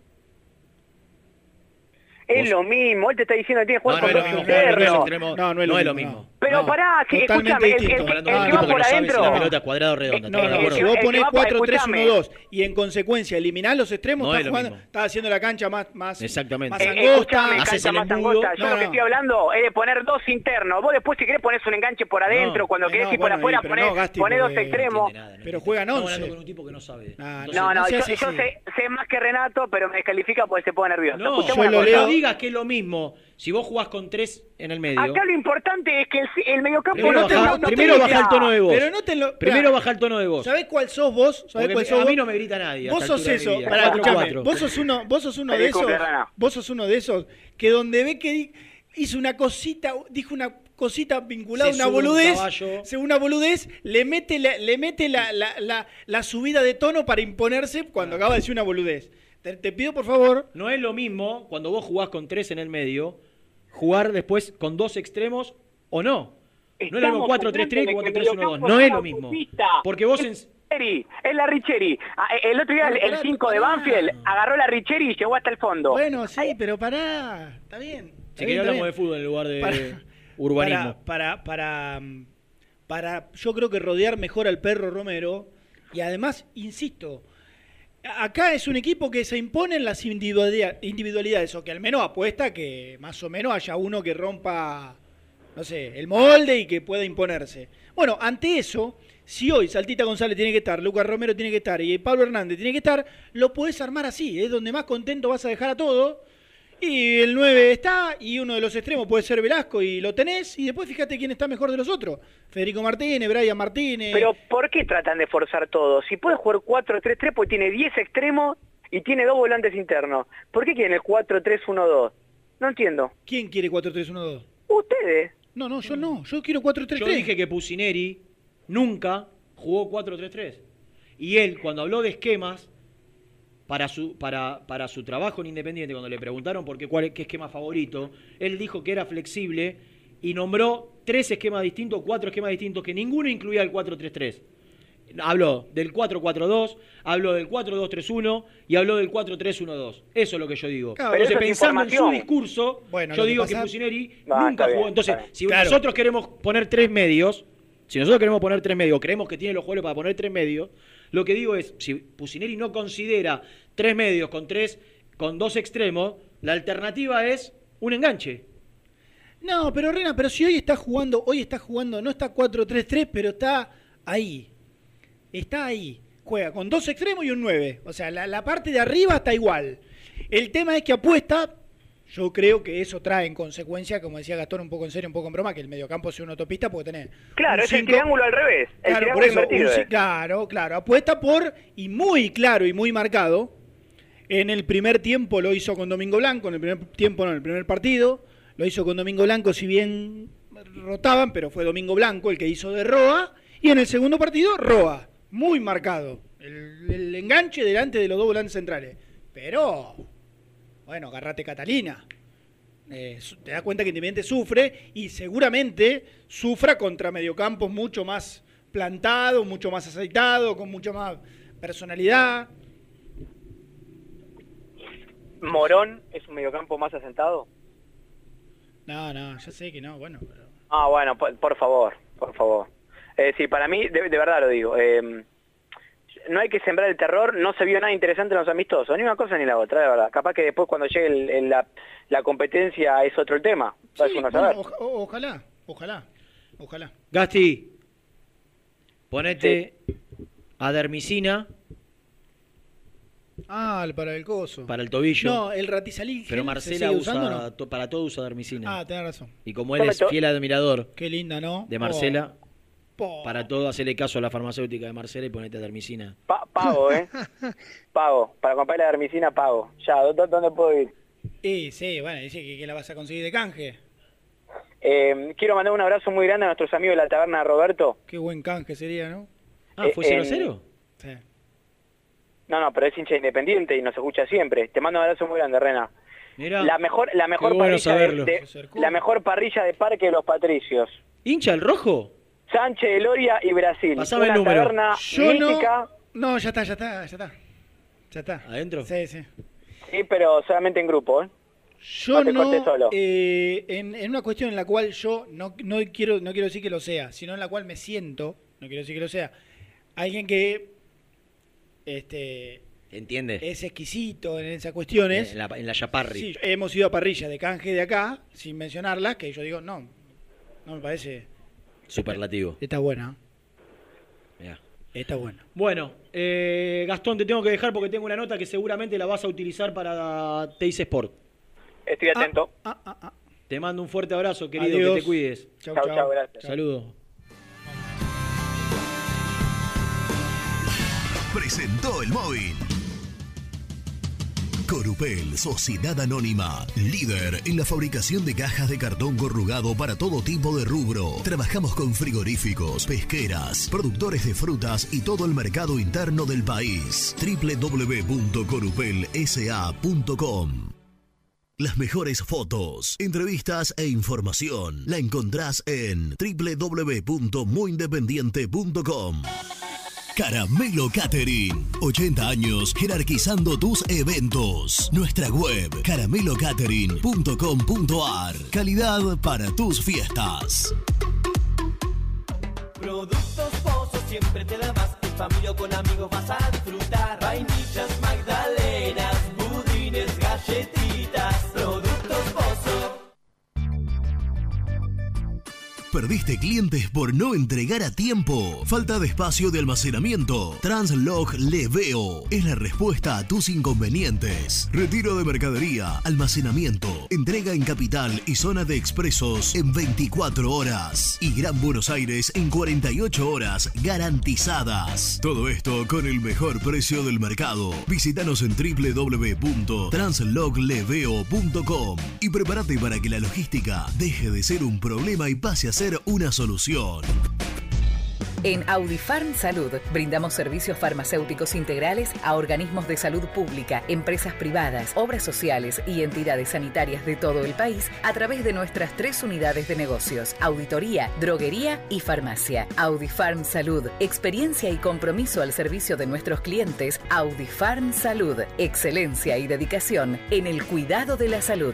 Speaker 19: Es
Speaker 8: ¿Vos?
Speaker 19: lo mismo, él te está diciendo que tiene que jugar
Speaker 8: no,
Speaker 19: con
Speaker 8: no,
Speaker 19: dos
Speaker 8: no,
Speaker 19: externos.
Speaker 8: No, no, no, es lo, no es lo mismo.
Speaker 19: Pero
Speaker 2: no,
Speaker 19: pará, si, escúchame, el, el, el, el, el que va por adentro...
Speaker 8: La pelota cuadrado redonda.
Speaker 2: No, no, si vos ponés cuatro tres uno dos y en consecuencia eliminás los extremos, estás jugando, estás haciendo la cancha más, más,
Speaker 8: Exactamente.
Speaker 2: más angosta.
Speaker 19: Eh, cancha más angosta. Yo no, lo que no. estoy hablando es de poner dos internos. Vos después si querés ponés un enganche por adentro, no, cuando querés no, ir por bueno, afuera ponés, no, Gasti, ponés dos extremos.
Speaker 8: Nada, no
Speaker 2: pero juegan once.
Speaker 8: Estamos hablando con un tipo que no sabe.
Speaker 19: Ah, Entonces, no, no, no yo, yo sé, sé más que Renato, pero me descalifica porque se pone nervioso.
Speaker 8: No, yo lo leo. No digas que es lo mismo. Si vos jugás con tres en el medio.
Speaker 19: Acá lo importante es que el, el mediocampo
Speaker 8: primero
Speaker 19: no te
Speaker 8: baja,
Speaker 19: lo
Speaker 8: Primero baja el tono de voz.
Speaker 2: Pero no te lo,
Speaker 8: primero baja el tono de voz.
Speaker 2: ¿Sabés cuál sos vos? ¿Sabés cuál sos
Speaker 8: a
Speaker 2: vos?
Speaker 8: mí no me grita nadie.
Speaker 2: Vos sos eso. Para, escuchame, vos sos uno, vos sos uno de esos. Vos sos uno de esos que donde ve que hizo una cosita, dijo una cosita vinculada a una boludez, según una boludez, le mete la, le mete la, la, la, la subida de tono para imponerse cuando acaba de decir una boludez. Te, te pido por favor.
Speaker 8: No es lo mismo cuando vos jugás con tres en el medio, jugar después con dos extremos o no.
Speaker 19: Estamos
Speaker 8: no es lo mismo cuatro tres tres que cuatro tres uno dos. No es lo mismo. Porque vos... En...
Speaker 19: Es la Richeri. El otro día el cinco de Banfield agarró la Richeri y llegó hasta el fondo.
Speaker 2: Bueno, sí, pero pará. Está bien.
Speaker 8: Si querés hablamos de fútbol en lugar de para, urbanismo.
Speaker 2: Para, para, para, para, yo creo que rodear mejor al perro Romero. Y además, insisto, acá es un equipo que se imponen las individualidades, o que al menos apuesta que más o menos haya uno que rompa, no sé, el molde y que pueda imponerse. Bueno, ante eso, si hoy Saltita González tiene que estar, Lucas Romero tiene que estar y Pablo Hernández tiene que estar, lo podés armar así, es donde más contento vas a dejar a todo. Y el nueve está, y uno de los extremos puede ser Velasco, y lo tenés, y después fíjate quién está mejor de los otros. Federico Martínez, Brian Martínez.
Speaker 19: Pero ¿por qué tratan de forzar todo? Si puede jugar cuatro tres tres, pues tiene diez extremos y tiene dos volantes internos. ¿Por qué quieren el cuatro tres uno dos? No entiendo.
Speaker 2: ¿Quién quiere cuatro tres uno dos?
Speaker 19: Ustedes.
Speaker 2: No, no, yo no. Yo quiero cuatro tres tres.
Speaker 8: Yo dije que Pusineri nunca jugó cuatro tres tres. Y él, cuando habló de esquemas, para su, para, para su trabajo en Independiente, cuando le preguntaron por qué, cuál, qué esquema favorito, él dijo que era flexible y nombró tres esquemas distintos, cuatro esquemas distintos, que ninguno incluía el cuatro tres tres. Habló del cuatro cuatro dos, habló del cuatro dos tres uno y habló del cuatro tres uno dos. Eso es lo que yo digo.
Speaker 19: Claro,
Speaker 8: entonces, pensando en su discurso,
Speaker 2: bueno,
Speaker 8: yo digo
Speaker 2: pasa...
Speaker 8: que Pusineri
Speaker 19: no,
Speaker 8: nunca
Speaker 19: bien,
Speaker 8: jugó. Entonces, si
Speaker 2: claro.
Speaker 8: nosotros queremos poner tres medios, si nosotros queremos poner tres medios, creemos que tiene los jugadores para poner tres medios, lo que digo es, si Pusineri no considera tres medios con tres, con dos extremos, la alternativa es un enganche.
Speaker 2: No, pero Rena, pero si hoy está jugando, hoy está jugando, no está cuatro tres tres, pero está ahí. Está ahí. Juega con dos extremos y un nueve. O sea, la, la parte de arriba está igual. El tema es que apuesta, yo creo que eso trae en consecuencia, como decía Gastón, un poco en serio, un poco en broma, que el mediocampo sea una autopista porque tenés.
Speaker 19: Claro, es
Speaker 2: cinco,
Speaker 19: el triángulo al revés. El
Speaker 2: claro,
Speaker 19: triángulo
Speaker 2: por eso,
Speaker 19: invertido.
Speaker 2: Un,
Speaker 19: es.
Speaker 2: claro, claro. Apuesta por, y muy claro y muy marcado. En el primer tiempo lo hizo con Domingo Blanco, en el primer tiempo no, en el primer partido. Lo hizo con Domingo Blanco, si bien rotaban, pero fue Domingo Blanco el que hizo de Roa. Y en el segundo partido, Roa. Muy marcado. El, el enganche delante de los dos volantes centrales. Pero, bueno, agarrate Catalina. Eh, te das cuenta que Independiente sufre y seguramente sufra contra mediocampos mucho más plantados, mucho más aceitados, con mucha más personalidad.
Speaker 19: ¿Morón es un mediocampo más asentado?
Speaker 2: No, no, yo sé que no, bueno. Pero...
Speaker 19: Ah, bueno, por, por favor, por favor. Eh, sí, para mí, de, de verdad lo digo, eh, no hay que sembrar el terror, no se vio nada interesante en los amistosos, ni una cosa ni la otra, de verdad. Capaz que después cuando llegue el, el, la, la competencia es otro el tema.
Speaker 2: Sí,
Speaker 19: uno
Speaker 2: bueno, o, o, ojalá, ojalá, ojalá.
Speaker 8: Gasti, ponete sí. a Dermicina
Speaker 2: Ah, el- para el coso.
Speaker 8: para el tobillo.
Speaker 2: No, el Ratizalil.
Speaker 8: Pero
Speaker 2: ¿se
Speaker 8: Marcela
Speaker 2: sigue
Speaker 8: usa,
Speaker 2: usando o no?
Speaker 8: to- para todo usa dermicina.
Speaker 2: Ah, tenés razón.
Speaker 8: Y como él es fiel admirador
Speaker 2: Qué linda, ¿no?
Speaker 8: de Marcela, para todo hacerle caso a la farmacéutica de Marcela y ponete dermicina.
Speaker 19: Pa- pago, ¿eh? Pago. Para comprar la dermicina, pago. Ya, ¿dó- ¿dónde puedo ir?
Speaker 2: Y sí, bueno, dice que, que la vas a conseguir de canje.
Speaker 19: Eh, quiero mandar un abrazo muy grande a nuestros amigos de la taberna de Roberto.
Speaker 2: Qué buen canje sería, ¿no?
Speaker 8: Ah, ¿fue
Speaker 19: Eh,
Speaker 8: cero a
Speaker 19: en-
Speaker 8: cero?
Speaker 2: Sí.
Speaker 19: No, no, pero es hincha independiente y nos escucha siempre. Te mando un abrazo muy grande, Rena.
Speaker 8: Mirá,
Speaker 19: La mejor, la mejor
Speaker 8: qué bueno
Speaker 19: parrilla de,
Speaker 8: saberlo.
Speaker 19: de- la mejor parrilla de Parque de los Patricios.
Speaker 8: ¿Hincha el rojo?
Speaker 19: Sánchez de Loria y Brasil.
Speaker 8: Pasame
Speaker 19: Una
Speaker 8: el número.
Speaker 19: taberna
Speaker 2: Yo
Speaker 19: mítica.
Speaker 2: no... No, ya está, ya está, ya está. Ya está.
Speaker 8: ¿Adentro?
Speaker 2: Sí, sí.
Speaker 19: Sí, pero solamente en grupo, ¿eh?
Speaker 2: Yo
Speaker 19: te
Speaker 2: no,
Speaker 19: cortes solo.
Speaker 2: eh, en, en una cuestión en la cual yo no, no, quiero, no quiero decir que lo sea, sino en la cual me siento, no quiero decir que lo sea, alguien que este,
Speaker 8: ¿Entiendes?
Speaker 2: es exquisito en esas cuestiones.
Speaker 8: En la, en la Chaparri.
Speaker 2: Sí, hemos ido a parrilla de canje de acá, sin mencionarlas, que yo digo, no, no me parece...
Speaker 8: Superlativo.
Speaker 2: Está buena.
Speaker 8: Mirá.
Speaker 2: Está buena.
Speaker 8: Bueno, eh, Gastón, te tengo que dejar porque tengo una nota que seguramente la vas a utilizar para Teis Sport.
Speaker 19: Estoy atento.
Speaker 8: Te mando un fuerte abrazo, querido,
Speaker 2: Adiós.
Speaker 8: que te cuides.
Speaker 2: Chau, Chau, chau. chau, gracias.
Speaker 8: Saludos.
Speaker 1: Presentó el móvil. Corupel, Sociedad Anónima, líder en la fabricación de cajas de cartón corrugado para todo tipo de rubro. Trabajamos con frigoríficos, pesqueras, productores de frutas y todo el mercado interno del país. doble u doble u doble u punto corupel s a punto com. Las mejores fotos, entrevistas e información la encontrás en doble u doble u doble u punto muy independiente punto com. Caramelo Catering, ochenta años jerarquizando tus eventos. Nuestra web, caramelo catering punto com punto a r. Calidad para tus fiestas.
Speaker 5: Productos Pozos siempre te da más. En familia o con amigos vas a disfrutar. Vainillas, magdalenas, budines, galletitas. Productos Pozos.
Speaker 1: ¿Perdiste clientes por no entregar a tiempo? ¿Falta de espacio de almacenamiento? Translog Leveo es la respuesta a tus inconvenientes. Retiro de mercadería, almacenamiento, entrega en capital y zona de expresos en veinticuatro horas y Gran Buenos Aires en cuarenta y ocho horas garantizadas. Todo esto con el mejor precio del mercado. Visítanos en doble u doble u doble u punto translog leveo punto com y prepárate para que la logística deje de ser un problema y pase a ser una solución.
Speaker 9: En Audifarm Salud brindamos servicios farmacéuticos integrales a organismos de salud pública, empresas privadas, obras sociales y entidades sanitarias de todo el país a través de nuestras tres unidades de negocios: auditoría, droguería y farmacia. Audifarm Salud, experiencia y compromiso al servicio de nuestros clientes. Audifarm Salud, excelencia y dedicación en el cuidado de la salud.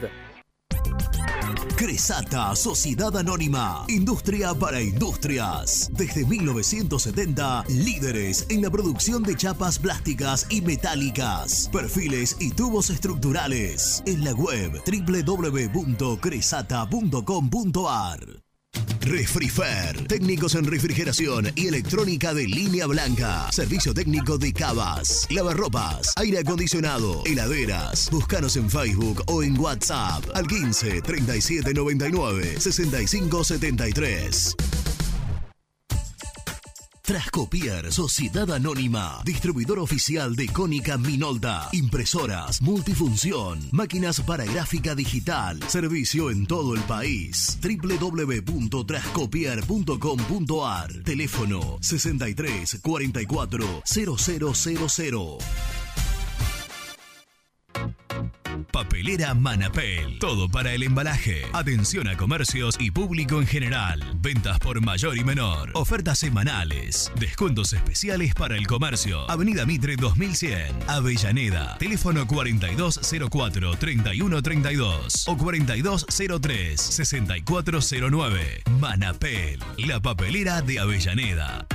Speaker 1: Cresata, Sociedad Anónima, industria para industrias. Desde mil novecientos setenta, líderes en la producción de chapas plásticas y metálicas, perfiles y tubos estructurales. En la web doble u doble u doble u punto cresata punto com punto a r. Refrifer, técnicos en refrigeración y electrónica de línea blanca. Servicio técnico de cavas, lavarropas, aire acondicionado, heladeras. Búscanos en Facebook o en WhatsApp al quince, treinta y siete, noventa y nueve, sesenta y cinco, setenta y tres. Trascopier, Sociedad Anónima, distribuidor oficial de Cónica Minolta, impresoras, multifunción, máquinas para gráfica digital, servicio en todo el país. doble u doble u doble u punto trascopier punto com punto a r, teléfono sesenta y tres, cuarenta y cuatro, cero cero cero cero. Papelera Manapel. Todo para el embalaje. Atención a comercios y público en general. Ventas por mayor y menor. Ofertas semanales. Descuentos especiales para el comercio. Avenida Mitre dos mil cien. Avellaneda. Teléfono cuarenta y dos cero cuatro, treinta y uno treinta y dos o cuarenta y dos cero tres, sesenta y cuatro cero nueve. Manapel. La papelera de Avellaneda.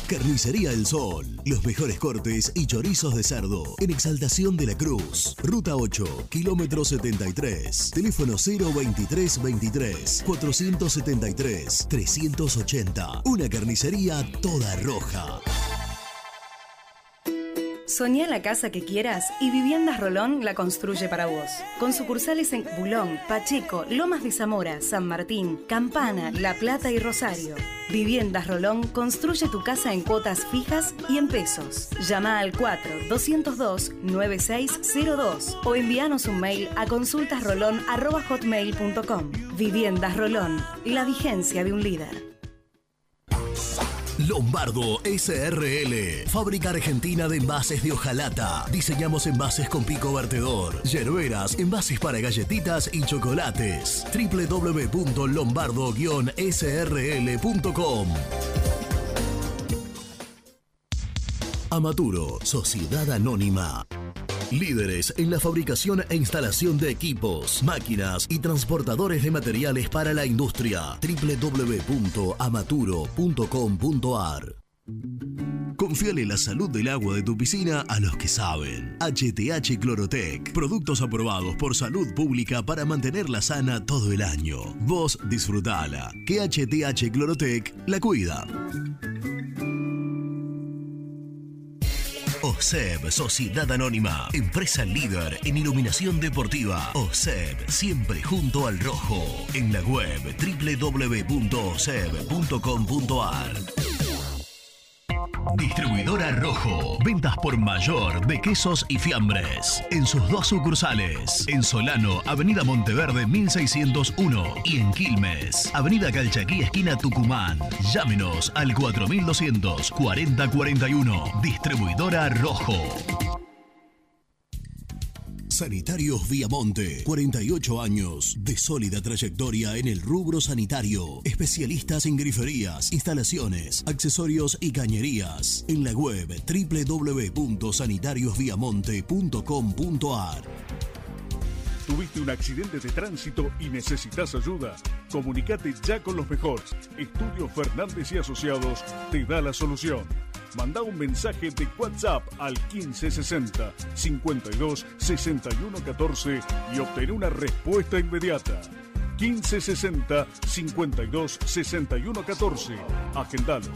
Speaker 1: Carnicería El Sol. Los mejores cortes y chorizos de cerdo. En Exaltación de la Cruz. Ruta ocho, kilómetro setenta y tres. Teléfono cero veintitrés veintitrés, cuatrocientos setenta y tres, trescientos ochenta. Una carnicería toda roja.
Speaker 10: Soñá la casa que quieras y Viviendas Rolón la construye para vos. Con sucursales en Bulón, Pacheco, Lomas de Zamora, San Martín, Campana, La Plata y Rosario. Viviendas Rolón construye tu casa en cuotas fijas y en pesos. Llama al cuatro, doscientos dos, noventa y seis cero dos o envíanos un mail a consultasrolón arroba hotmail punto com. Viviendas Rolón, la vigencia de un líder.
Speaker 1: Lombardo S R L, fábrica argentina de envases de hojalata. Diseñamos envases con pico vertedor, yerberas, envases para galletitas y chocolates. w w w punto lombardo guion s r l punto com. Amaturo, sociedad anónima. Líderes en la fabricación e instalación de equipos, máquinas y transportadores de materiales para la industria. w w w punto amaturo punto com punto a r. Confíale la salud del agua de tu piscina a los que saben. H T H Clorotec. Productos aprobados por salud pública para mantenerla sana todo el año. Vos disfrutala, que H T H Clorotec la cuida. OSEB, Sociedad Anónima, empresa líder en iluminación deportiva. OSEB, siempre junto al rojo. En la web w w w punto oseb punto com punto a r. Distribuidora Rojo. Ventas por mayor de quesos y fiambres. En sus dos sucursales. En Solano, Avenida Monteverde mil seiscientos uno. Y en Quilmes, Avenida Calchaquí, esquina Tucumán. Llámenos al cuatro mil doscientos, cuarenta cuarenta y uno. Distribuidora Rojo. Sanitarios Viamonte, cuarenta y ocho años de sólida trayectoria en el rubro sanitario. Especialistas en griferías, instalaciones, accesorios y cañerías. En la web w w w punto sanitarios viamonte punto com punto a r.
Speaker 11: ¿Tuviste un accidente de tránsito y necesitas ayuda? Comunicate ya con los mejores. Estudio Fernández y Asociados te da la solución. Manda un mensaje de WhatsApp al quince sesenta, cincuenta y dos, sesenta y uno catorce y obtén una respuesta inmediata. quince sesenta, cincuenta y dos, sesenta y uno catorce. Agendalo.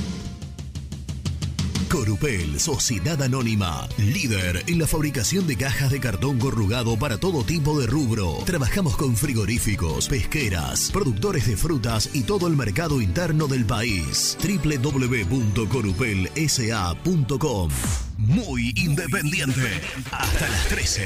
Speaker 1: Corupel, Sociedad Anónima, líder en la fabricación de cajas de cartón corrugado para todo tipo de rubro. Trabajamos con frigoríficos, pesqueras, productores de frutas y todo el mercado interno del país. w w w punto corupel s a punto com. Muy independiente. Hasta las trece.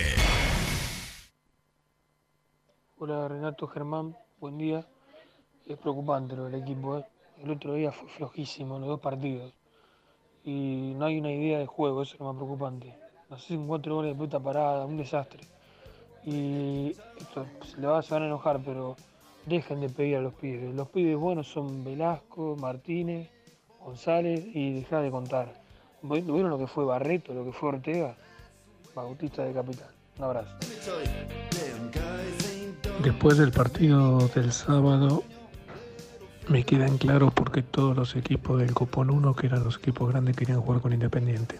Speaker 20: Hola Renato, Germán, buen día. Es preocupante lo del equipo, ¿eh? El otro día fue flojísimo, los dos partidos. Y no hay una idea de juego, eso es lo más preocupante. Nos hacen cuatro goles de pelota parada, un desastre. Y esto, se le va, se van a enojar, pero dejen de pedir a los pibes. Los pibes buenos son Velasco, Martínez, González y dejá de contar. ¿Vieron lo que fue Barreto, lo que fue Ortega? Bautista de Capital. Un abrazo.
Speaker 21: Después del partido del sábado, me queda en claro por qué todos los equipos del Copón uno, que eran los equipos grandes, querían jugar con Independiente.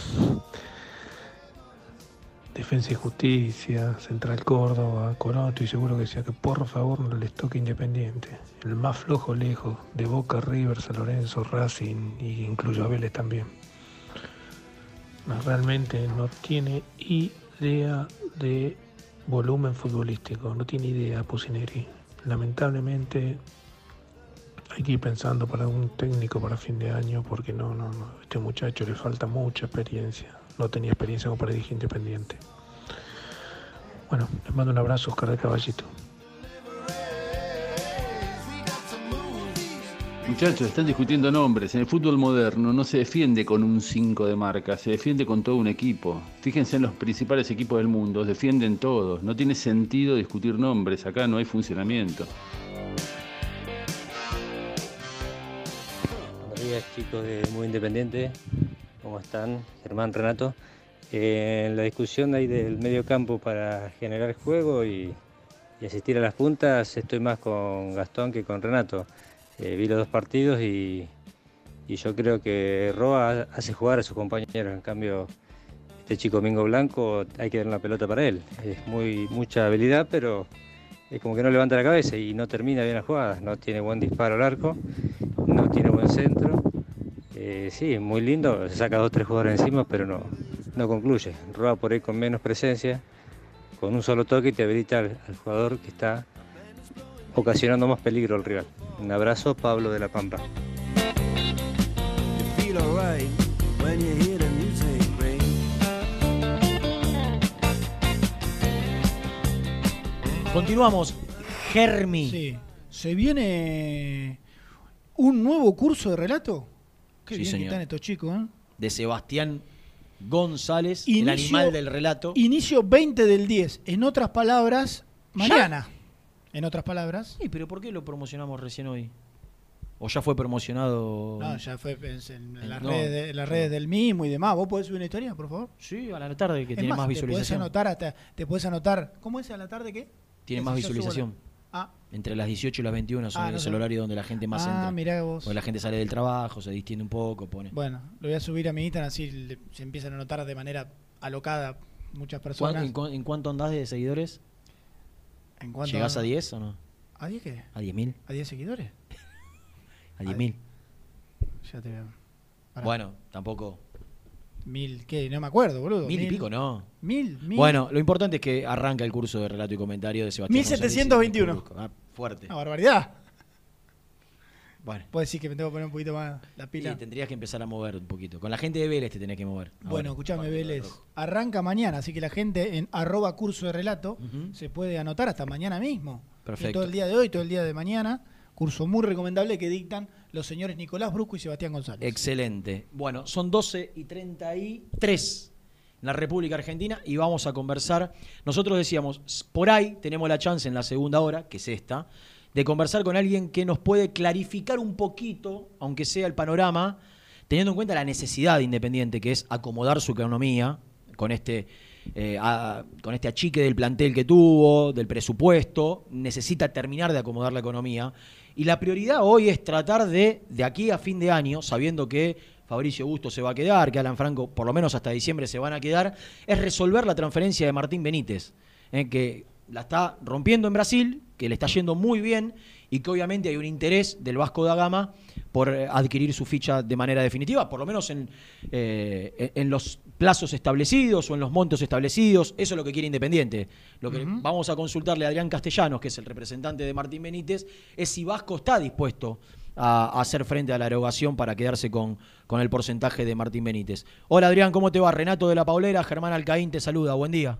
Speaker 21: Defensa y Justicia, Central Córdoba, Colón, estoy seguro que decía que por favor no les toque Independiente. El más flojo lejos, de Boca, River, San Lorenzo, Racing e incluyo a Vélez también. No, realmente no tiene idea de volumen futbolístico, no tiene idea Pusineri. Lamentablemente hay que ir pensando para un técnico para fin de año, porque no, no, no, este muchacho le falta mucha experiencia, no tenía experiencia como para dirigir Independiente. Bueno, les mando un abrazo, Oscar de Caballito.
Speaker 22: Muchachos, están discutiendo nombres. En el fútbol moderno no se defiende con un cinco de marca, se defiende con todo un equipo. Fíjense en los principales equipos del mundo, defienden todos. No tiene sentido discutir nombres, acá no hay funcionamiento.
Speaker 23: Buenos días, chicos de Muy Independiente. ¿Cómo están? Germán, Renato. Eh, en la discusión ahí del medio campo para generar juego y, y asistir a las puntas, estoy más con Gastón que con Renato. Eh, vi los dos partidos y, y yo creo que Roa hace jugar a sus compañeros. En cambio, este chico Mingo Blanco, hay que dar la pelota para él. Es muy mucha habilidad, pero es como que no levanta la cabeza y no termina bien las jugadas. No tiene buen disparo al arco, no tiene buen centro. Eh, sí, muy lindo, se saca dos o tres jugadores encima, pero no, no concluye. Roa por ahí con menos presencia, con un solo toque te habilita al, al jugador que está ocasionando más peligro al rival. Un abrazo, Pablo de la Pampa.
Speaker 8: Continuamos, Germi.
Speaker 2: Sí. ¿Se viene un nuevo curso de relato? Qué
Speaker 8: Sí,
Speaker 2: bien
Speaker 8: señor.
Speaker 2: que están estos chicos, ¿eh?
Speaker 8: De Sebastián González, el
Speaker 2: Inicio-
Speaker 8: animal del relato.
Speaker 2: Inicio veinte del diez. En otras palabras, mañana. En otras palabras.
Speaker 8: Sí, pero ¿por qué lo promocionamos recién hoy? ¿O ya fue promocionado?
Speaker 2: No, ya fue en, en
Speaker 8: En-
Speaker 2: las,
Speaker 8: no,
Speaker 2: redes, de- en las redes del mismo y demás. ¿Vos podés subir una historia, por favor?
Speaker 8: Sí, a la tarde, que
Speaker 2: Es
Speaker 8: tiene más,
Speaker 2: te podés
Speaker 8: visualización.
Speaker 2: anotar hasta, te podés anotar. ¿Cómo es a la tarde qué?
Speaker 8: Tiene
Speaker 2: Ese,
Speaker 8: más
Speaker 2: yo subo la-
Speaker 8: visualización.
Speaker 2: Ah.
Speaker 8: Entre las dieciocho y las veintiuna son-
Speaker 2: Ah, no
Speaker 8: es
Speaker 2: sé.
Speaker 8: el horario donde la gente más
Speaker 2: Ah,
Speaker 8: entra.
Speaker 2: mirá vos.
Speaker 8: Porque la gente sale del trabajo, se distiende un poco, pone.
Speaker 2: Bueno, lo voy a subir a mi Instagram, así le- se empiezan a notar de manera alocada muchas
Speaker 8: ¿Cuán-
Speaker 2: personas.
Speaker 8: ¿En, cu- en cuánto andás de seguidores?
Speaker 2: ¿En cuánto-
Speaker 8: ¿Llegás a diez o no?
Speaker 2: ¿A diez qué?
Speaker 8: ¿A diez mil?
Speaker 2: ¿A diez seguidores?
Speaker 8: ¿A diez mil?
Speaker 2: Ya te veo. Pará.
Speaker 8: Bueno, tampoco.
Speaker 2: Mil, ¿qué? No me acuerdo, boludo.
Speaker 8: Mil y pico, ¿no?
Speaker 2: Mil, mil.
Speaker 8: Bueno, lo importante es que arranca el curso de relato y comentario de Sebastián
Speaker 2: mil setecientos veintiuno.
Speaker 8: González y Nico Brusco. Ah, fuerte.
Speaker 2: Una barbaridad.
Speaker 8: Bueno.
Speaker 2: Puedes decir que me tengo que poner un poquito más la pila.
Speaker 8: Y tendrías que empezar a mover un poquito. Con la gente de Vélez te tenés que mover.
Speaker 2: Bueno,
Speaker 8: Ahora,
Speaker 2: escuchame,
Speaker 8: partido de
Speaker 2: Vélez.
Speaker 8: rojo.
Speaker 2: Arranca mañana, así que la gente en arroba curso de relato
Speaker 8: Ujú.
Speaker 2: se puede anotar hasta mañana mismo.
Speaker 8: Perfecto.
Speaker 2: Y todo el día de hoy, todo el día de mañana. Curso muy recomendable que dictan los señores Nicolás Brusco y Sebastián González.
Speaker 8: Excelente. Bueno, son doce y treinta y tres en la República Argentina y vamos a conversar. Nosotros decíamos, s- por ahí tenemos la chance en la segunda hora, que es esta, de conversar con alguien que nos puede clarificar un poquito, aunque sea el panorama, teniendo en cuenta la necesidad de Independiente, que es acomodar su economía con este, eh, a- con este achique del plantel que tuvo, del presupuesto, necesita terminar de acomodar la economía. Y la prioridad hoy es tratar de, de aquí a fin de año, sabiendo que Fabricio Busto se va a quedar, que Alan Franco por lo menos hasta diciembre se van a quedar, es resolver la transferencia de Martín Benítez, eh, que la está rompiendo en Brasil, que le está yendo muy bien y que obviamente hay un interés del Vasco da Gama por eh, adquirir su ficha de manera definitiva, por lo menos en, eh, en- en los plazos establecidos o en los montos establecidos. Eso es lo que quiere Independiente. Lo que
Speaker 2: Ujú.
Speaker 8: vamos a consultarle a Adrián Castellanos, que es el representante de Martín Benítez, es si Vasco está dispuesto a, a hacer frente a la erogación para quedarse con, con el porcentaje de Martín Benítez. Hola Adrián, ¿cómo te va? Renato de la Paulera, Germán Alcaín te saluda, buen día.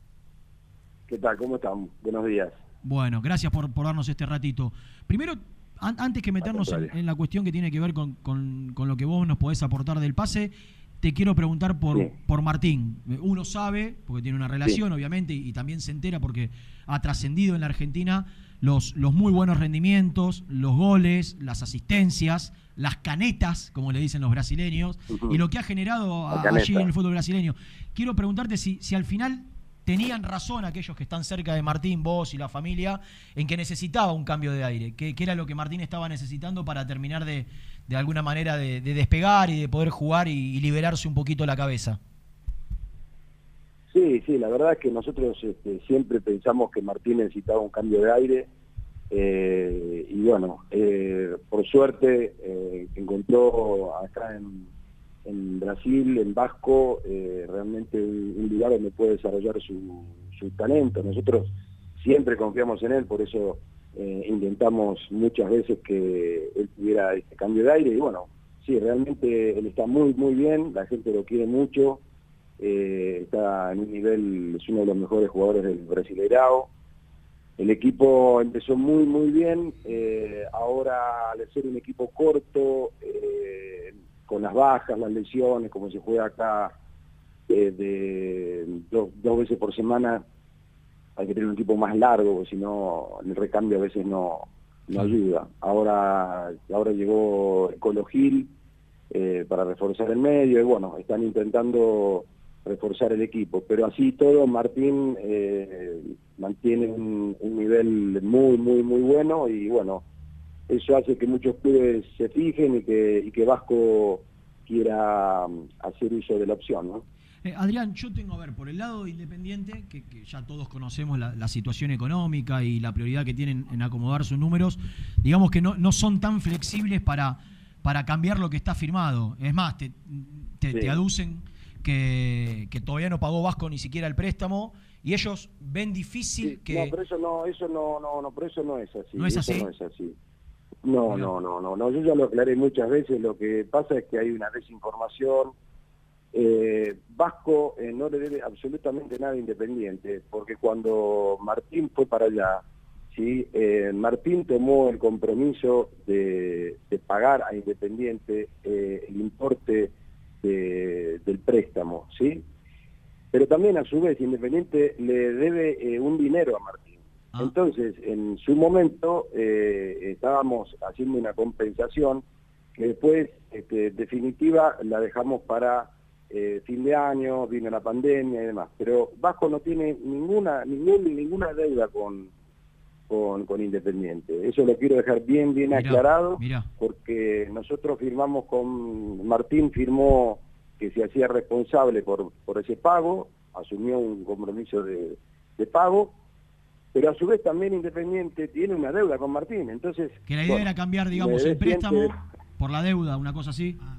Speaker 3: ¿Qué tal? ¿Cómo están? Buenos días.
Speaker 8: Bueno, gracias por, por darnos este ratito. Primero, an- antes que meternos en, en la cuestión que tiene que ver con, con- con lo que vos nos podés aportar del pase, te quiero preguntar por,
Speaker 3: Sí.
Speaker 8: por Martín. Uno sabe, porque tiene una relación,
Speaker 3: Sí.
Speaker 8: obviamente, y, y también se entera porque ha trascendido en la Argentina los, los muy buenos rendimientos, los goles, las asistencias, las canetas, como le dicen los brasileños,
Speaker 3: Ujú.
Speaker 8: y lo que ha generado
Speaker 3: La
Speaker 8: a-
Speaker 3: caneta.
Speaker 8: allí en el fútbol brasileño. Quiero preguntarte si, si al final tenían razón aquellos que están cerca de Martín, vos y la familia, en que necesitaba un cambio de aire, que, que era lo que Martín estaba necesitando para terminar de, de alguna manera de, de despegar y de poder jugar y, y liberarse un poquito la cabeza.
Speaker 3: Sí, sí, la verdad es que nosotros este, siempre pensamos que Martín necesitaba un cambio de aire eh, y bueno, eh, por suerte eh, encontró acá en, en Brasil, en Vasco, eh, realmente un, un lugar donde puede desarrollar su, su talento. Nosotros siempre confiamos en él, por eso eh, intentamos muchas veces que él tuviera este cambio de aire y bueno, sí, realmente él está muy, muy bien, la gente lo quiere mucho. Eh, está en un nivel, es uno de los mejores jugadores del Brasileirao. El equipo empezó muy muy bien, eh, ahora al ser un equipo corto, eh, con las bajas, las lesiones, como se juega acá eh, de dos, dos veces por semana, hay que tener un equipo más largo, porque si no el recambio a veces no, no ayuda. Ahora, ahora llegó Colo Gil eh, para reforzar el medio y bueno, están intentando reforzar el equipo, pero así todo Martín eh, mantiene un, un nivel muy muy muy bueno y bueno, eso hace que muchos clubes se fijen y que, y que Vasco quiera um, hacer uso de la opción, ¿no?
Speaker 8: Eh, Adrián, yo tengo, a ver, por el lado de Independiente, que, que ya todos conocemos la, la situación económica y la prioridad que tienen en acomodar sus números, digamos que no, no son tan flexibles para, para cambiar lo que está firmado. Es más, te, te, sí. te aducen que, que todavía no pagó Vasco ni siquiera el préstamo y ellos ven difícil
Speaker 3: sí,
Speaker 8: que...
Speaker 3: No, pero eso no, eso no, no, no, pero eso no es así.
Speaker 8: ¿No es así?
Speaker 3: Eso no es así. No, no, no, no, no, yo ya lo aclaré muchas veces, lo que pasa es que hay una desinformación. Eh, Vasco eh, no le debe absolutamente nada a Independiente, porque cuando Martín fue para allá, ¿sí? eh, Martín tomó el compromiso de, de pagar a Independiente eh, el importe de, del préstamo, ¿sí? Pero también a su vez Independiente le debe eh, un dinero a Martín. Ah. Entonces, en su momento eh, estábamos haciendo una compensación que después, este, definitiva, la dejamos para Eh, fin de año, vino la pandemia y demás, pero Vasco no tiene ninguna ningún, ninguna deuda con, con con Independiente. Eso lo quiero dejar bien bien mirá, aclarado, mirá. Porque nosotros firmamos con Martín, firmó que se hacía responsable por por ese pago, asumió un compromiso de, de pago, pero a su vez también Independiente tiene una deuda con Martín, entonces...
Speaker 8: Que la idea bueno, era cambiar, digamos, el préstamo siente... por la deuda, una cosa así. Ah.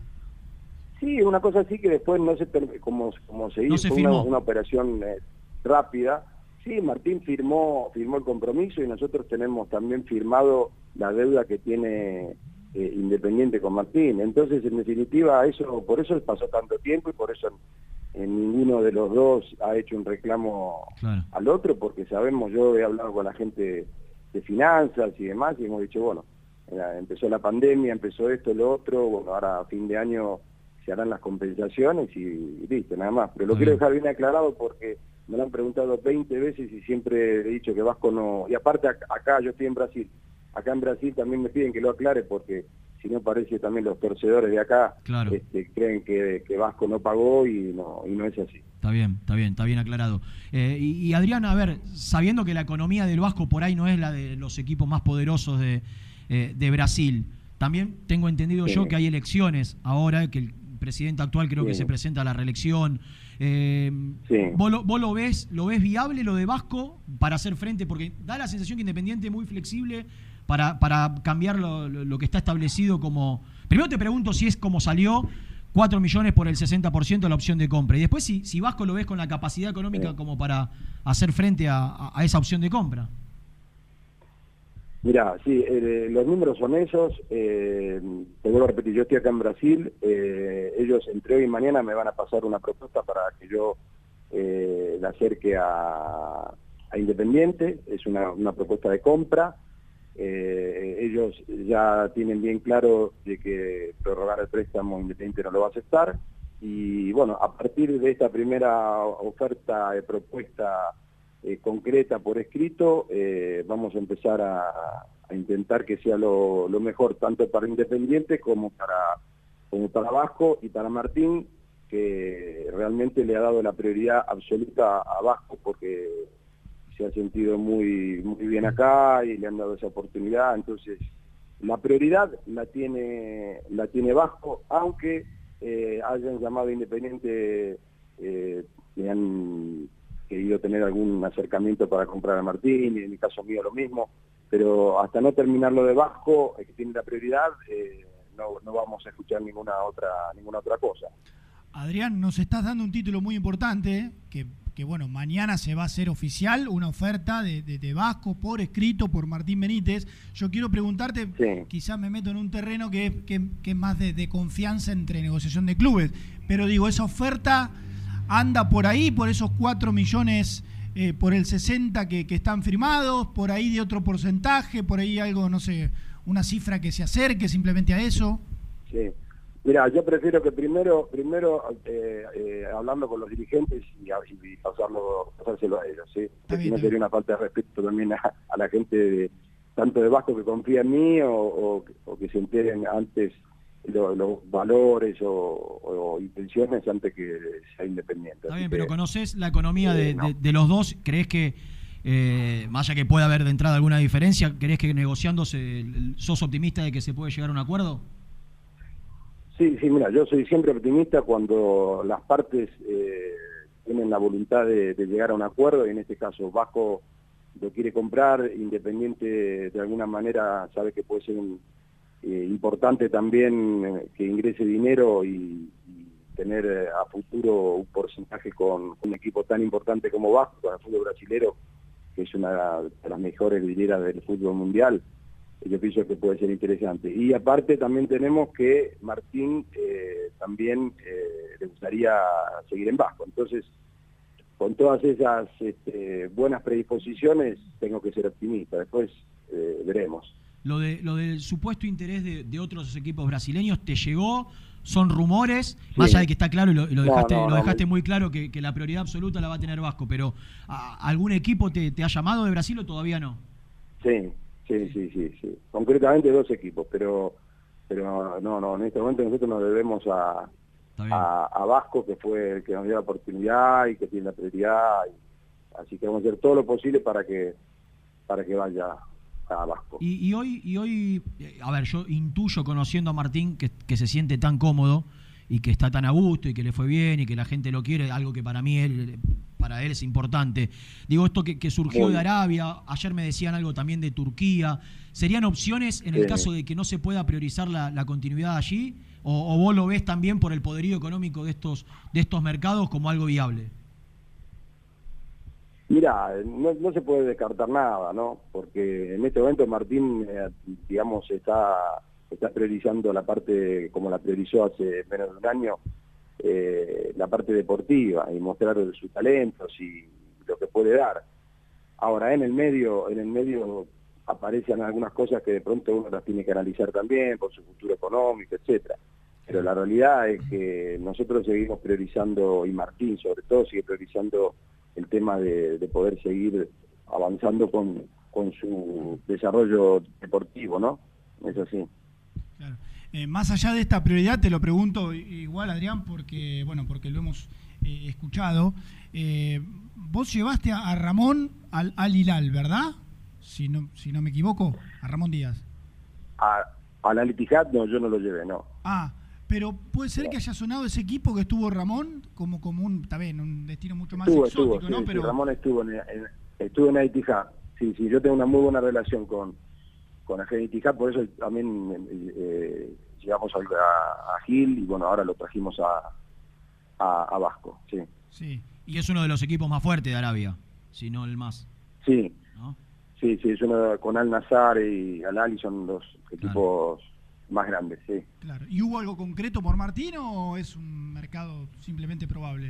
Speaker 3: Sí, una cosa así que después no se como como se hizo no se una, una operación eh, rápida. Sí, Martín firmó firmó el compromiso y nosotros tenemos también firmado la deuda que tiene eh, Independiente con Martín. Entonces, en definitiva, eso por eso pasó tanto tiempo y por eso en, en ninguno de los dos ha hecho un reclamo claro. al otro, porque sabemos, yo he hablado con la gente de finanzas y demás y hemos dicho, bueno, empezó la pandemia, empezó esto, lo otro, bueno, ahora a fin de año se harán las compensaciones y, y listo, nada más. Pero lo Muy quiero bien. dejar bien aclarado porque me lo han preguntado veinte veces y siempre he dicho que Vasco no... Y aparte acá, yo estoy en Brasil, acá en Brasil también me piden que lo aclare porque si no parece también los torcedores de acá claro. este, creen que, que Vasco no pagó y no, y no es así.
Speaker 8: Está bien, está bien, está bien aclarado. Eh, y, y Adrián, a ver, sabiendo que la economía del Vasco por ahí no es la de los equipos más poderosos de, eh, de Brasil, también tengo entendido sí. yo que hay elecciones ahora, que el presidente actual creo sí. que se presenta a la reelección. Eh, sí. ¿vos, lo, ¿Vos lo ves lo ves viable lo de Vasco para hacer frente? Porque da la sensación que Independiente es muy flexible para, para cambiar lo, lo, lo que está establecido como... Primero te pregunto si es como salió, cuatro millones por el sesenta por ciento de la opción de compra. Y después si, si Vasco lo ves con la capacidad económica sí. como para hacer frente a, a, a esa opción de compra.
Speaker 3: Mirá, sí, eh, los números son esos, eh, te vuelvo a repetir, yo estoy acá en Brasil, eh, ellos entre hoy y mañana me van a pasar una propuesta para que yo eh, la acerque a, a Independiente, es una, una propuesta de compra, eh, ellos ya tienen bien claro de que prorrogar el préstamo Independiente no lo va a aceptar, y bueno, a partir de esta primera oferta de propuesta Eh, concreta por escrito, eh, vamos a empezar a, a intentar que sea lo, lo mejor tanto para Independiente como para como para Vasco y para Martín, que realmente le ha dado la prioridad absoluta a Vasco porque se ha sentido muy muy bien acá y le han dado esa oportunidad. Entonces la prioridad la tiene la tiene Vasco, aunque eh, hayan llamado a Independiente, eh, le han querido tener algún acercamiento para comprar a Martín, y en mi caso mío lo mismo, pero hasta no terminar lo de Vasco, eh, que tiene la prioridad, eh, no, no vamos a escuchar ninguna otra ninguna otra cosa.
Speaker 2: Adrián, nos estás dando un título muy importante, que, que bueno, mañana se va a hacer oficial una oferta de, de, de Vasco por escrito por Martín Benítez. Yo quiero preguntarte, sí. quizás me meto en un terreno que, que, que es más de, de confianza entre negociación de clubes, pero digo, esa oferta anda por ahí, por esos cuatro millones, eh, por el sesenta que, que están firmados, por ahí de otro porcentaje, por ahí algo, no sé, una cifra que se acerque simplemente a eso.
Speaker 3: Sí, mira, yo prefiero que primero, primero eh, eh, hablando con los dirigentes y, y pasarlo, pasárselo a ellos, ¿sí? Porque si no sería una falta de respeto también a, a la gente de, tanto de Vasco que confía en mí o, o, o que se enteren antes los, los valores o, o intenciones antes que sea Independiente.
Speaker 8: Está bien, pero ¿conoces la economía de, eh, no. de, de los dos? ¿Crees que Eh, más allá que pueda haber de entrada alguna diferencia, ¿crees que negociándose sos optimista de que se puede llegar a un acuerdo?
Speaker 3: Sí, sí, mira, yo soy siempre optimista cuando las partes eh, tienen la voluntad de, de llegar a un acuerdo, y en este caso Vasco lo quiere comprar, Independiente de alguna manera sabe que puede ser un, eh, importante también eh, que ingrese dinero y, y tener eh, a futuro un porcentaje con, con un equipo tan importante como Vasco, con el fútbol brasilero, que es una de las mejores vidrieras del fútbol mundial. Yo pienso que puede ser interesante. Y aparte también tenemos que Martín eh, también eh, le gustaría seguir en Vasco. Entonces, con todas esas este, buenas predisposiciones, tengo que ser optimista. Después eh, veremos.
Speaker 8: Lo de lo del supuesto interés de, de otros equipos brasileños, ¿te llegó? ¿Son rumores? Sí. Más allá de que está claro, y lo, y lo dejaste, no, no, lo dejaste no, muy claro, que, que la prioridad absoluta la va a tener Vasco, pero ¿a, ¿algún equipo te, te ha llamado de Brasil o todavía no?
Speaker 3: Sí. Sí, sí, sí, sí. Concretamente dos equipos, pero pero no, no, en este momento nosotros nos debemos a, a, a Vasco, que fue el que nos dio la oportunidad y que tiene la prioridad. Y, así que vamos a hacer todo lo posible para que para que vaya a Vasco.
Speaker 8: Y, y hoy, y hoy, a ver, yo intuyo, conociendo a Martín, que, que se siente tan cómodo y que está tan a gusto y que le fue bien y que la gente lo quiere, algo que para mí él, para él es importante. Digo, esto que, que surgió Muy. de Arabia, ayer me decían algo también de Turquía, ¿serían opciones en sí. el caso de que no se pueda priorizar la, la continuidad allí? O, ¿O vos lo ves también por el poderío económico de estos, de estos mercados como algo viable?
Speaker 3: Mira, no, no se puede descartar nada, ¿no? Porque en este momento Martín, eh, digamos, está... está priorizando la parte, como la priorizó hace menos de un año, eh, la parte deportiva y mostrar sus talentos y lo que puede dar. Ahora, en el medio, en el medio aparecen algunas cosas que de pronto uno las tiene que analizar también por su futuro económico, etcétera. Pero la realidad es que nosotros seguimos priorizando, y Martín sobre todo sigue priorizando el tema de, de poder seguir avanzando con, con su desarrollo deportivo, ¿no? Eso sí.
Speaker 2: Claro. Eh, más allá de esta prioridad, te lo pregunto igual, Adrián, porque bueno, porque lo hemos eh, escuchado. Eh, vos llevaste a, a Ramón al Al Hilal, ¿verdad? Si no, si no me equivoco, a Ramón Díaz.
Speaker 3: A, al Al Ittihad no, yo no lo llevé, no.
Speaker 2: Ah, pero puede ser que haya sonado ese equipo que estuvo Ramón como, como un, está bien, un destino mucho más
Speaker 3: estuvo,
Speaker 2: exótico,
Speaker 3: estuvo,
Speaker 2: ¿no?
Speaker 3: Sí,
Speaker 2: pero
Speaker 3: sí, Ramón estuvo en, en, estuvo en Al Ittihad. Sí, sí, yo tengo una muy buena relación con con Al Ittihad, por eso también eh, llegamos a, a, a Gil y bueno, ahora lo trajimos a, a, a Vasco, sí.
Speaker 8: Sí, y es uno de los equipos más fuertes de Arabia, si no el más.
Speaker 3: Sí,
Speaker 8: ¿no?
Speaker 3: sí, sí, es uno con Al Nassr y Al Ahly son los equipos claro. más grandes, sí.
Speaker 2: Claro, ¿y hubo algo concreto por Martín o es un mercado simplemente probable?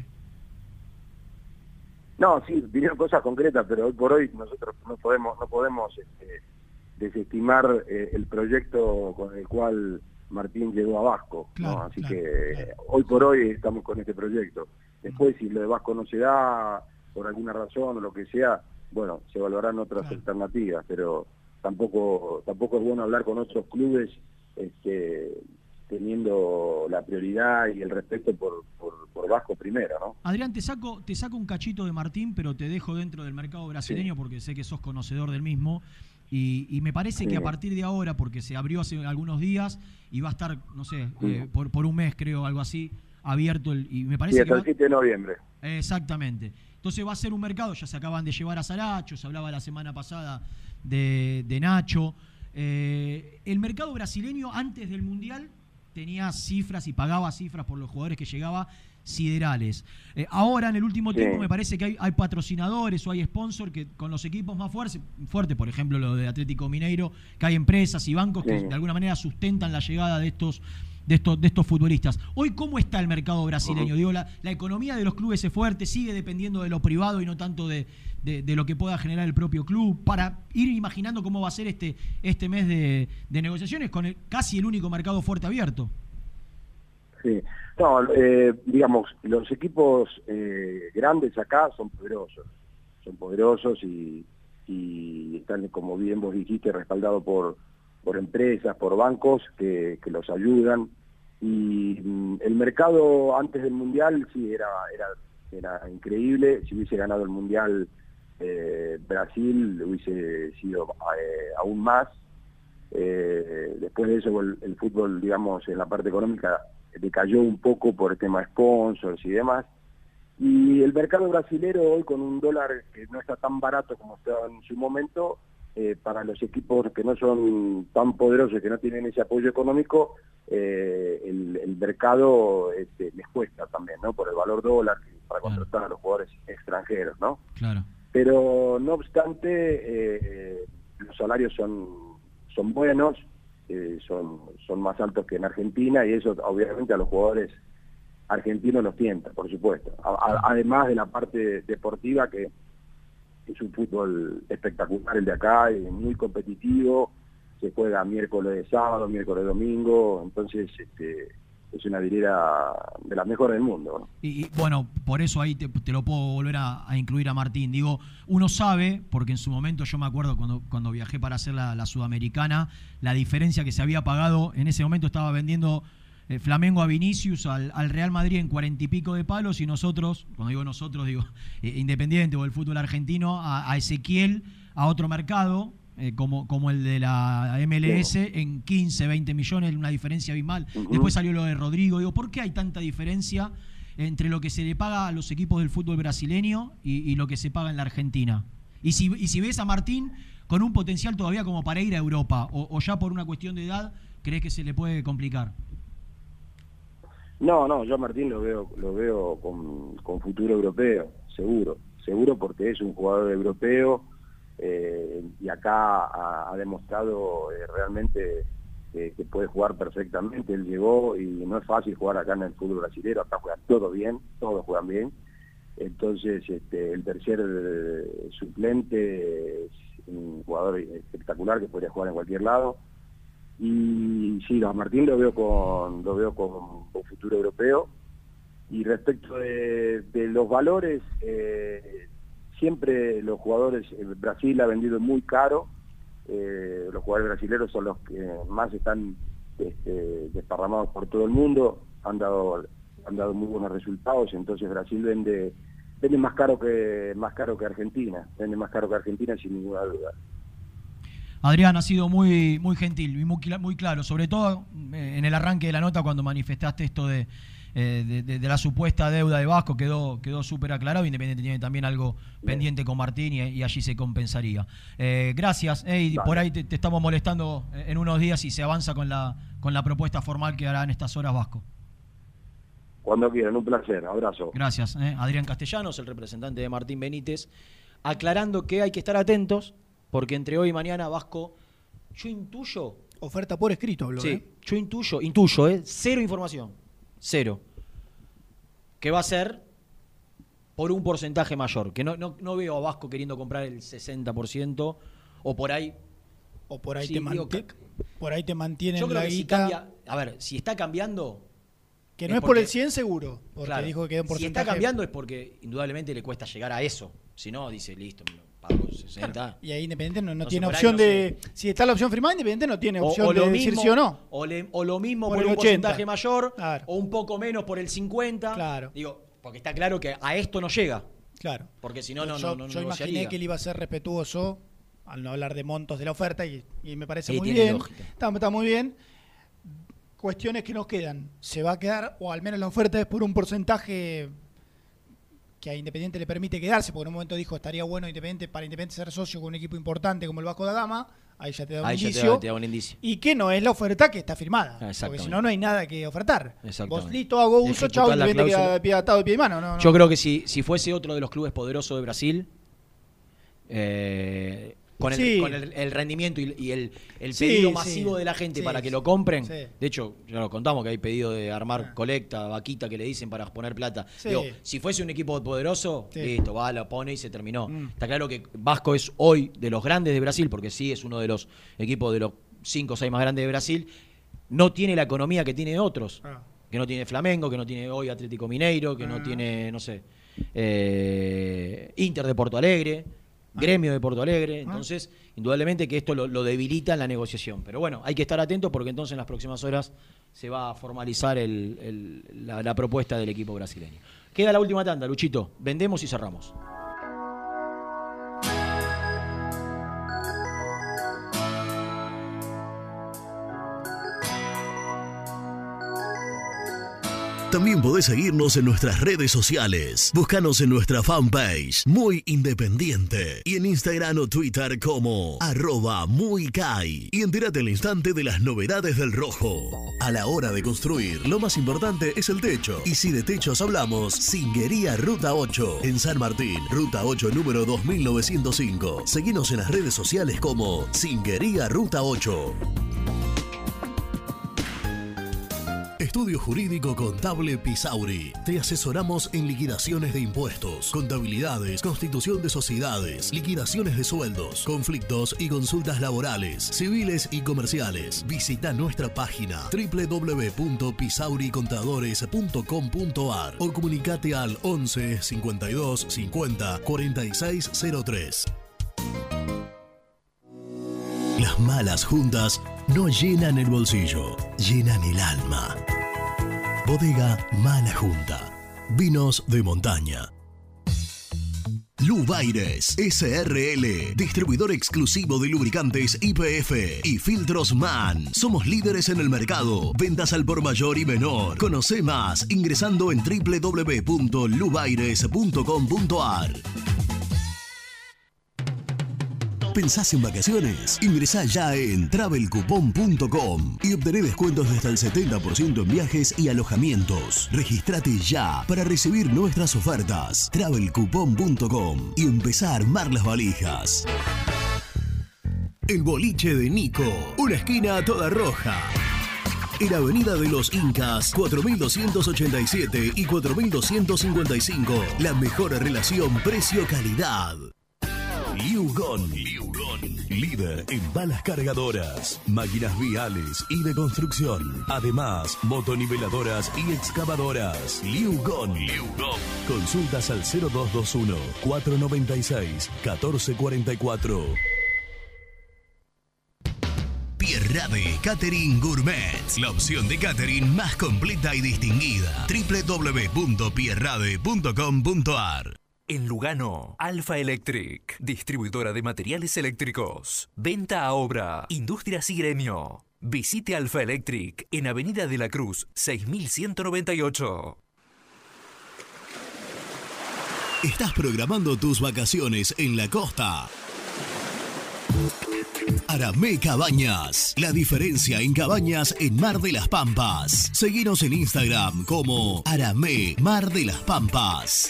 Speaker 3: No, sí, vinieron cosas concretas, pero hoy por hoy nosotros no podemos, no podemos este, desestimar eh, el proyecto con el cual Martín llegó a Vasco, claro, ¿no? Así claro, que claro. hoy por hoy estamos con este proyecto. Después, si lo de Vasco no se da por alguna razón o lo que sea, bueno, se evaluarán otras claro. alternativas, pero tampoco tampoco es bueno hablar con otros clubes este, teniendo la prioridad y el respeto por, por, por Vasco primero, ¿no?
Speaker 8: Adrián, te saco, te saco un cachito de Martín, pero te dejo dentro del mercado brasileño sí. porque sé que sos conocedor del mismo. Y, y me parece sí. que a partir de ahora, porque se abrió hace algunos días y va a estar, no sé, sí. eh, por, por un mes creo, algo así, abierto. El, y me parece
Speaker 3: sí, hasta
Speaker 8: que va...
Speaker 3: el siete de noviembre.
Speaker 8: Exactamente. Entonces va a ser un mercado, ya se acaban de llevar a Saracho, se hablaba la semana pasada de, de Nacho. Eh, el mercado brasileño antes del Mundial tenía cifras y pagaba cifras por los jugadores que llegaba siderales. Eh, ahora, en el último sí. tiempo, me parece que hay, hay patrocinadores o hay sponsors que con los equipos más fuertes, fuerte, por ejemplo, lo de Atlético Mineiro, que hay empresas y bancos sí. que de alguna manera sustentan la llegada de estos de estos de estos futbolistas. Hoy, ¿cómo está el mercado brasileño? Uh-huh. Digo, la, la economía de los clubes es fuerte, sigue dependiendo de lo privado y no tanto de, de, de lo que pueda generar el propio club, para ir imaginando cómo va a ser este, este mes de, de negociaciones con el, casi el único mercado fuerte abierto.
Speaker 3: Sí, no, eh, digamos, los equipos eh, grandes acá son poderosos, son poderosos y, y están, como bien vos dijiste, respaldados por, por empresas, por bancos que, que los ayudan. Y mm, el mercado antes del Mundial sí era, era, era increíble. Si hubiese ganado el Mundial eh, Brasil hubiese sido eh, aún más. Eh, después de eso el, el fútbol, digamos, en la parte económica decayó un poco por el tema de sponsors y demás. Y el mercado brasilero hoy, con un dólar que no está tan barato como estaba en su momento, eh, para los equipos que no son tan poderosos, que no tienen ese apoyo económico, eh, el, el mercado este, les cuesta también, ¿no? Por el valor dólar para contratar a los jugadores extranjeros, ¿no?
Speaker 8: Claro.
Speaker 3: Pero no obstante, eh, los salarios son, son buenos, eh, son, son más altos que en Argentina, y eso obviamente a los jugadores argentinos los tienta, por supuesto. A, a, además de la parte deportiva, que es un fútbol espectacular el de acá, es muy competitivo, se juega miércoles de sábado, miércoles de domingo, entonces este, es una vidriera de las mejores del mundo, ¿no?
Speaker 8: Y, y bueno, por eso ahí te, te lo puedo volver a, a incluir a Martín. Digo, uno sabe, porque en su momento yo me acuerdo cuando, cuando viajé para hacer la, la Sudamericana, la diferencia que se había pagado. En ese momento estaba vendiendo eh, Flamengo a Vinicius al, al Real Madrid en cuarenta y pico de palos, y nosotros, cuando digo nosotros, digo eh, Independiente o el fútbol argentino, a, a Ezequiel a otro mercado, Eh, como, como el de la M L S, sí, en quince, veinte millones, una diferencia abismal. Uh-huh. Después salió lo de Rodrigo. Digo, ¿por qué hay tanta diferencia entre lo que se le paga a los equipos del fútbol brasileño y, y lo que se paga en la Argentina? Y si, y si ves a Martín con un potencial todavía como para ir a Europa, o, o ya por una cuestión de edad, ¿crees que se le puede complicar?
Speaker 3: No, no, yo a Martín lo veo, lo veo con, con futuro europeo, seguro. Seguro, porque es un jugador europeo. Eh, y acá ha, ha demostrado eh, realmente eh, que puede jugar perfectamente. Él llegó y no es fácil jugar acá en el fútbol brasileño, acá juegan todo bien, todos juegan bien. Entonces este, el tercer eh, suplente es un jugador espectacular que podría jugar en cualquier lado. Y sí, a Martín lo veo con, lo veo con, con futuro europeo. Y respecto de, de los valores, eh, siempre los jugadores, Brasil ha vendido muy caro, eh, los jugadores brasileños son los que más están este, desparramados por todo el mundo, han dado han dado muy buenos resultados, entonces Brasil vende vende más caro que más caro que Argentina, vende más caro que Argentina sin ninguna duda.
Speaker 8: Adrián, ha sido muy muy gentil y muy, muy claro, sobre todo en el arranque de la nota cuando manifestaste esto de Eh, de, de, de la supuesta deuda de Vasco, quedó quedó súper aclarado. Independiente tiene también algo Bien. pendiente con Martín y, y allí se compensaría. Eh, gracias, eh, y por ahí te, te estamos molestando en unos días y se avanza con la con la propuesta formal que hará en estas horas Vasco.
Speaker 3: Cuando quieran, un placer, abrazo.
Speaker 8: Gracias. Eh. Adrián Castellanos, el representante de Martín Benítez, aclarando que hay que estar atentos, porque entre hoy y mañana Vasco, yo intuyo...
Speaker 2: Oferta por escrito, habló,
Speaker 8: Sí,
Speaker 2: ¿eh?
Speaker 8: yo intuyo, intuyo, eh, cero información. Cero. Que va a ser por un porcentaje mayor. Que no, no, no veo a Vasco queriendo comprar el sesenta por ciento o por ahí.
Speaker 2: O por ahí,
Speaker 8: sí,
Speaker 2: te,
Speaker 8: digo,
Speaker 2: manti por ahí te mantienen
Speaker 8: yo creo
Speaker 2: la
Speaker 8: que si
Speaker 2: guita.
Speaker 8: cambia, a ver, si está cambiando.
Speaker 2: Que no es, es por el cien seguro. Porque
Speaker 8: claro,
Speaker 2: dijo que queda un porcentaje.
Speaker 8: Si está cambiando es porque indudablemente le cuesta llegar a eso. Si no, dice, listo, me lo pago sesenta.
Speaker 2: Claro, y ahí Independiente no, no,
Speaker 8: no
Speaker 2: tiene
Speaker 8: sé,
Speaker 2: opción
Speaker 8: ahí, no
Speaker 2: de...
Speaker 8: sé.
Speaker 2: Si está la opción firmada, Independiente no tiene opción
Speaker 8: o, o
Speaker 2: de
Speaker 8: lo
Speaker 2: decir
Speaker 8: mismo,
Speaker 2: sí o no.
Speaker 8: O, le, o lo mismo
Speaker 2: por,
Speaker 8: por
Speaker 2: el
Speaker 8: un
Speaker 2: ochenta.
Speaker 8: porcentaje mayor,
Speaker 2: claro.
Speaker 8: o un poco menos por el cincuenta.
Speaker 2: Claro.
Speaker 8: Digo, porque está claro que a esto no llega.
Speaker 2: Claro.
Speaker 8: Porque si no, no,
Speaker 2: yo,
Speaker 8: no, no
Speaker 2: yo imaginé que él iba a ser respetuoso al no hablar de montos de la oferta y, y me parece
Speaker 8: sí,
Speaker 2: muy bien. Está, está muy bien. Cuestiones que nos quedan. Se va a quedar, o al menos la oferta es por un porcentaje que a Independiente le permite quedarse, porque en un momento dijo estaría bueno Independiente para Independiente ser socio con un equipo importante como el Vasco da Gama. Ahí ya te da un,
Speaker 8: Ahí
Speaker 2: indicio,
Speaker 8: ya te da, te da un indicio.
Speaker 2: Y que no es la oferta que está firmada. Porque si no, no hay nada que ofertar. Vos listo, hago uso, chao, Independiente queda de pie atado de pie de mano. No, no.
Speaker 8: Yo creo que si, si fuese otro de los clubes poderosos de Brasil, eh, con, el,
Speaker 2: sí.
Speaker 8: con el, el rendimiento y, y el, el
Speaker 2: sí,
Speaker 8: pedido masivo
Speaker 2: sí.
Speaker 8: de la gente
Speaker 2: sí,
Speaker 8: para que
Speaker 2: sí.
Speaker 8: lo compren,
Speaker 2: sí.
Speaker 8: de hecho, ya lo contamos que hay pedido de armar
Speaker 2: ah.
Speaker 8: colecta, vaquita que le dicen para poner plata.
Speaker 2: Sí.
Speaker 8: Digo, si fuese un equipo poderoso, sí. listo, va, lo pone y se terminó.
Speaker 2: Mm.
Speaker 8: Está claro que Vasco es hoy de los grandes de Brasil, porque sí es uno de los equipos de los cinco o seis más grandes de Brasil, no tiene la economía que tiene otros. Ah. Que no tiene Flamengo, que no tiene hoy Atlético Mineiro, que ah. no tiene, no sé, eh, Inter de Porto Alegre, ah. Gremio de Porto Alegre. Entonces, ah. indudablemente que esto lo, lo debilita en la negociación. Pero bueno, hay que estar atentos porque entonces en las próximas horas se va a formalizar el, el, la, la propuesta del equipo brasileño. Queda la última tanda, Luchito. Vendemos y cerramos.
Speaker 1: También podés seguirnos en nuestras redes sociales. Búscanos en nuestra fanpage, Muy Independiente, y en Instagram o Twitter como arroba muycai. Y entérate al instante de las novedades del rojo. A la hora de construir, lo más importante es el techo. Y si de techos hablamos, Zinguería Ruta ocho, en San Martín, Ruta ocho número dos mil novecientos cinco. Seguinos en las redes sociales como Zinguería Ruta ocho. Estudio Jurídico Contable Pisauri. Te asesoramos en liquidaciones de impuestos, contabilidades, constitución de sociedades, liquidaciones de sueldos, conflictos y consultas laborales, civiles y comerciales. Visita nuestra página doble u doble u doble u punto pisauri contadores punto com punto a r o comunicate al once cincuenta y dos cincuenta cuarenta y seis cero tres. Las malas juntas no llenan el bolsillo, llenan el alma. Bodega Mala Junta. Vinos de montaña. Lubaires S R L, distribuidor exclusivo de lubricantes Y P F y filtros MAN. Somos líderes en el mercado. Ventas al por mayor y menor. Conoce más ingresando en doble u doble u doble u punto lubaires punto com punto a r. ¿Pensás en vacaciones? Ingresá ya en travel coupon punto com y obtené descuentos de hasta el setenta por ciento en viajes y alojamientos. Regístrate ya para recibir nuestras ofertas. travel coupon punto com y empezá a armar las valijas. El boliche de Nico, una esquina toda roja. En Avenida de los Incas, cuatro mil doscientos ochenta y siete y cuatro mil doscientos cincuenta y cinco. La mejor relación precio-calidad. Liugon. Líder en balas cargadoras, máquinas viales y de construcción. Además, motoniveladoras y excavadoras. Liugon. Consultas al cero dos dos uno, cuatro noventa y seis, catorce cuarenta y cuatro. Pierrade Catering Gourmet, la opción de catering más completa y distinguida. doble u doble u doble u punto pierrade punto com punto a r.
Speaker 6: En Lugano, Alfa Electric, distribuidora de materiales eléctricos. Venta a obra, industrias y gremio. Visite Alfa Electric en Avenida de la Cruz, seis mil ciento noventa y ocho.
Speaker 1: ¿Estás programando tus vacaciones en la costa? Aramé Cabañas, la diferencia en cabañas en Mar de las Pampas. Seguinos en Instagram como Aramé Mar de las Pampas.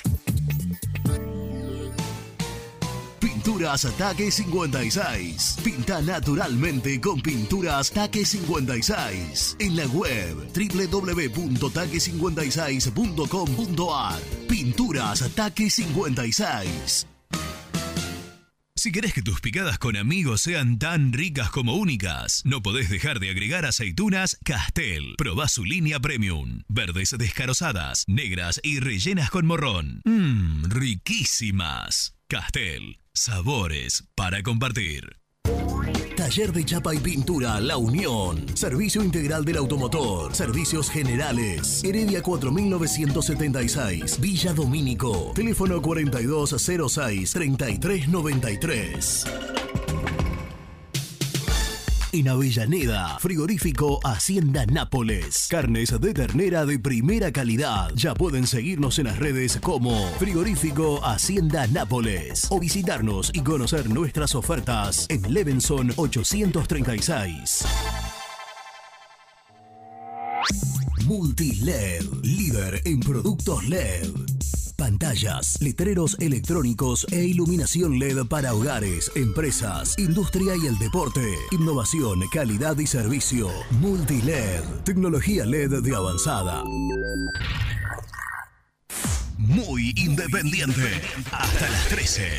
Speaker 1: Pinturas Taque cincuenta y seis. Pinta naturalmente con Pinturas Taque cincuenta y seis. En la web doble u doble u doble u punto taque cincuenta y seis punto com punto a r. Pinturas Taque cincuenta y seis. Si querés que tus picadas con amigos sean tan ricas como únicas, no podés dejar de agregar aceitunas Castel. Probá su línea premium. Verdes descarozadas, negras y rellenas con morrón. Mmm, riquísimas. Castel. Sabores para compartir. Taller de Chapa y Pintura La Unión. Servicio integral del automotor. Servicios generales. Heredia cuatro mil novecientos setenta y seis. Villa Domínico. Teléfono cuarenta y dos cero seis, treinta y tres noventa y tres. En Avellaneda, frigorífico Hacienda Nápoles. Carnes de ternera de primera calidad. Ya pueden seguirnos en las redes como frigorífico Hacienda Nápoles o visitarnos y conocer nuestras ofertas en Levenson ochocientos treinta y seis. Multiled, líder en productos L E D. Pantallas, letreros electrónicos e iluminación L E D para hogares, empresas, industria y el deporte. Innovación, calidad y servicio. Multiled, tecnología L E D de avanzada. Muy independiente. Hasta las trece.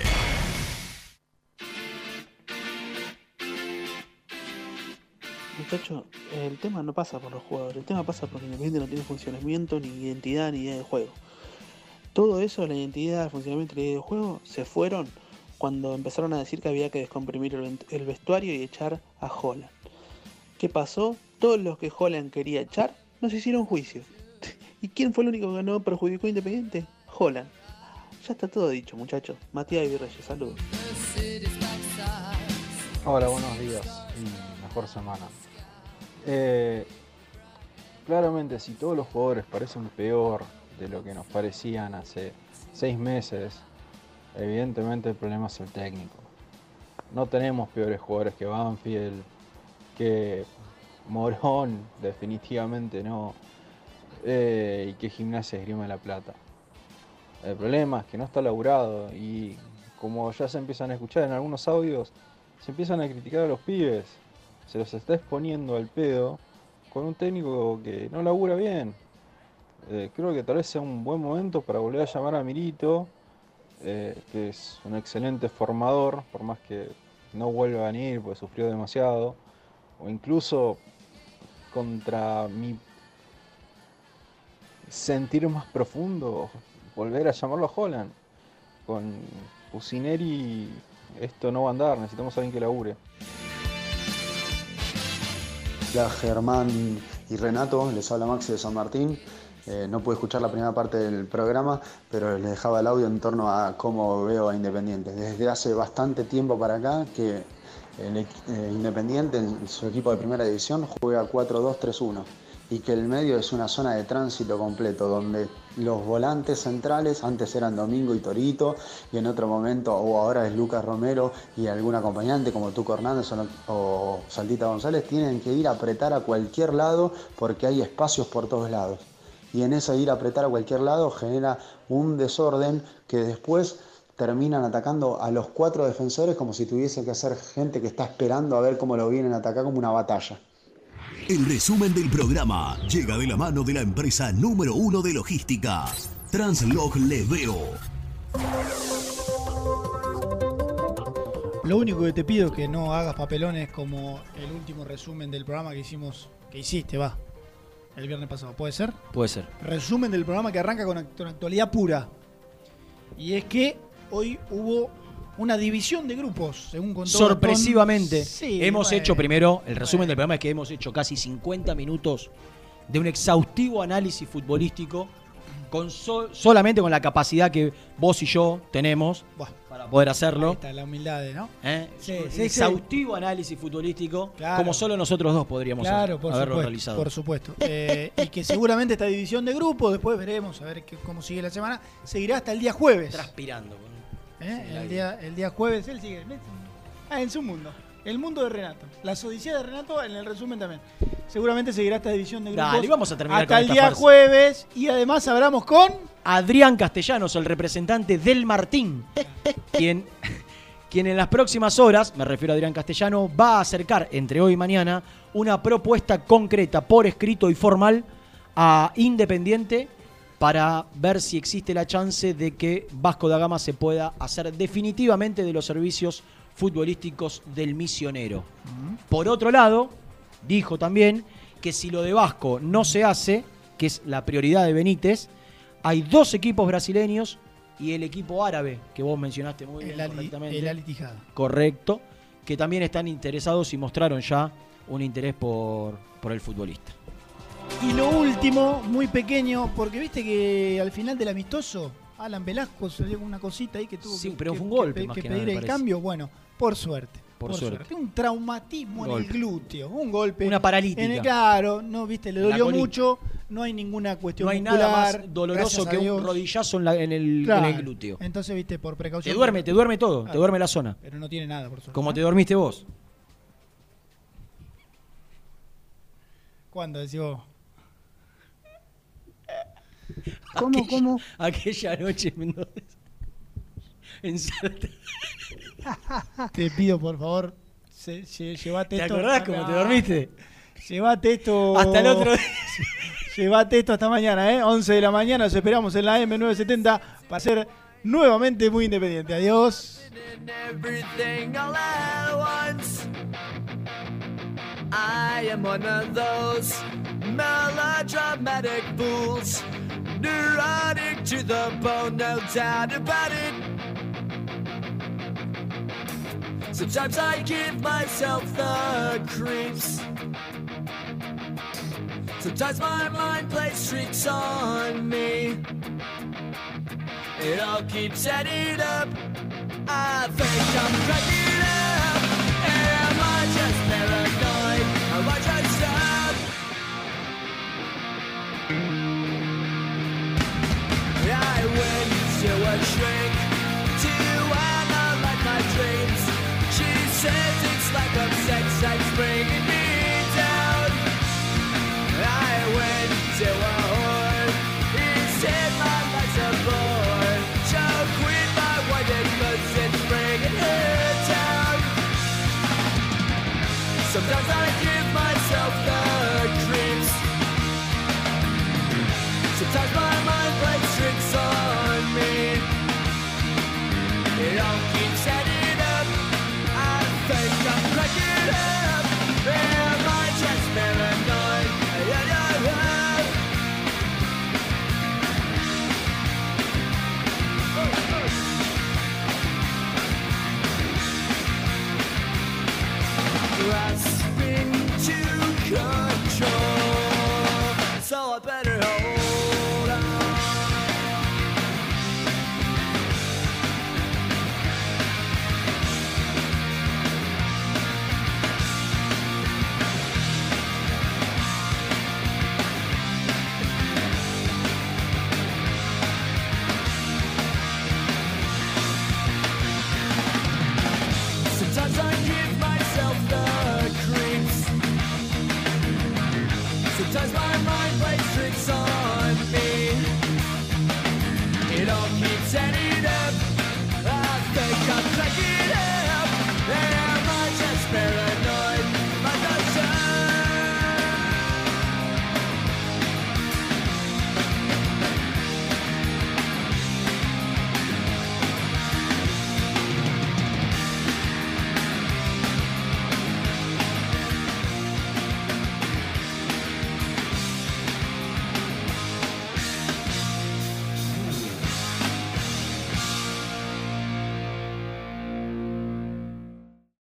Speaker 7: Muchachos, el tema no pasa por los jugadores, el tema pasa porque Independiente no tiene funcionamiento, ni identidad, ni idea de juego. Todo eso, la identidad, el funcionamiento y la idea de juego, se fueron cuando empezaron a decir que había que descomprimir el, el vestuario y echar a Holland. ¿Qué pasó? Todos los que Holland quería echar no se hicieron juicio. ¿Y quién fue el único que no perjudicó a Independiente? Holland. Ya está todo dicho, muchachos. Matías y Virreyes, saludos.
Speaker 12: Hola, buenos días y mejor semana. Eh,
Speaker 4: claramente si todos los jugadores parecen peor de lo que nos parecían hace seis meses, evidentemente el problema es el técnico. No tenemos peores jugadores que Banfield, que Morón, definitivamente no, eh, y que Gimnasia Esgrima de La Plata. El problema es que no está laburado y como ya se empiezan a escuchar en algunos audios, se empiezan a criticar a los pibes, se los está exponiendo al pedo con un técnico que no labura bien. Eh, creo que tal vez sea un buen momento para volver a llamar a Milito, eh, que es un excelente formador, por más que no vuelva a venir porque sufrió demasiado, o incluso contra mi sentir más profundo, volver a llamarlo a Holland. Con Pusineri esto no va a andar, necesitamos a alguien que labure.
Speaker 12: Hola Germán y Renato, les habla Maxi de San Martín. Eh, no pude escuchar la primera parte del programa, pero les dejaba el audio en torno a cómo veo a Independiente. Desde hace bastante tiempo para acá que el eh, Independiente en su equipo de primera división juega cuatro dos tres uno y que el medio es una zona de tránsito completo donde los volantes centrales antes eran Domingo y Torito y en otro momento o ahora es Lucas Romero y algún acompañante como Tuco Hernández o, o Saltita González tienen que ir a apretar a cualquier lado porque hay espacios por todos lados. Y en ese ir a apretar a cualquier lado genera un desorden que después terminan atacando a los cuatro defensores como si tuviese que ser gente que está esperando a ver cómo lo vienen a atacar como una batalla.
Speaker 1: El resumen del programa llega de la mano de la empresa número uno de logística, Translog Leveo.
Speaker 2: Lo único que te pido es que no hagas papelones como el último resumen del programa que hicimos, que hiciste, va, el viernes pasado. ¿Puede ser?
Speaker 8: Puede ser.
Speaker 2: Resumen del programa que arranca con actualidad pura. Y es que hoy hubo una división de grupos, según contó
Speaker 8: Sorpresivamente,
Speaker 2: sí,
Speaker 8: hemos
Speaker 2: bueno,
Speaker 8: hecho primero, el resumen bueno. del programa es que hemos hecho casi cincuenta minutos de un exhaustivo análisis futbolístico, con so, solamente con la capacidad que vos y yo tenemos bueno, para poder hacerlo.
Speaker 2: Ahí está la humildad, ¿no?
Speaker 8: ¿Eh?
Speaker 2: Sí,
Speaker 8: un
Speaker 2: sí,
Speaker 8: exhaustivo sí. análisis futbolístico,
Speaker 2: claro.
Speaker 8: como solo nosotros dos podríamos
Speaker 2: claro, por
Speaker 8: haberlo
Speaker 2: supuesto,
Speaker 8: realizado.
Speaker 2: Por supuesto. eh, y que seguramente esta división de grupos, después veremos a ver qué, cómo sigue la semana, seguirá hasta el día jueves.
Speaker 8: Transpirando.
Speaker 2: ¿Eh? El, día, el día jueves él sigue ah, en su mundo, el mundo de Renato, las odisías de Renato en el resumen también. Seguramente seguirá esta división de grupos.
Speaker 8: Dale, vamos a terminar
Speaker 2: hasta
Speaker 8: con
Speaker 2: el
Speaker 8: esta
Speaker 2: día
Speaker 8: farsa.
Speaker 2: jueves y además hablamos con
Speaker 8: Adrián Castellanos, el representante del Martín, quien, quien en las próximas horas, me refiero a Adrián Castellano, va a acercar entre hoy y mañana una propuesta concreta por escrito y formal a Independiente para ver si existe la chance de que Vasco da Gama se pueda hacer definitivamente de los servicios futbolísticos del misionero. Uh-huh. Por otro lado, dijo también que si lo de Vasco no se hace, que es la prioridad de Benítez, hay dos equipos brasileños y el equipo árabe, que vos mencionaste muy bien
Speaker 2: el
Speaker 8: correctamente.
Speaker 2: El Al-Ittihad.
Speaker 8: Correcto, que también están interesados y mostraron ya un interés por, por el futbolista.
Speaker 2: Y lo último, muy pequeño, porque viste que al final del amistoso, Alan Velasco se dio una cosita ahí que tuvo
Speaker 8: sí,
Speaker 2: que,
Speaker 8: pero
Speaker 2: que,
Speaker 8: fue un golpe,
Speaker 2: que,
Speaker 8: más
Speaker 2: que
Speaker 8: que
Speaker 2: pedir
Speaker 8: nada,
Speaker 2: el
Speaker 8: parece.
Speaker 2: cambio. Bueno, por suerte.
Speaker 8: Por,
Speaker 2: por
Speaker 8: suerte.
Speaker 2: suerte. Un traumatismo
Speaker 8: Un
Speaker 2: en
Speaker 8: golpe.
Speaker 2: el glúteo, un golpe.
Speaker 8: Una paralítica.
Speaker 2: En el, claro, no, viste, le dolió mucho, no hay ninguna cuestión
Speaker 8: No hay
Speaker 2: muscular,
Speaker 8: nada más doloroso que un rodillazo en, la, en, el,
Speaker 2: claro.
Speaker 8: en el glúteo.
Speaker 2: Entonces, viste, por precaución.
Speaker 8: Te duerme, te duerme todo, claro. te duerme la zona.
Speaker 2: Pero no tiene nada, por suerte.
Speaker 8: Como
Speaker 2: ¿no?
Speaker 8: te dormiste vos.
Speaker 2: ¿Cuándo decís vos?
Speaker 13: ¿Cómo,
Speaker 8: aquella,
Speaker 13: cómo?
Speaker 8: Aquella noche en Salta.
Speaker 2: Te pido, por favor, se, se, llevate
Speaker 8: ¿Te
Speaker 2: esto.
Speaker 8: ¿Te acordás cómo te dormiste?
Speaker 2: Llevate esto.
Speaker 8: Hasta el otro día.
Speaker 2: Llevate esto hasta mañana, ¿eh? once de la mañana, nos esperamos en la M novecientos setenta para ser nuevamente muy independiente. Adiós.
Speaker 5: I am one of those melodramatic fools, neurotic to the bone, no doubt about it. Sometimes I give myself the creeps. Sometimes my mind plays tricks on me. It all keeps adding up. I think I'm cracking up. Am I just paranoid? Am I just up? I went to a shrink to analyze my dreams. She says it's like a sex that's bringing me down. I went to a whore. He said my life's a bore. So quit my wedding cause it's bringing her down. Sometimes I give myself the creeps. Sometimes my mind plays tricks on me. It all keeps adding up. I think I'm cracking up. Am I just paranoid? Yeah, yeah, yeah. Grasping to control, so I better hold on. Sometimes I give myself the creeps. Sometimes my mind plays tricks on me. It all keeps adding up.